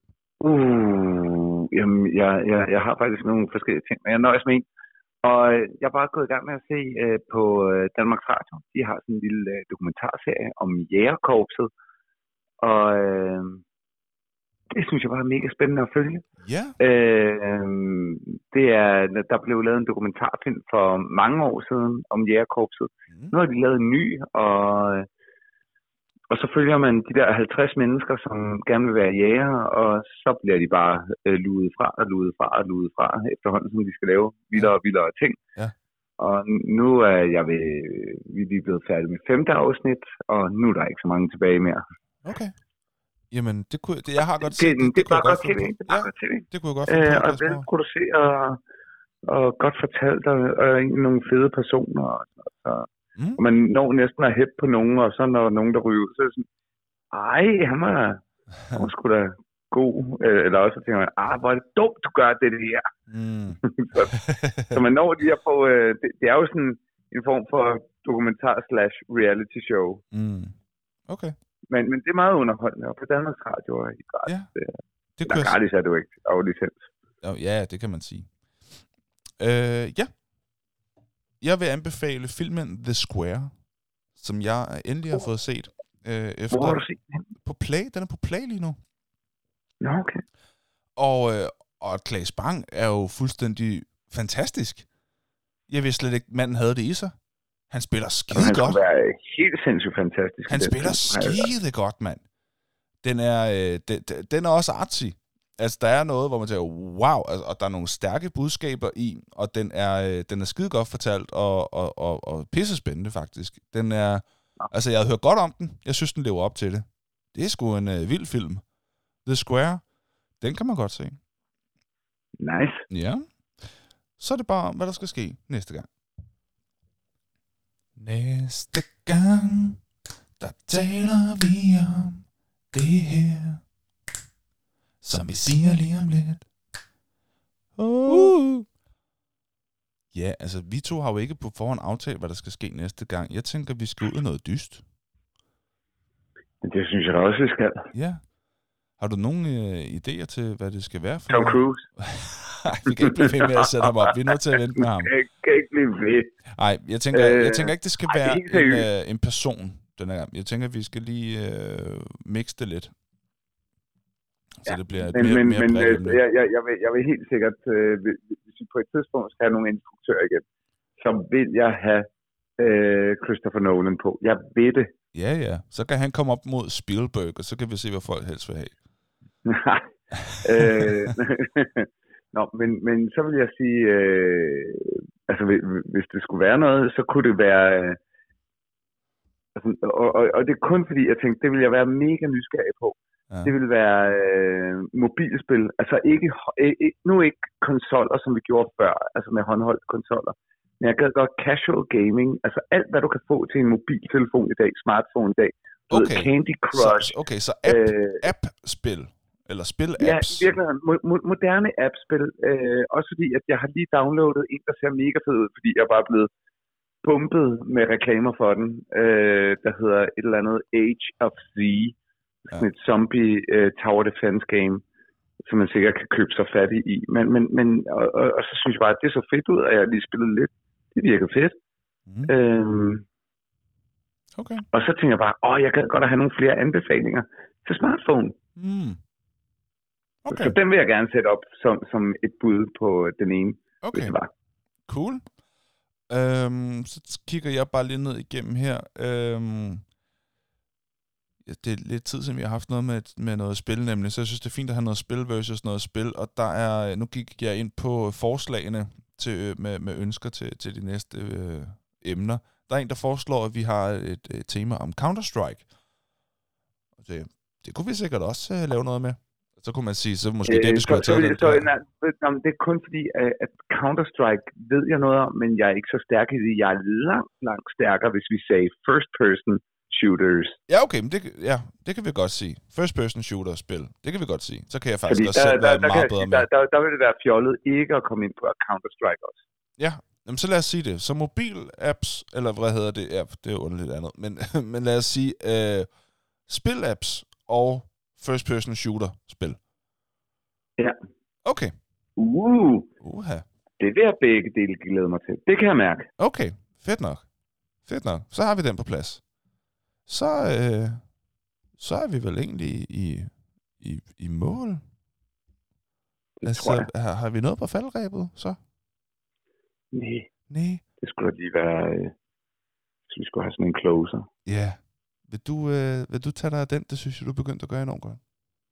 B: Jamen, jeg har faktisk nogle forskellige ting, men jeg nøjes med en. Og jeg er bare gået i gang med at se på Danmarks Radio. De har sådan en lille dokumentarserie om jægerkorpset. Og det synes jeg bare er mega spændende at følge.
A: Ja.
B: Der blev lavet en dokumentarfilm for mange år siden om jægerkorpset. Nu har de lavet en ny, og så følger man de der 50 mennesker, som gerne vil være jæger, og så bliver de bare luet fra efterhånden, som de skal lave vildere og vildere ting.
A: Ja.
B: Og nu er vi er blevet færdige med 5. afsnit, og nu er der ikke så mange tilbage mere.
A: Okay. Jamen, jeg har godt
B: set det. Det er bare godt tv.
A: Det kunne jeg godt finde på.
B: Og velproduceret, og godt fortalt, og nogle fede personer. Og man når næsten at hæppe på nogen, og så når nogen, der ryger ud, så er det sådan, han var sgu da god. Eller også tænker man, hvor er det dumt, du gør det her. så man når de her på, det er jo sådan en form for dokumentar/reality show.
A: Okay.
B: Men det er meget underholdende, og på Danmarks Radio er det gratis.
A: Ja,
B: det er gratis, er det jo ikke, af licens.
A: Ja, det kan man sige. Ja. Jeg vil anbefale filmen The Square, som jeg endelig har fået set.
B: Hvor har du set den?
A: På Play. Den er på Play lige nu.
B: Nå, okay.
A: Og Claes Bang er jo fuldstændig fantastisk. Jeg vidste slet ikke, manden havde det i sig. Han spiller skide godt.
B: Han skulle være helt sindssygt fantastisk.
A: Han spiller skide godt, mand. Den er også artsy. Altså, der er noget, hvor man tænker, wow, altså, og der er nogle stærke budskaber i, og den er skide godt fortalt, og pisse spændende, faktisk. Altså, jeg har hørt godt om den. Jeg synes, den lever op til det. Det er sgu en vild film. The Square, den kan man godt se.
B: Nice.
A: Ja. Så er det bare, hvad der skal ske næste gang. Næste gang, der taler vi om det her, som vi siger lige om lidt. Ja, altså vi to har jo ikke på forhånd aftalt, hvad der skal ske næste gang. Jeg tænker, vi skal ud af noget dyst.
B: Det synes jeg da også, vi skal.
A: Ja. Har du nogle idéer til, hvad det skal være for
B: Tom Cruise.
A: Vi kan ikke blive ved med at sætte ham op. Vi er nødt til at vente med ham.
B: Jeg kan ikke blive ved.
A: Nej, jeg tænker ikke, det skal være en person den her gang. Jeg tænker, at vi skal lige mixe det lidt. Så det bliver mere bredt.
B: Jeg vil helt sikkert, hvis vi på et tidspunkt skal have nogle instruktører igen, så vil jeg have Christopher Nolan på. Jeg ved det.
A: Ja. Så kan han komme op mod Spielberg, og så kan vi se, hvad folk helst vil have.
B: Nej. Nå, men så vil jeg sige, altså hvis det skulle være noget, så kunne det være, Og det er kun fordi, jeg tænkte, det ville jeg være mega nysgerrig på. Ja. Det ville være mobilspil. Altså nu ikke konsoller, som vi gjorde før, altså med håndholdte konsoller. Men jeg gad godt casual gaming. Altså alt, hvad du kan få til en mobiltelefon i dag, smartphone i dag. Okay. Candy Crush.
A: Så app-spil. Eller spil-apps.
B: Ja, i virkeligheden. Moderne app-spil. Også fordi, at jeg har lige downloadet en, der ser mega fed ud, fordi jeg bare er blevet pumpet med reklamer for den. Der hedder et eller andet Age of Z. Sådan et zombie tower defense game, som man sikkert kan købe sig fat i. Men og så synes jeg bare, at det så fedt ud, at jeg lige spillede lidt. Det virker fedt.
A: Okay.
B: Og så tænker jeg bare, jeg kan godt have nogle flere anbefalinger til smartphone. Okay. Så den vil jeg gerne sætte op som et bud på den ene, hvis det var.
A: Cool. Så kigger jeg bare lige ned igennem her. Det er lidt tid siden, vi har haft noget med noget spil, nemlig. Så jeg synes, det er fint at have noget spil versus noget spil. Og nu gik jeg ind på forslagene med ønsker til de næste emner. Der er en, der foreslår, at vi har et tema om Counter-Strike. Det kunne vi sikkert også lave noget med. Så kunne man sige, så måske det, vi skulle have taget
B: det er kun fordi, at Counter-Strike ved jeg noget om, men jeg er ikke så stærk i det. Jeg er langt stærkere, hvis vi sagde first-person shooters.
A: Ja, okay, men det kan vi godt sige. First-person shooter-spil, det kan vi godt sige. Så kan jeg faktisk også selv være meget bedre med.
B: Der vil det være fjollet ikke at komme ind på Counter-Strike også.
A: Ja, jamen, så lad os sige det. Så mobil-apps, eller hvad hedder det? Ja, det er underligt andet. Men lad os sige spil-apps og first-person shooter-spil.
B: Ja.
A: Okay.
B: Det vil jeg begge dele glæde mig til. Det kan jeg mærke.
A: Okay, fedt nok. Så har vi den på plads. Så er vi vel egentlig i mål.
B: Altså,
A: har vi noget på faldrebet, så?
B: Nej. Det skulle lige være... så vi skulle have sådan en closer.
A: Ja. Vil du tage dig af den? Det synes jeg, du er begyndt at gøre enormt godt.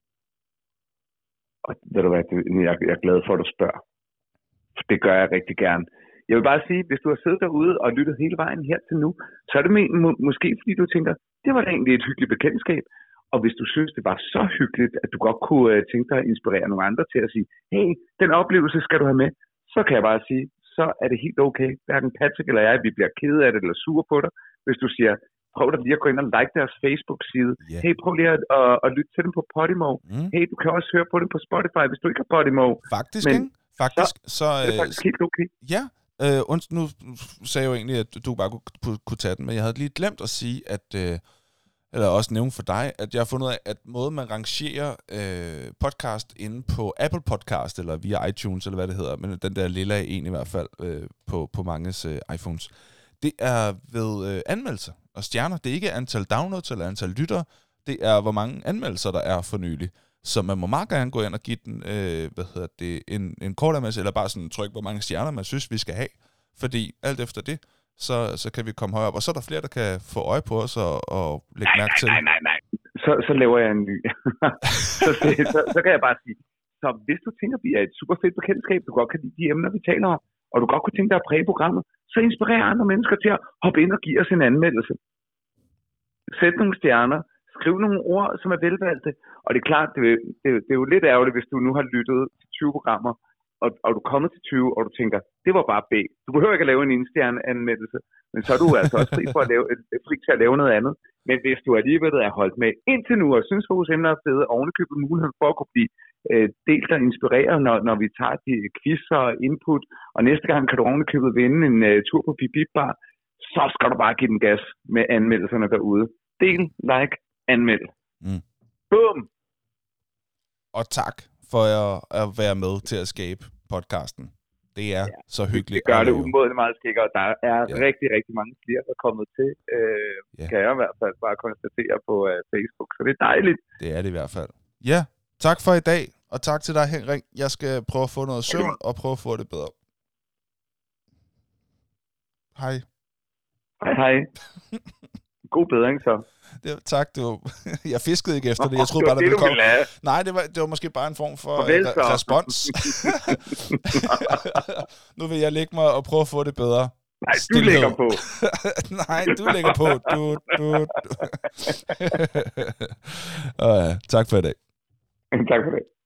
B: Og ved du hvad, jeg er glad for, at du spørger. Det gør jeg rigtig gerne. Jeg vil bare sige, hvis du har siddet derude og lyttet hele vejen her til nu, så er det måske fordi du tænker, det var da egentlig et hyggeligt bekendtskab. Og hvis du synes, det var så hyggeligt, at du godt kunne tænke dig at inspirere nogle andre til at sige, hey, den oplevelse skal du have med, så kan jeg bare sige, så er det helt okay. Hverken Patrick eller jeg, vi bliver kede af det eller sure på dig, hvis du siger, prøv da lige at gå ind og like deres Facebook-side. Yeah. Hey, prøv lige at lytte til dem på Podimo. Hey, du kan også høre på dem på Spotify, hvis du ikke har Podimo.
A: Faktisk, ikke? Faktisk, så
B: er det faktisk helt okay.
A: Ja, nu sagde jeg jo egentlig, at du bare kunne tage den, men jeg havde lige glemt at sige, at eller også nævne for dig, at jeg har fundet ud af, at måden man rangerer podcast inde på Apple Podcast, eller via iTunes, eller hvad det hedder, men den der lille en i hvert fald på manges iPhones, det er ved anmeldelser og stjerner. Det er ikke antal downloads eller antal lyttere, det er hvor mange anmeldelser der er for nylig. Så man må meget gerne gå ind og give den en kort anmeldelse, eller bare sådan trykke, hvor mange stjerner man synes, vi skal have. Fordi alt efter det, så kan vi komme højere op. Og så er der flere, der kan få øje på os og lægge mærke til.
B: Nej. Så laver jeg en ny. så kan jeg bare sige, så hvis du tænker, at vi er et super fedt bekendtskab, du godt kan lide de emner, vi taler om, og du godt kunne tænke dig at præge programmet, så inspirerer andre mennesker til at hoppe ind og give os en anmeldelse. Sæt nogle stjerner, skriv nogle ord, som er velvalgte, og det er klart, det er jo lidt ærgerligt, hvis du nu har lyttet til 20 programmer, og du er kommet til 20, og du tænker, det var bare B. Du behøver ikke at lave en enstjerne-anmeldelse, men så er du altså også fri til at lave noget andet. Men hvis du alligevel er holdt med indtil nu, og synes, at vores emner er fede, og ovenikøbet muligheden for at kunne blive delt og inspirere, når vi tager de quizzer og input, og næste gang kan du ovenikøbet vinde en tur på Bip Bar, så skal du bare give den gas med anmeldelserne derude. Del, like, anmeld. Boom!
A: Og tak for at være med til at skabe podcasten. Det er så hyggeligt.
B: Det gør det umådeligt meget skikker, og der er rigtig, rigtig mange flere, der er kommet til. Kan jeg i hvert fald bare konstatere på Facebook, så det er dejligt.
A: Det er det i hvert fald. Ja, tak for i dag, og tak til dig, Henrik. Jeg skal prøve at få noget søvn, og prøve at få det bedre. Hej.
B: Hej. God bedring så.
A: Tak, jeg fiskede ikke efter det. Jeg troede bare, der ville komme. Nej, det var måske bare en form for respons. Nu vil jeg lægge mig og prøve at få det bedre.
B: Nej, du
A: Stilhed.
B: lægger på.
A: Nej, du lægger på. Du. Ja, tak for i dag.
B: Tak for det.